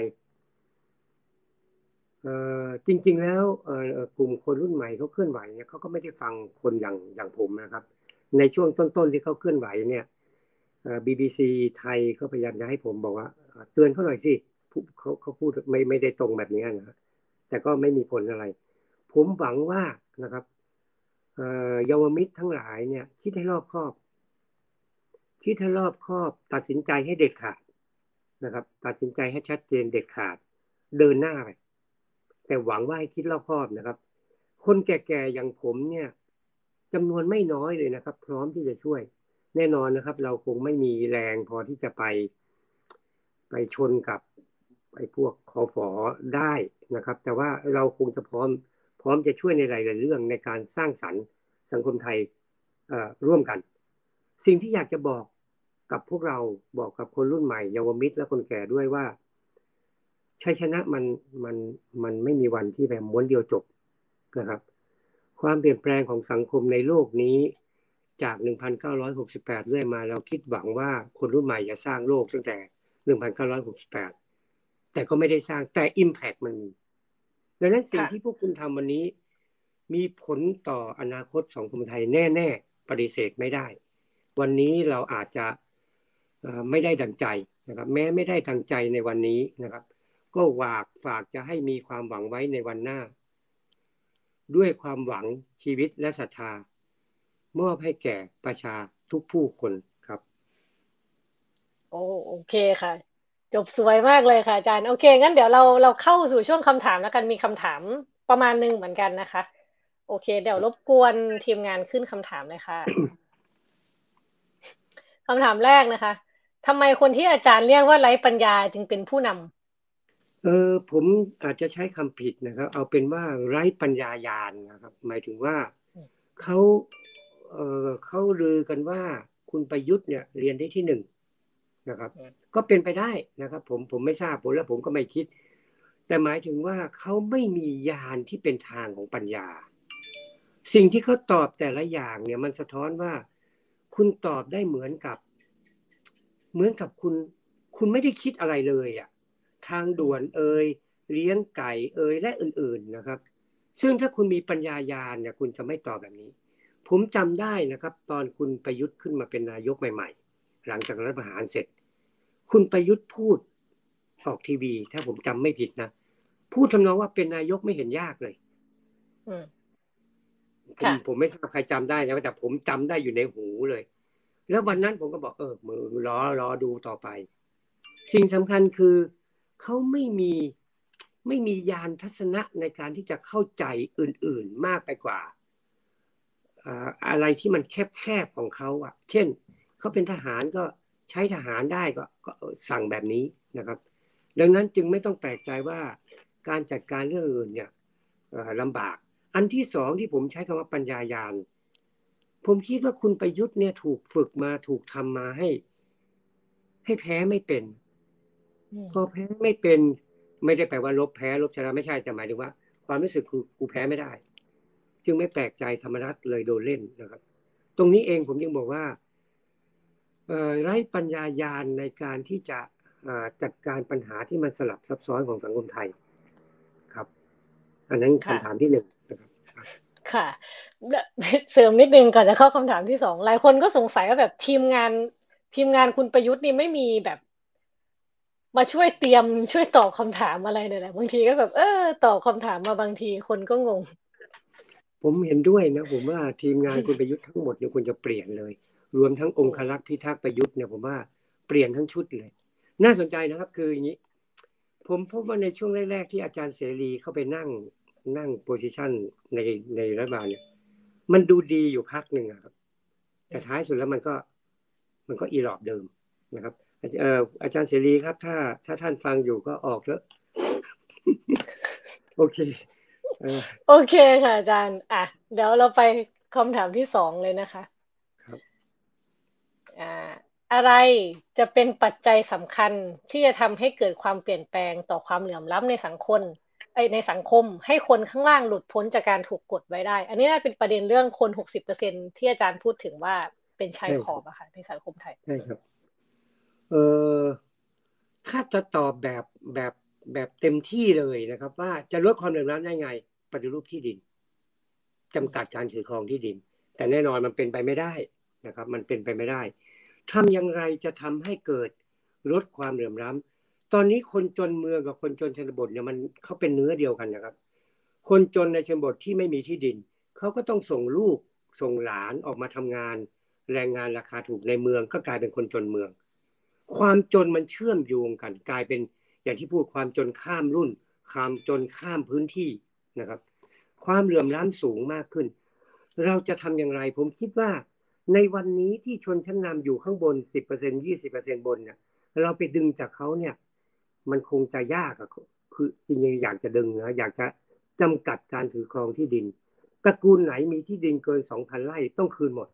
จริงๆแล้วกลุ่มคนรุ่นใหม่เขาเคลื่อนไหวเนี่ยเขาก็ไม่ได้ฟังคนอย่างผมนะครับในช่วงต้นๆที่เขาเคลื่อนไหวเนี่ยBBC ไทยก็พยายามจะให้ผมบอกว่าเตือนเขาหน่อยสิเขาพูดไม่ได้ตรงแบบนี้นะแต่ก็ไม่มีผลอะไรผมหวังว่านะครับเยาวมิตรทั้งหลายเนี่ยคิดให้รอบคอบคิดให้รอบคอบตัดสินใจให้เด็ดขาดนะครับตัดสินใจให้ชัดเจนเด็ดขาดเดินหน้าไปแต่หวังว่าให้คิดรอบคอบนะครับคนแก่ๆอย่างผมเนี่ยจำนวนไม่น้อยเลยนะครับพร้อมที่จะช่วยแน่นอนนะครับเราคงไม่มีแรงพอที่จะไปชนกับไอ้พวกคอฝอได้นะครับแต่ว่าเราคงจะพร้อมจะช่วยในหลายๆเรื่องในการสร้างสรรค์สังคมไทยร่วมกันสิ่งที่อยากจะบอกกับพวกเราบอกกับคนรุ่นใหม่เยาวมิตรและคนแก่ด้วยว่าชัยชนะมันไม่มีวันที่แบบม้วนเดียวจบนะครับความเปลี่ยนแปลงของสังคมในโลกนี้จาก 1968 เรื่อยมาเราคิดหวังว่าคนรุ่นใหม่จะสร้างโลกตั้งแต่ 1968 แต่ก็ไม่ได้สร้างแต่ Impact มันมีดังนั้นสิ่งที่พวกคุณทำวันนี้มีผลต่ออนาคตสังคมไทยแน่ๆปฏิเสธไม่ได้วันนี้เราอาจจะไม่ได้ดังใจนะครับแม้ไม่ได้ดังใจในวันนี้นะครับก็ฝากจะให้มีความหวังไว้ในวันหน้าด้วยความหวังชีวิตและศรัทธามอบให้แก่ประชาทุกผู้คนครับโอเคค่ะจบสวยมากเลยค่ะอาจารย์โอเคงั้นเดี๋ยวเราเข้าสู่ช่วงคำถามแล้วกันมีคำถามประมาณหนึงเหมือนกันนะคะโอเคเดี๋ยวรบกวนทีมงานขึ้นคำถามเลยค่ะคำถามแรกนะคะทำไมคนที่อาจารย์เรียกว่าไร้ปัญญาจึงเป็นผู้นผมอาจจะใช้คำผิดนะครับเอาเป็นว่าไร้ปัญญายาณนะครับหมายถึงว่าเขาเขาลือกันว่าคุณประยุทธ์เนี่ยเรียนได้ที่หนึ่งนะครับก็เป็นไปได้นะครับผมไม่ทราบผมแล้วผมก็ไม่คิดแต่หมายถึงว่าเขาไม่มีญาณที่เป็นทางของปัญญาสิ่งที่เขาตอบแต่ละอย่างเนี่ยมันสะท้อนว่าคุณตอบได้เหมือนกับคุณไม่ได้คิดอะไรเลยอ่ะทางด่วนเลี้ยงไก่และอื่นๆนะครับซึ่งถ้าคุณมีปัญญายาณเนี่ยคุณจะไม่ตอบแบบนี้ผมจำได้นะครับตอนคุณประยุทธ์ขึ้นมาเป็นนายกใหม่ๆหลังจากรัฐประหารเสร็จคุณประยุทธ์พูดออกทีวีถ้าผมจำไม่ผิดนะพูดทำนองว่าเป็นนายกไม่เห็นยากเลยผมไม่ทราบใครจำได้นะแต่ผมจำได้อยู่ในหูเลยแล้ววันนั้นผมก็บอกมือรอดูต่อไปสิ่งสำคัญคือเขาไม่มีญาณทัศนะในการที่จะเข้าใจอื่นๆมากไปกว่าอะไรที่มันแคบๆของเขาอ่ะเช่นเขาเป็นทหารก็ใช้ทหารได้ก็สั่งแบบนี้นะครับดังนั้นจึงไม่ต้องแปลกใจว่าการจัดการเรื่องอื่นเนี่ยลำบากอันที่สองที่ผมใช้คำว่าปัญญายาณผมคิดว่าคุณประยุทธ์เนี่ยถูกฝึกมาถูกทำมาให้แพ้ไม่เป็นพอแพ้ไม่เป็นไม่ได้แปลว่าลบแพ้ลบชนะไม่ใช่แต่หมายถึงว่าความรู้สึกคือกูแพ้ไม่ได้จึงไม่แปลกใจธรรมนัสเลยโดนเล่นนะครับตรงนี้เองผมยังบอกว่าไร้ปัญญายาณในการที่จะจัดการปัญหาที่มันสลับซับซ้อนของสังคมไทยครับอันนั้นคำถามที่หนึ่งนะครับค่ะเสริมนิดนึงก่อนจะเข้าคำถามที่สองหลายคนก็สงสัยว่าแบบทีมงานคุณประยุทธ์นี่ไม่มีแบบมาช่วยเตรียมช่วยตอบคำถามอะไรเนี่ยแหละบางทีก็แบบตอบคำถามมาบางทีคนก็งงผมเห็นด้วยนะผมว่าทีมงานคุณประยุทธ์ทั้งหมดเนี่ยควรจะเปลี่ยนเลยรวมทั้งองครักษ์พิทักษ์ประยุทธ์เนี่ยผมว่าเปลี่ยนทั้งชุดเลยน่าสนใจนะครับคืออย่างนี้ผมพบว่าในช่วงแรกๆที่อาจารย์เสรีเข้าไปนั่งโพสิชันในรัฐบาลเนี่ยมันดูดีอยู่พักหนึ่งครับแต่ท้ายสุดแล้วมันก็อีหลอบเดิมนะครับอาจารย์เสรีครับถ้าท่านฟังอยู่ก็ออกเถอะโอเคโอเคค่ะอาจารย์เดี๋ยวเราไปคำถามที่สองเลยนะคะครับอ่าอะไรจะเป็นปัจจัยสำคัญที่จะทำให้เกิดความเปลี่ยนแปลงต่อความเหลื่อมล้ำในสังคมให้คนข้างล่างหลุดพ้นจากการถูกกดไว้ได้อันนี้น่าเป็นประเด็นเรื่องคน60%ที่อาจารย์พูดถึงว่าเป็นชายขอบอะค่ะในสังคมไทยใช่ครับเออถ้าจะตอบแบบแบบเต็มที่เลยนะครับว่าจะลดความเหลื่อมล้ำได้ไงปฏิรูปที่ดินจำกัดการถือครองที่ดินแต่แน่นอนมันเป็นไปไม่ได้นะครับมันเป็นไปไม่ได้ทำอย่างไรจะทำให้เกิดลดความเหลื่อมล้ำตอนนี้คนจนเมืองกับคนจนชนบทเนี่ยเขาเป็นเนื้อเดียวกันนะครับคนจนในชนบทที่ไม่มีที่ดินเขาก็ต้องส่งลูกส่งหลานออกมาทำงานแรงงานราคาถูกในเมืองก็กลายเป็นคนจนเมืองความจนมันเชื่อมโยงกันกลายเป็นอย่างที่พูดความจนข้ามรุ่นความจนข้ามพื้นที่นะครับความเหลื่อมล้ำสูงมากขึ้นเราจะทำอย่างไรผมคิดว่าในวันนี้ที่ชนชั้นนำอยู่ข้างบน 10% 20% บนเนี่ยเราไปดึงจากเขาเนี่ยมันคงจะยากอะคือจริงๆอยากจะดึงนะอยากจะจำกัดการถือครองที่ดินตระกูลไหนมีที่ดินเกิน 2,000 ไร่ต้องคืนหมด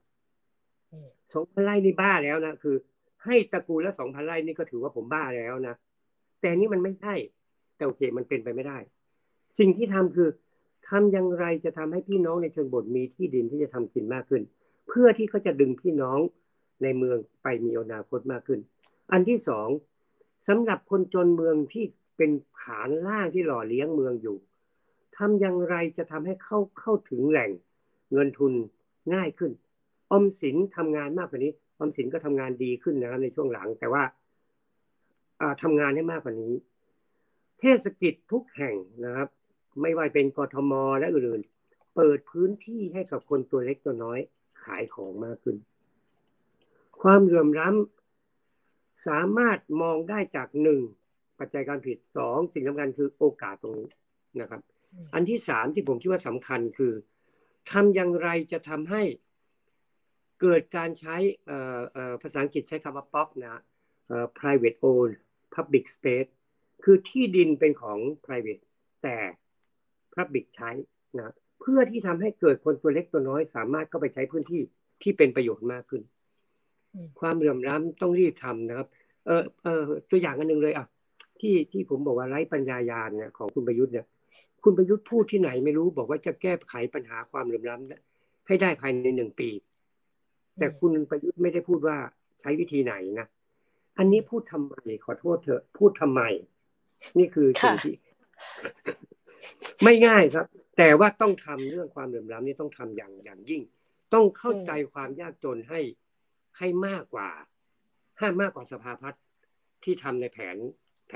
2,000 ไร่นี่บ้าแล้วนะคือให้ตระกูลละ 2,000 ไร่นี่ก็ถือว่าผมบ้าแล้วนะแต่นี่มันไม่ใช่แต่โอเคมันเป็นไปไม่ได้สิ่งที่ทำคือทำอย่างไรจะทำให้พี่น้องในชนบทมีที่ดินที่จะทำกินมากขึ้นเพื่อที่เขาจะดึงพี่น้องในเมืองไปมีอนาคตมากขึ้นอันที่สองสำหรับคนจนเมืองที่เป็นฐานล่างที่หล่อเลี้ยงเมืองอยู่ทำอย่างไรจะทำให้เข้าถึงแหล่งเงินทุนง่ายขึ้นออมสินทำงานมากกว่านี้ออมสินก็ทำงานดีขึ้นนะครับในช่วงหลังแต่ว่าทำงานให้มากกว่านี้เทศกิจทุกแห่งนะครับไม่ว่าเป็นกทมและอื่นๆเปิดพื้นที่ให้กับคนตัวเล็กตัวน้อยขายของมากขึ้นความเหลื่อมล้ำสามารถมองได้จากหนึ่งปัจจัยการผลิตสองสิ่งสำคัญคือโอกาสตรงนี้นะครับอันที่สามที่ผมคิดว่าสำคัญคือทำอย่างไรจะทำให้เกิดการใช้ภาษาอังกฤษใช้คำว่า POP นะprivate owned public space คือที่ดินเป็นของ private แต่ public ใช้นะเพื่อที่ทำให้เกิดคนตัวเล็กตัวน้อยสามารถเข้าไปใช้พื้นที่ที่เป็นประโยชน์มากขึ้นความเหลื่อมล้ำต้องรีบทำนะครับตัวอย่างอันนึงเลยอ่ะที่ผมบอกว่าไร้ปัญญายาณเนี่ยของคุณประยุทธ์เนี่ยคุณประยุทธ์พูดที่ไหนไม่รู้บอกว่าจะแก้ไขปัญหาความเหลื่อมล้ำให้ได้ภายใน1 ปีแต่คุณประยุทธ์ไม่ได้พูดว่าใช้วิธีไหนนะอันนี้พูดทำไมขอโทษเถอะพูดทำไมนี่คือสิ่งที่ไม่ง่ายครับแต่ว่าต้องทำเรื่องความเหลื่อมล้ำนี่ต้องทำอย่างยิ่งต้องเข้าใจความยากจนให้มากกว่าสภาพัฒน์ที่ทำในแผน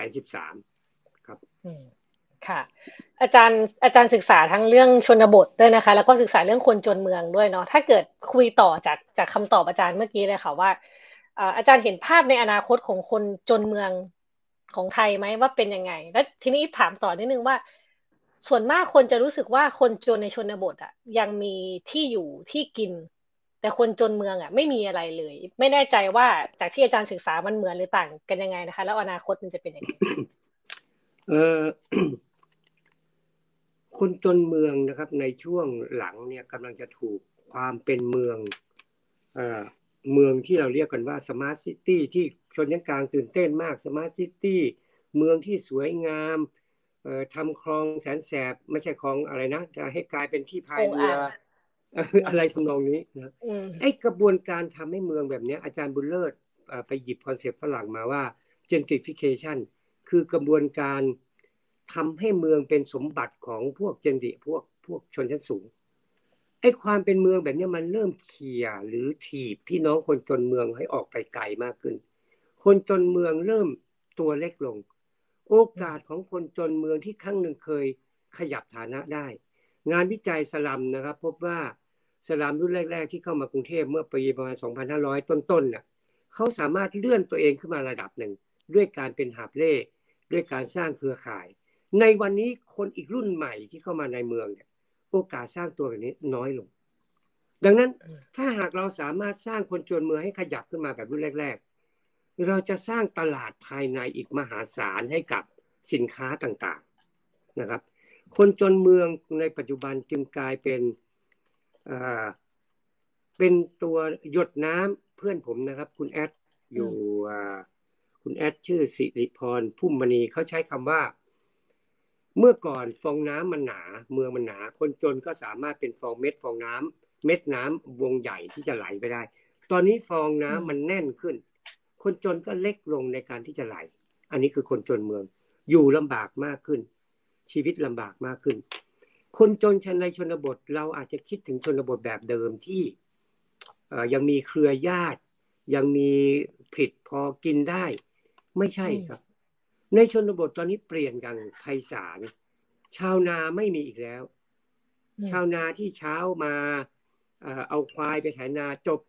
13ครับค่ะอาจารย์ศึกษาทั้งเรื่องชนบทด้วยนะคะแล้วก็ศึกษาเรื่องคนจนเมืองด้วยเนาะถ้าเกิดคุยต่อจากคำตอบอาจารย์เมื่อกี้เลยค่ะว่าอาจารย์เห็นภาพในอนาคตของคนจนเมืองของไทยไหมว่าเป็นยังไงแล้วทีนี้ถามต่อนิดนึงว่าส่วนมากคนจะรู้สึกว่าคนจนในชนบทอ่ะยังมีที่อยู่ที่กินแต่คนจนเมืองอ่ะไม่มีอะไรเลยไม่แน่ใจว่าจากที่อาจารย์ศึกษามันเหมือนหรือต่างกันยังไงนะคะแล้วอนาคตมันจะเป็นยังไงคนจนเมืองนะครับในช่วงหลังเนี่ยกำลังจะถูกความเป็นเมืองที่เราเรียกกันว่าสมาร์ทซิตี้ที่ชนชั้นกลางตื่นเต้นมากสมาร์ทซิตี้เมืองที่สวยงามทำคลองแสนแสบไม่ใช่คลองอะไรนะจะให้กลายเป็นที่พายเรืออะไรทำนองนี้นะไอ้กระบวนการทำให้เมืองแบบนี้อาจารย์บุญเลิศไปหยิบคอนเซปต์ฝรั่งมาว่า gentrification คือกระบวนการทำให้เมืองเป็นสมบัติของพวกเจนดิพวกชนชั้นสูงไอ้ความเป็นเมืองแบบนี้มันเริ่มเขี่ยหรือถีบพี่น้องคนจนเมืองให้ออกไปไกลมากขึ้นคนจนเมืองเริ่มตัวเล็กลงโอกาสของคนจนเมืองที่ครั้งหนึ่งเคยขยับฐานะได้งานวิจัยสลัมนะครับพบว่าสลัมรุ่นแรกๆที่เข้ามากรุงเทพเมื่อปีประมาณ 2,500 ต้นๆน่ะเขาสามารถเลื่อนตัวเองขึ้นมาระดับหนึ่งด้วยการเป็นหาบเล่ด้วยการสร้างเครือข่ายในวันนี้คนอีกรุ่นใหม่ที่เข้ามาในเมืองเนี่ยโอกาสสร้างตัวแบบนี้น้อยลงดังนั้นถ้าหากเราสามารถสร้างคนจนเมืองให้ขยับขึ้นมาแบบรุ่นแรกๆเราจะสร้างตลาดภายในอีกมหาศาลให้กับสินค้าต่างๆนะครับคนจนเมืองในปัจจุบันจึงกลายเป็นตัวหยดน้ำเพื่อนผมนะครับคุณแอดอยู่คุณแอดชื่อสิริพรพุ่มมณีเขาใช้คำว่าเมื่อก่อนฟองน้ำมันหนาเมืองมันหนาคนจนก็สามารถเป็นฟองน้ำเม็ดน้ำวงใหญ่ที่จะไหลไปได้ตอนนี้ฟองน้ำมันแน่นขึ้นคนจนก็เล็กลงในการที่จะไหลอันนี้คือคนจนเมืองอยู่ลำบากมากขึ้นชีวิตลำบากมากขึ้นคนจนในชนบทเราอาจจะคิดถึงชนบทแบบเดิมที่ยังมีเครือญาติยังมีผลิตพอกินได้ไม่ใช่ครับในชนบทตอนนี้เปลี่ยนกันไพศาลชาวนาไม่มีอีกแล้วชาวนาที่เช้ามาเอาควายไปไถนาจบ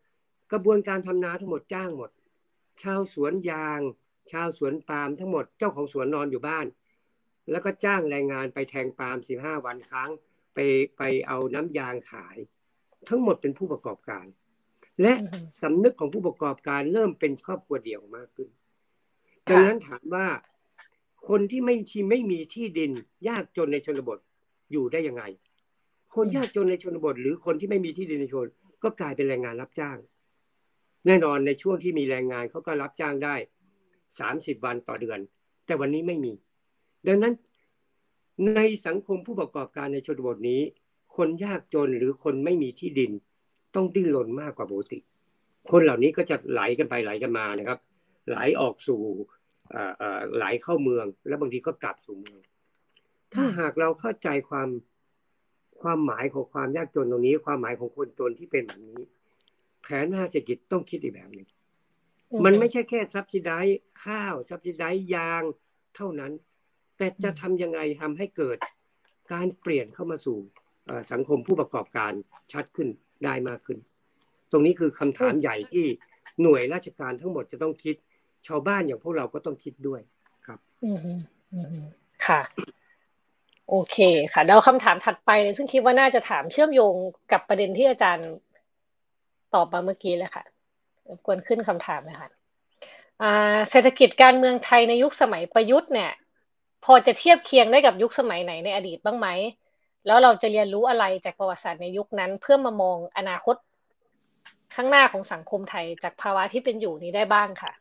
กระบวนการทำนาทั้งหมดจ้างหมดชาวสวนยางชาวสวนปาล์มทั้งหมดเจ้าของสวนนอนอยู่บ้านแล้วก็จ้างแรงงานไปแทงปาล์ม15 วันครั้งไปเอาน้ำยางขายทั้งหมดเป็นผู้ประกอบการและสำนึกของผู้ประกอบการเริ่มเป็นครอบครัวเดี่ยวมากขึ้นดังนั้นถามว่าคนที่ไม่มีที่ดินยากจนในชนบทอยู่ได้ยังไงคนยากจนในชนบทหรือคนที่ไม่มีที่ดินในชนก็กลายเป็นแรงงานรับจ้างแน่นอนในช่วงที่มีแรงงานเขาก็รับจ้างได้30 วันต่อเดือนแต่วันนี้ไม่มีดังนั้นในสังคมผู้ประกอบการในชนบทนี้คนยากจนหรือคนไม่มีที่ดินต้องดิ้นรนมากกว่าปกติคนเหล่านี้ก็จะไหลกันไปไหลกันมานะครับไหลออกสู่ไหลเข้าเมืองแล้วบางทีก็กลับสู่เมืองถ้าหากเราเข้าใจความหมายของความยากจนตรงนี้ความหมายของคนจนที่เป็นแบบนี้แผนหน้าเศรษฐกิจต้องคิดอีกแบบหนึ่งมันไม่ใช่แค่ซับซิไดซ์ข้าวซับซิไดซ์ยางเท่านั้นแต่จะทำยังไงทำให้เกิดการเปลี่ยนเข้ามาสู่สังคมผู้ประกอบการชัดขึ้นได้มากขึ้นตรงนี้คือคำถามใหญ่ที่หน่วยราชการทั้งหมดจะต้องคิดชาวบ้านอย่างพวกเราก็ต้องคิดด้วยครับค่ะโอเคค่ะแล้วคำถามถัดไปซึ่งคิดว่าน่าจะถามเชื่อมโยงกับประเด็นที่อาจารย์ตอบมาเมื่อกี้เลยค่ะควรขึ้นคำถามเลยค่ะเศรษฐกิจการเมืองไทยในยุคสมัยประยุทธ์เนี่ยพอจะเทียบเคียงได้กับยุคสมัยไหนในอดีตบ้างไหมแล้วเราจะเรียนรู้อะไรจากประวัติศาสตร์ในยุคนั้นเพื่อมามองอนาคตข้างหน้าของสังคมไทยจากภาวะที่เป็นอยู่นี้ได้บ้างค่ะ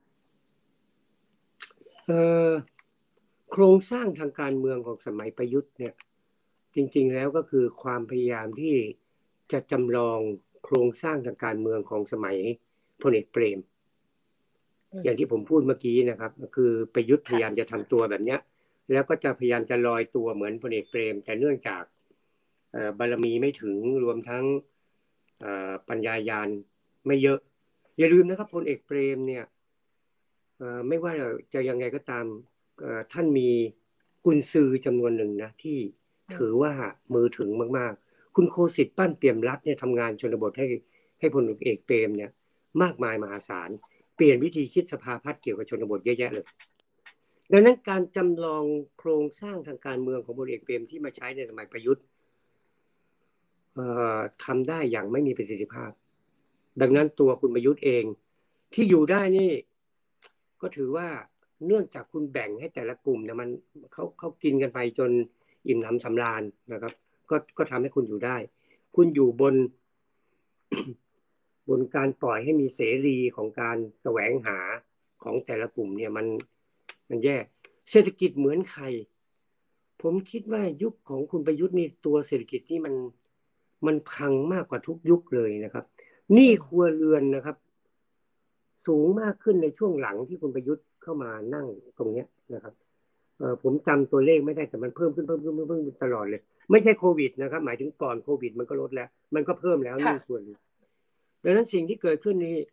โครงสร้างทางการเมืองของสมัยประยุทธ์เนี่ยจริงๆแล้วก็คือความพยายามที่จะจำลองโครงสร้างทางการเมืองของสมัยพลเอกเปรมอย่างที่ผมพูดเมื่อกี้นะครับคือประยุทธ์พยายามจะทำตัวแบบนี้แล้วก็จะพยายามจะลอยตัวเหมือนพลเอกเปรมแต่เนื่องจากบารมีไม่ถึงรวมทั้งปัญญาญาณไม่เยอะอย่าลืมนะครับพลเอกเปรมเนี่ยไม่ว่าจะยังไงก็ตามท่านมีกุญซือจำนวนหนึ่งนะที่ถือว่ามือถึงมากๆคุณโคสิทธิ์ปั้นเปี่ยมรัตน์เนี่ยทำงานชนบทให้พลเอกเปรมเนี่ยมากมายมหาศาลเปลี่ยนวิธีคิดสภาพัฒน์เกี่ยวกับชนบทเยอะแยะเลยดังนั้นการจำลองโครงสร้างทางการเมืองของพลเอกเปรมที่มาใช้ในสมัยประยุทธ์ทำได้อย่างไม่มีประสิทธิภาพดังนั้นตัวคุณประยุทธ์เองที่อยู่ได้นี่ก็ถือว่าเนื่องจากคุณแบ่งให้แต่ละกลุ่มเนี่ยมันเขากินกันไปจนอิ่มหนำสำราญนะครับก็ทำให้คุณอยู่ได้คุณอยู่บนการปล่อยให้มีเสรีของการแสวงหาของแต่ละกลุ่มเนี่ยมันแย่เศรษฐกิจเหมือนใครผมคิดว่ายุคของคุณประยุทธ์นี่ตัวเศรษฐกิจนี่มันพังมากกว่าทุกยุคเลยนะครับหนี้ครัวเรือนนะครับสูงมากขึ้นในช่วงหลังที่คุณประยุทธ์เข้ามานั่งตรงนี้นะครับผมจำตัวเลขไม่ได้แต่มันเพิ่มขึ้นตลอดเลยไม่ใช่โควิดนะครับหมายถึงก่อนโควิดมันก็ลดแล้วมันก็เพิ่มแล้วนี่ส่วนดังนั้นสิ่งที่เกิดขึ้นนี้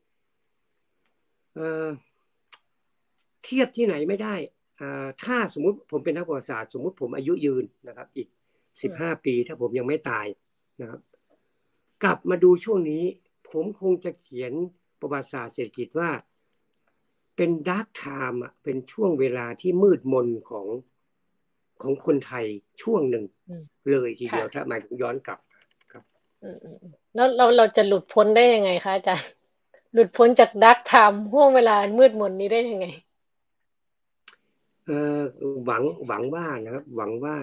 เทียบที่ไหนไม่ได้ถ้าสมมุติผมเป็นนักประวัติศาสตร์สมมุติผมอายุยืนนะครับอีก15 ปีถ้าผมยังไม่ตายนะครับกลับมาดูช่วงนี้ผมคงจะเขียนประวัติศาสตร์เศรษฐกิจว่าเป็นดาร์กไทม์เป็นช่วงเวลาที่มืดมนของคนไทยช่วงหนึ่งเลยทีเดียวถ้าหมายถึงย้อนกลับครับแล้วเราจะหลุดพ้นได้ยังไงคะอาจารย์หลุดพ้นจากดาร์กไทม์ห่วงเวลามืดมนนี้ได้ยังไงหวังว่านะครับหวังว่า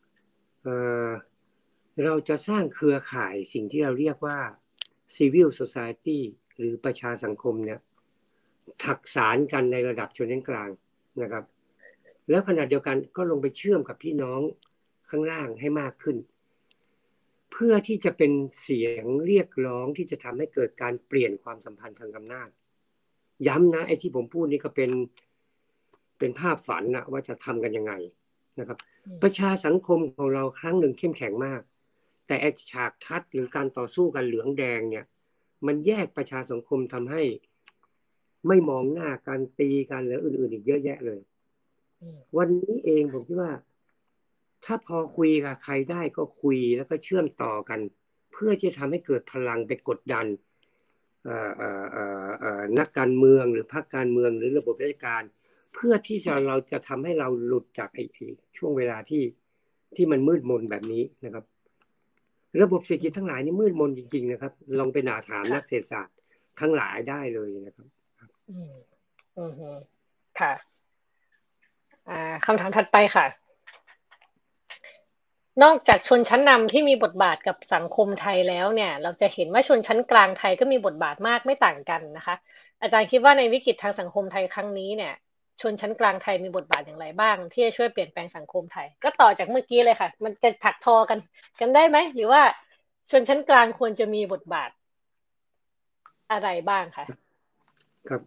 เราจะสร้างเครือข่ายสิ่งที่เราเรียกว่า civil society หรือประชาสังคมเนี่ยถักสารกันในระดับชนชั้นกลางนะครับแล้วขณะเดียวกันก็ลงไปเชื่อมกับพี่น้องข้างล่างให้มากขึ้นเพื่อที่จะเป็นเสียงเรียกร้องที่จะทำให้เกิดการเปลี่ยนความสัมพันธ์ทางอำนาจย้ำนะไอ้ที่ผมพูดนี่ก็เป็นภาพฝันนะว่าจะทำกันยังไงนะครับประชาสังคมของเราครั้งหนึ่งเข้มแข็งมากแต่ไอ้ฉากทัศน์หรือการต่อสู้กันเหลืองแดงเนี่ยมันแยกประชาสังคมทำให้ไม่มองหน้าการตีกันหรืออื่นๆอีกเยอะแยะเลยวันนี้เองผมคิดว่าถ้าพอคุยกับใครได้ก็คุยแล้วก็เชื่อมต่อกันเพื่อจะทำให้เกิดพลังไปกดดันนักการเมืองหรือพรรคการเมืองหรือระบบราชการเพื่อที่เราจะทำให้เราหลุดจากไอ้ช่วงเวลาที่มันมืดมนแบบนี้นะครับระบบเศรษฐกิจทั้งหลายนี่มืดมนจริงๆนะครับลองไปถามนักเศรษฐศาสตร์ทั้งหลายได้เลยนะครับค่ะคำถามถัดไปค่ะนอกจากชนชั้นนำที่มีบทบาทกับสังคมไทยแล้วเนี่ยเราจะเห็นว่าชนชั้นกลางไทยก็มีบทบาทมากไม่ต่างกันนะคะอาจารย์คิดว่าในวิกฤตทางสังคมไทยครั้งนี้เนี่ยชนชั้นกลางไทยมีบทบาทอย่างไรบ้างที่จะช่วยเปลี่ยนแปลงสังคมไทยก็ต่อจากเมื่อกี้เลยค่ะมันจะถักทอกันได้ไหมหรือว่าชนชั้นกลางควรจะมีบทบาทอะไรบ้างคะครับ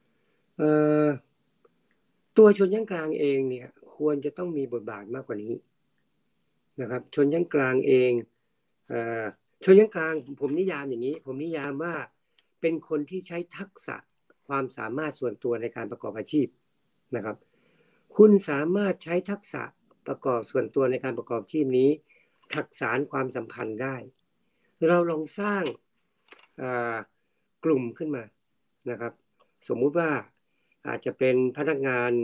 ตัวชนชั้นกลางเองเนี่ยควรจะต้องมีบทบาทมากกว่านี้นะครับชนชั้นกลางเองชนชั้นกลางผมนิยามอย่างนี้ผมนิยามว่าเป็นคนที่ใช้ทักษะความสามารถส่วนตัวในการประกอบอาชีพนะครับคุณสามารถใช้ทักษะประกอบส่วนตัวในการประกอบอาชีพนี้ทักษานความสัมพันธ์ได้เราลองสร้างกลุ่มขึ้นมานะครับสมมุติว่าอาจจะเป็นพนักงาน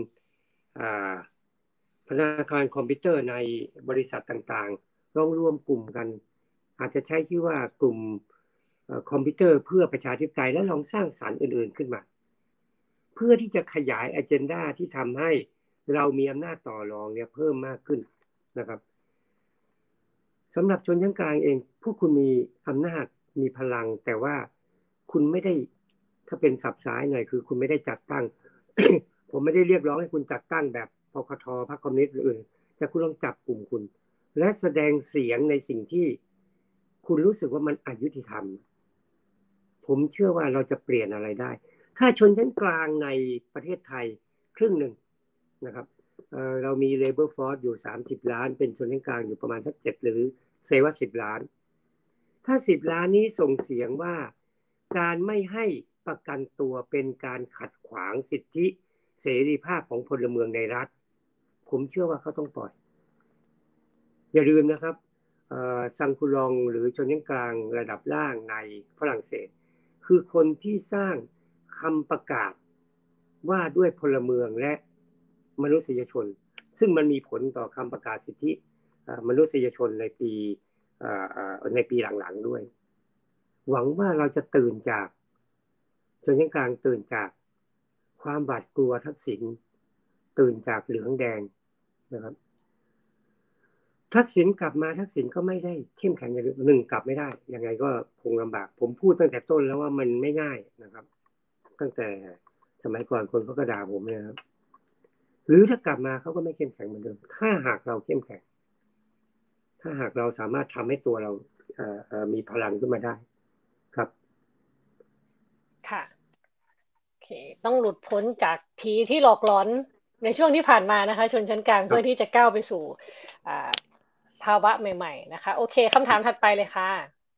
คอมพิวเตอร์ในบริษัทต่างๆลองรวมกลุ่มกันอาจจะใช้ชื่อว่ากลุ่มคอมพิวเตอร์เพื่อประชาธิปไตยและลองสร้างสรรค์อื่นๆขึ้นมาเพื่อที่จะขยายอเจนดาที่ทำให้เรามีอำนาจต่อรองเนี่ยเพิ่มมากขึ้นนะครับสำหรับชนชั้นกลางเองพวกคุณมีอำนาจมีพลังแต่ว่าคุณไม่ได้ถ้าเป็นสับซ้ายหน่อยคือคุณไม่ได้จัดตั้ง ผมไม่ได้เรียกร้องให้คุณจัดตั้งแบบพคทพรรคคอมมิวนิสต์หรืออื่นแต่คุณลองจับกลุ่มคุณและแสดงเสียงในสิ่งที่คุณรู้สึกว่ามันอยุติธรรมผมเชื่อว่าเราจะเปลี่ยนอะไรได้ถ้าชนชั้นกลางในประเทศไทยครึ่งหนึ่งนะครับเรามี labor force อยู่30 ล้านเป็นชนชั้นกลางอยู่ประมาณสัก7หรือเซว่า10 ล้านถ้า10 ล้านนี้ส่งเสียงว่าการไม่ให้ประกันตัวเป็นการขัดขวางสิทธิเสรีภาพของพลเมืองในรัฐผมเชื่อว่าเขาต้องปล่อยอย่าลืมนะครับซังคูลองหรือชนชั้นกลางระดับล่างในฝรั่งเศสคือคนที่สร้างคำประกาศว่าด้วยพลเมืองและมนุษยชนซึ่งมันมีผลต่อคำประกาศสิทธิมนุษยชนในปีหลังๆด้วยหวังว่าเราจะตื่นจากชนชั้นกลางตื่นจากความหวาดกลัวทักษิณตื่นจากเหลืองแดงนะครับทักษิณกลับมาทักษิณก็ไม่ได้เข้มแข็งอย่างหนึ่งกลับไม่ได้ยังไงก็คงลำบากผมพูดตั้งแต่ต้นแล้วว่ามันไม่ง่ายนะครับตั้งแต่สมัยก่อนคนเขาก็ด่าผมนะครับหรือถ้ากลับมาเขาก็ไม่เข้มแข็งเหมือนเดิมถ้าหากเราเข้มแข็งถ้าหากเราสามารถทำให้ตัวเรามีพลังขึ้นมาได้ครับค่ะโอเคต้องหลุดพ้นจากผีที่หลอกหลอนในช่วงที่ผ่านมานะคะชนชั้นกลางเพื่อที่จะก้าวไปสู่ภาวะใหม่ๆนะคะโอเคคำถามถัดไปเลยค่ะ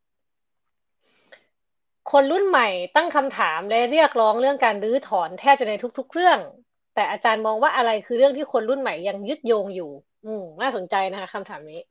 คนรุ่นใหม่ตั้งคำถามและเรียกร้องเรื่องการรื้อถอนแทบจะในทุกๆเรื่องแต่อาจารย์มองว่าอะไรคือเรื่องที่คนรุ่นใหม่ยังยึดโยงอยู่น่าสนใจนะคะคำถามนี้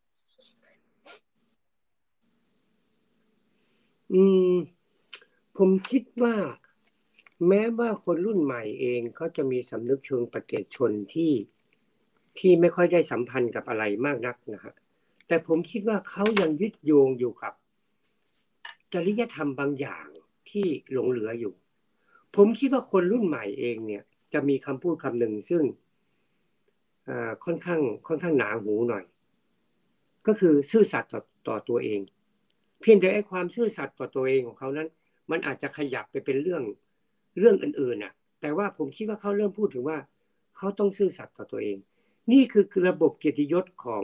ผมคิดว่าแม้ว่าคนรุ่นใหม่เองเขาจะมีสำนึกเชิงปัจเจกชนที่ไม่ค่อยได้สัมพันธ์กับอะไรมากนักนะฮะแต่ผมคิดว่าเขายังยึดโยงอยู่กับจริยธรรมบางอย่างที่หลงเหลืออยู่ผมคิดว่าคนรุ่นใหม่เองเนี่ยจะมีคำพูดคำหนึ่งซึ่งค่อนข้างหนาหูหน่อยก็คือซื่อสัตย์ต่อตัวเองเพียงแต่ไอ้ความซื่อสัตย์ต่อตัวเองของเขานั้นมันอาจจะขยับไปเป็นเรื่องอื่นๆน่ะแต่ว่าผมคิดว่าเขาเริ่มพูดถึงว่าเขาต้องซื่อสัตย์ต่อตัวเองนี่คือระบบเกียรติยศของ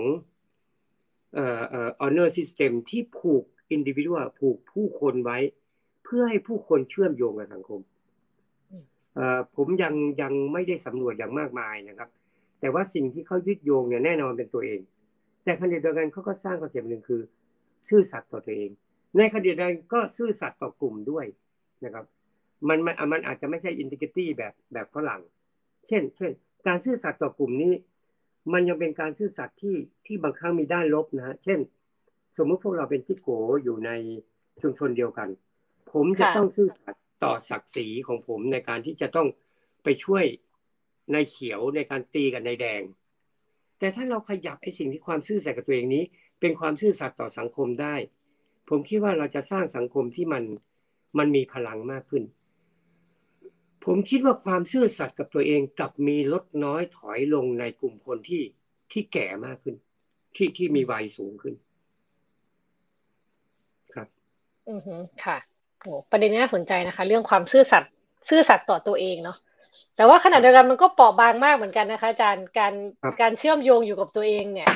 honor system ที่ผูก individual ผูกผู้คนไว้เพื่อให้ผู้คนเชื่อมโยงกับสังคมผมยังไม่ได้สำรวจอย่างมากมายนะครับแต่ว่าสิ่งที่เขายึดโยงเนี่ยแน่นอนเป็นตัวเองแต่ขณะเดียวกันเขาก็สร้างคอนเซ็ปต์หนึ่งคือซื่อสัตย์ต่อตัวเองในขณะเดียวกันก็ซื่อสัตย์ต่อกลุ่มด้วยนะครับมันอาจจะไม่ใช่ integrity แบบฝรั่งเช่นการซื่อสัตย์ต่อกลุ่มนี้มันยังเป็นการซื่อสัตย์ที่บางครั้งมีด้านลบนะฮะเช่นสมมุติพวกเราเป็นจิ๊กโกอยู่ในชุมชนเดียวกันผมจะค่ะต้องซื่อสัตย์ต่อศักดิ์ศรีของผมในการที่จะต้องไปช่วยนายเขียวในการตีกับนายแดงแต่ถ้าเราขยับไอ้สิ่งที่ความซื่อสัตย์กับตัวเองนี้เป็นความซื่อสัตย์ต่อสังคมได้ผมคิดว่าเราจะสร้างสังคมที่มันมีพลังมากขึ้นผมคิดว่าความซื่อสัตย์กับตัวเองกลับมีลดน้อยถอยลงในกลุ่มคนที่แก่มากขึ้นที่มีวัยสูงขึ้นครับค่ะโอ้ประเด็นนี้น่าสนใจนะคะเรื่องความซื่อสัตย์ต่อตัวเองเนาะแต่ว่าขณะเดียวกันมันก็เปราะบางมากเหมือนกันนะคะอาจารย์การครับเชื่อมโยงอยู่กับตัวเองเนี่ย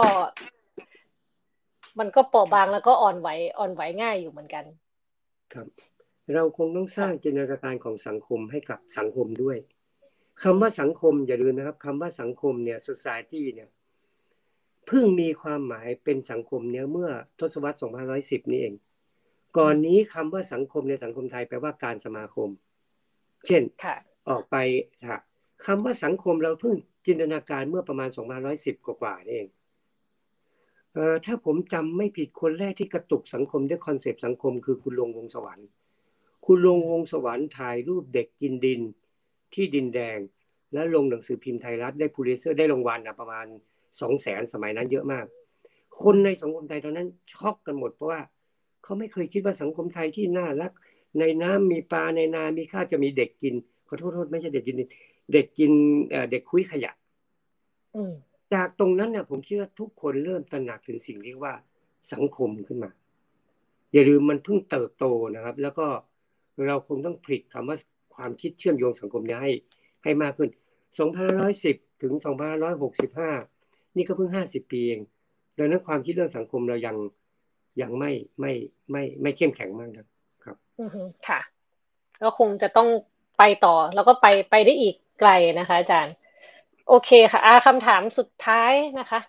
มันก็เปราะบางแล้วก็อ่อนไหวง่ายอยู่เหมือนกันครับเราคงต้องสร้างค่ะจินตนาการของสังคมให้กับสังคมด้วยคำว่าสังคมอย่าลืมนะครับคำว่าสังคมเนี่ย society เนี่ยเพิ่งมีความหมายเป็นสังคมเนี่ยเมื่อทศวรรษ2510นี่เองก่อนนี้คำว่าสังคมในสังคมไทยแปลว่าการสมาคมเช่นค่ะออกไปคำว่าสังคมเราเพิ่งจินตนาการเมื่อประมาณ2510กว่าๆนี่เองถ้าผมจำไม่ผิดคนแรกที่กระตุกสังคมด้วยคอนเซปต์สังคมคือคุณลงวงศ์สวรรค์คุณลงวงศ์สวรรค์ถ่ายรูปเด็กกินดินที่ดินแดงและลงหนังสือพิมพ์ไทยรัฐได้พูลิตเซอร์ได้รางวัลประมาณ200,000สมัยนั้นเยอะมากคนในสังคมไทยตอนนั้นช็อกกันหมดเพราะว่าเขาไม่เคยคิดว่าสังคมไทยที่น่ารักในน้ำมีปลาในนามีข้าวจะมีเด็กกินขอโทษไม่ใช่เด็กกินเด็กกินเด็กคุยขยะอืมจากตรงนั้นเนี่ยผมคิดว่าทุกคนเริ่มตระหนักถึงสิ่งที่ว่าสังคมขึ้นมาอย่าลืมมันเพิ่งเติบโตนะครับแล้วก็เราคงต้องผลิตคำว่าความคิดเชื่อมโยงสังคมนี้ให้มากขึ้น2510ถึง2565นี่ก็เพิ่ง50ปีเองดังนั้นความคิดเรื่องสังคมเรายังไม่เข้มแข็งมากนะครับค่ะก็คงจะต้องไปต่อแล้วก็ไปได้อีกไกลนะคะอาจารย์โอเคค่ะคำถามสุดท้ายนะคะ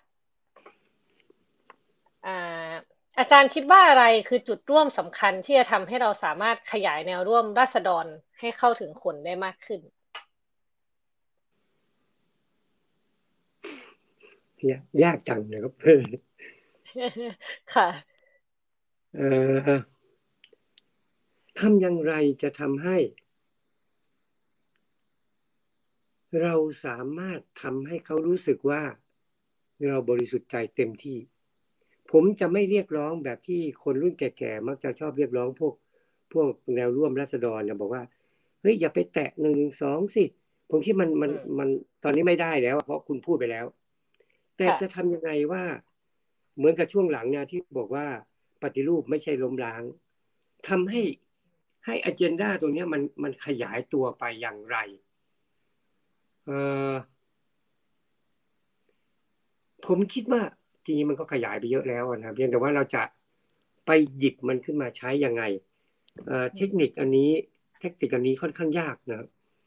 อ่าอาจารย์คิดว่าอะไรคือจุดร่วมสำคัญที่จะทำให้เราสามารถขยายแนวร่วมราษฎรให้เข้าถึงคนได้มากขึ้นยากจังนะครับค่ะเอ่อทำอย่างไรจะทำให้เราสามารถทำให้เขารู้สึกว่าเราบริสุทธิ์ใจเต็มที่ผมจะไม่เรียกร้องแบบที่คนรุ่นแก่ๆมักจะชอบเรียกร้องพวกแนวร่วมราษฎรนะบอกว่าเฮ้ยอย่าไปแตะ112สิผมคิดมันตอนนี้ไม่ได้แล้วเพราะคุณพูดไปแล้วแต่ค่ะจะทำยังไงว่าเหมือนกับช่วงหลังเนี่ยที่บอกว่าปฏิรูปไม่ใช่ล้มล้างทำให้อเจนดาตรงนี้มันขยายตัวไปอย่างไรเอ่อ ผมคิดว่าจริงๆมันก็ขยายไปเยอะแล้วนะครับเพียงแต่ว่าเราจะไปหยิบมันขึ้นมาใช้ยังไงเทคนิคอันนี้เทคนิคอันนี้ค่อนข้างยากนะครับ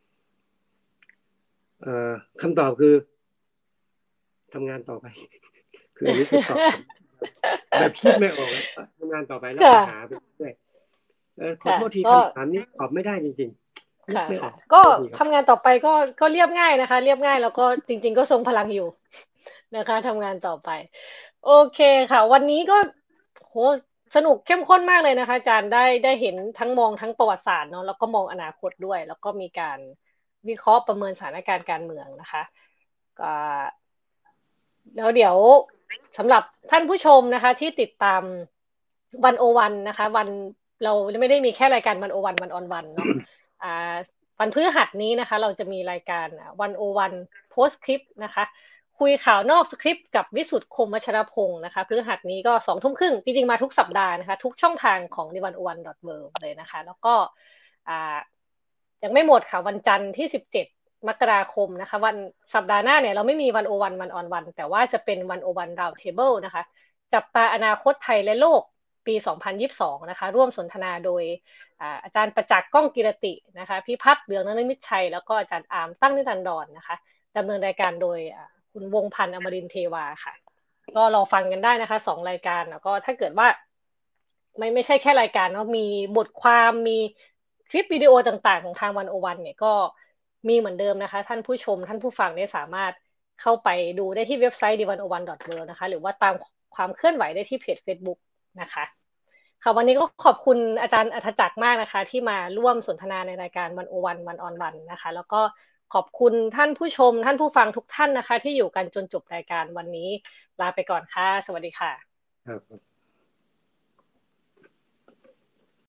คำตอบคือทำงานต่อไปคืออันนี้คือตอบแบบคิดไม่ออกทำงานต่อไปแล้วค่ะก็หาไปเรื่อยขอค่ะโทษทีก็คำถามนี้ตอบไม่ได้จริงๆนึกค่ะค่ะไม่ออกก็โทษทีครับทำงานต่อไปก็เรียบง่ายนะคะเรียบง่ายแล้วก็จริงๆก็ทรงพลังอยู่นะคะทำงานต่อไปโอเคค่ะวันนี้ก็โหสนุกเข้มข้นมากเลยนะคะอาจารย์ได้เห็นทั้งมองทั้งประวัติศาสตร์เนาะแล้วก็มองอนาคตด้วยแล้วก็มีการวิเคราะห์ประเมินสถานการณ์การเมืองนะคะก็แล้วเดี๋ยวสำหรับท่านผู้ชมนะคะที่ติดตาม101นะคะเราไม่ได้มีแค่รายการ101 วันเนาะ อ่าวันพฤหัสนี้นะคะเราจะมีรายการ101โพสต์คลิปนะคะคุยข่าวนอกสคริปต์กับวิสุทธ์คมวัชรพงศ์นะคะพฤหัสนี้ก็20:30จริงๆมาทุกสัปดาห์นะคะทุกช่องทางของ 101.world เลยนะคะแล้วก็อ่ายังไม่หมดค่ะวันจันทร์ที่17 มกราคมนะคะวันสัปดาห์หน้าเนี่ยเราไม่มี101 วันแต่ว่าจะเป็น101 Round Tableนะคะจับตาอนาคตไทยและโลกปี2022นะคะร่วมสนทนาโดย อาจารย์ประจักษ์ก้องกิรตินะคะพิพัฒน์เหลืองนฤมิตชัยแล้วก็อาจารย์อาร์มตั้งนิรันดรนะคะดำเนินรายการโดยคุณวงพันธ์อมรินทร์เทวาค่ะก็รอฟังกันได้นะคะ2 รายการแล้วก็ถ้าเกิดว่าไม่ใช่แค่รายการเนาะมีบทความมีคลิปวิดีโอต่างๆของทาง101เนี่ยก็มีเหมือนเดิมนะคะท่านผู้ชมท่านผู้ฟังเนี่ยสามารถเข้าไปดูได้ที่เว็บไซต์ d101.world นะคะหรือว่าตามความเคลื่อนไหวได้ที่เพจ Facebook นะคะค่ะวันนี้ก็ขอบคุณอาจารย์อัธจักรมากนะคะที่มาร่วมสนทนาในรายการ101 วัน on วันนะคะแล้วก็ขอบคุณท่านผู้ชมท่านผู้ฟังทุกท่านนะคะที่อยู่กันจนจบรายการวันนี้ลาไปก่อนค่ะสวัสดีค่ะครับ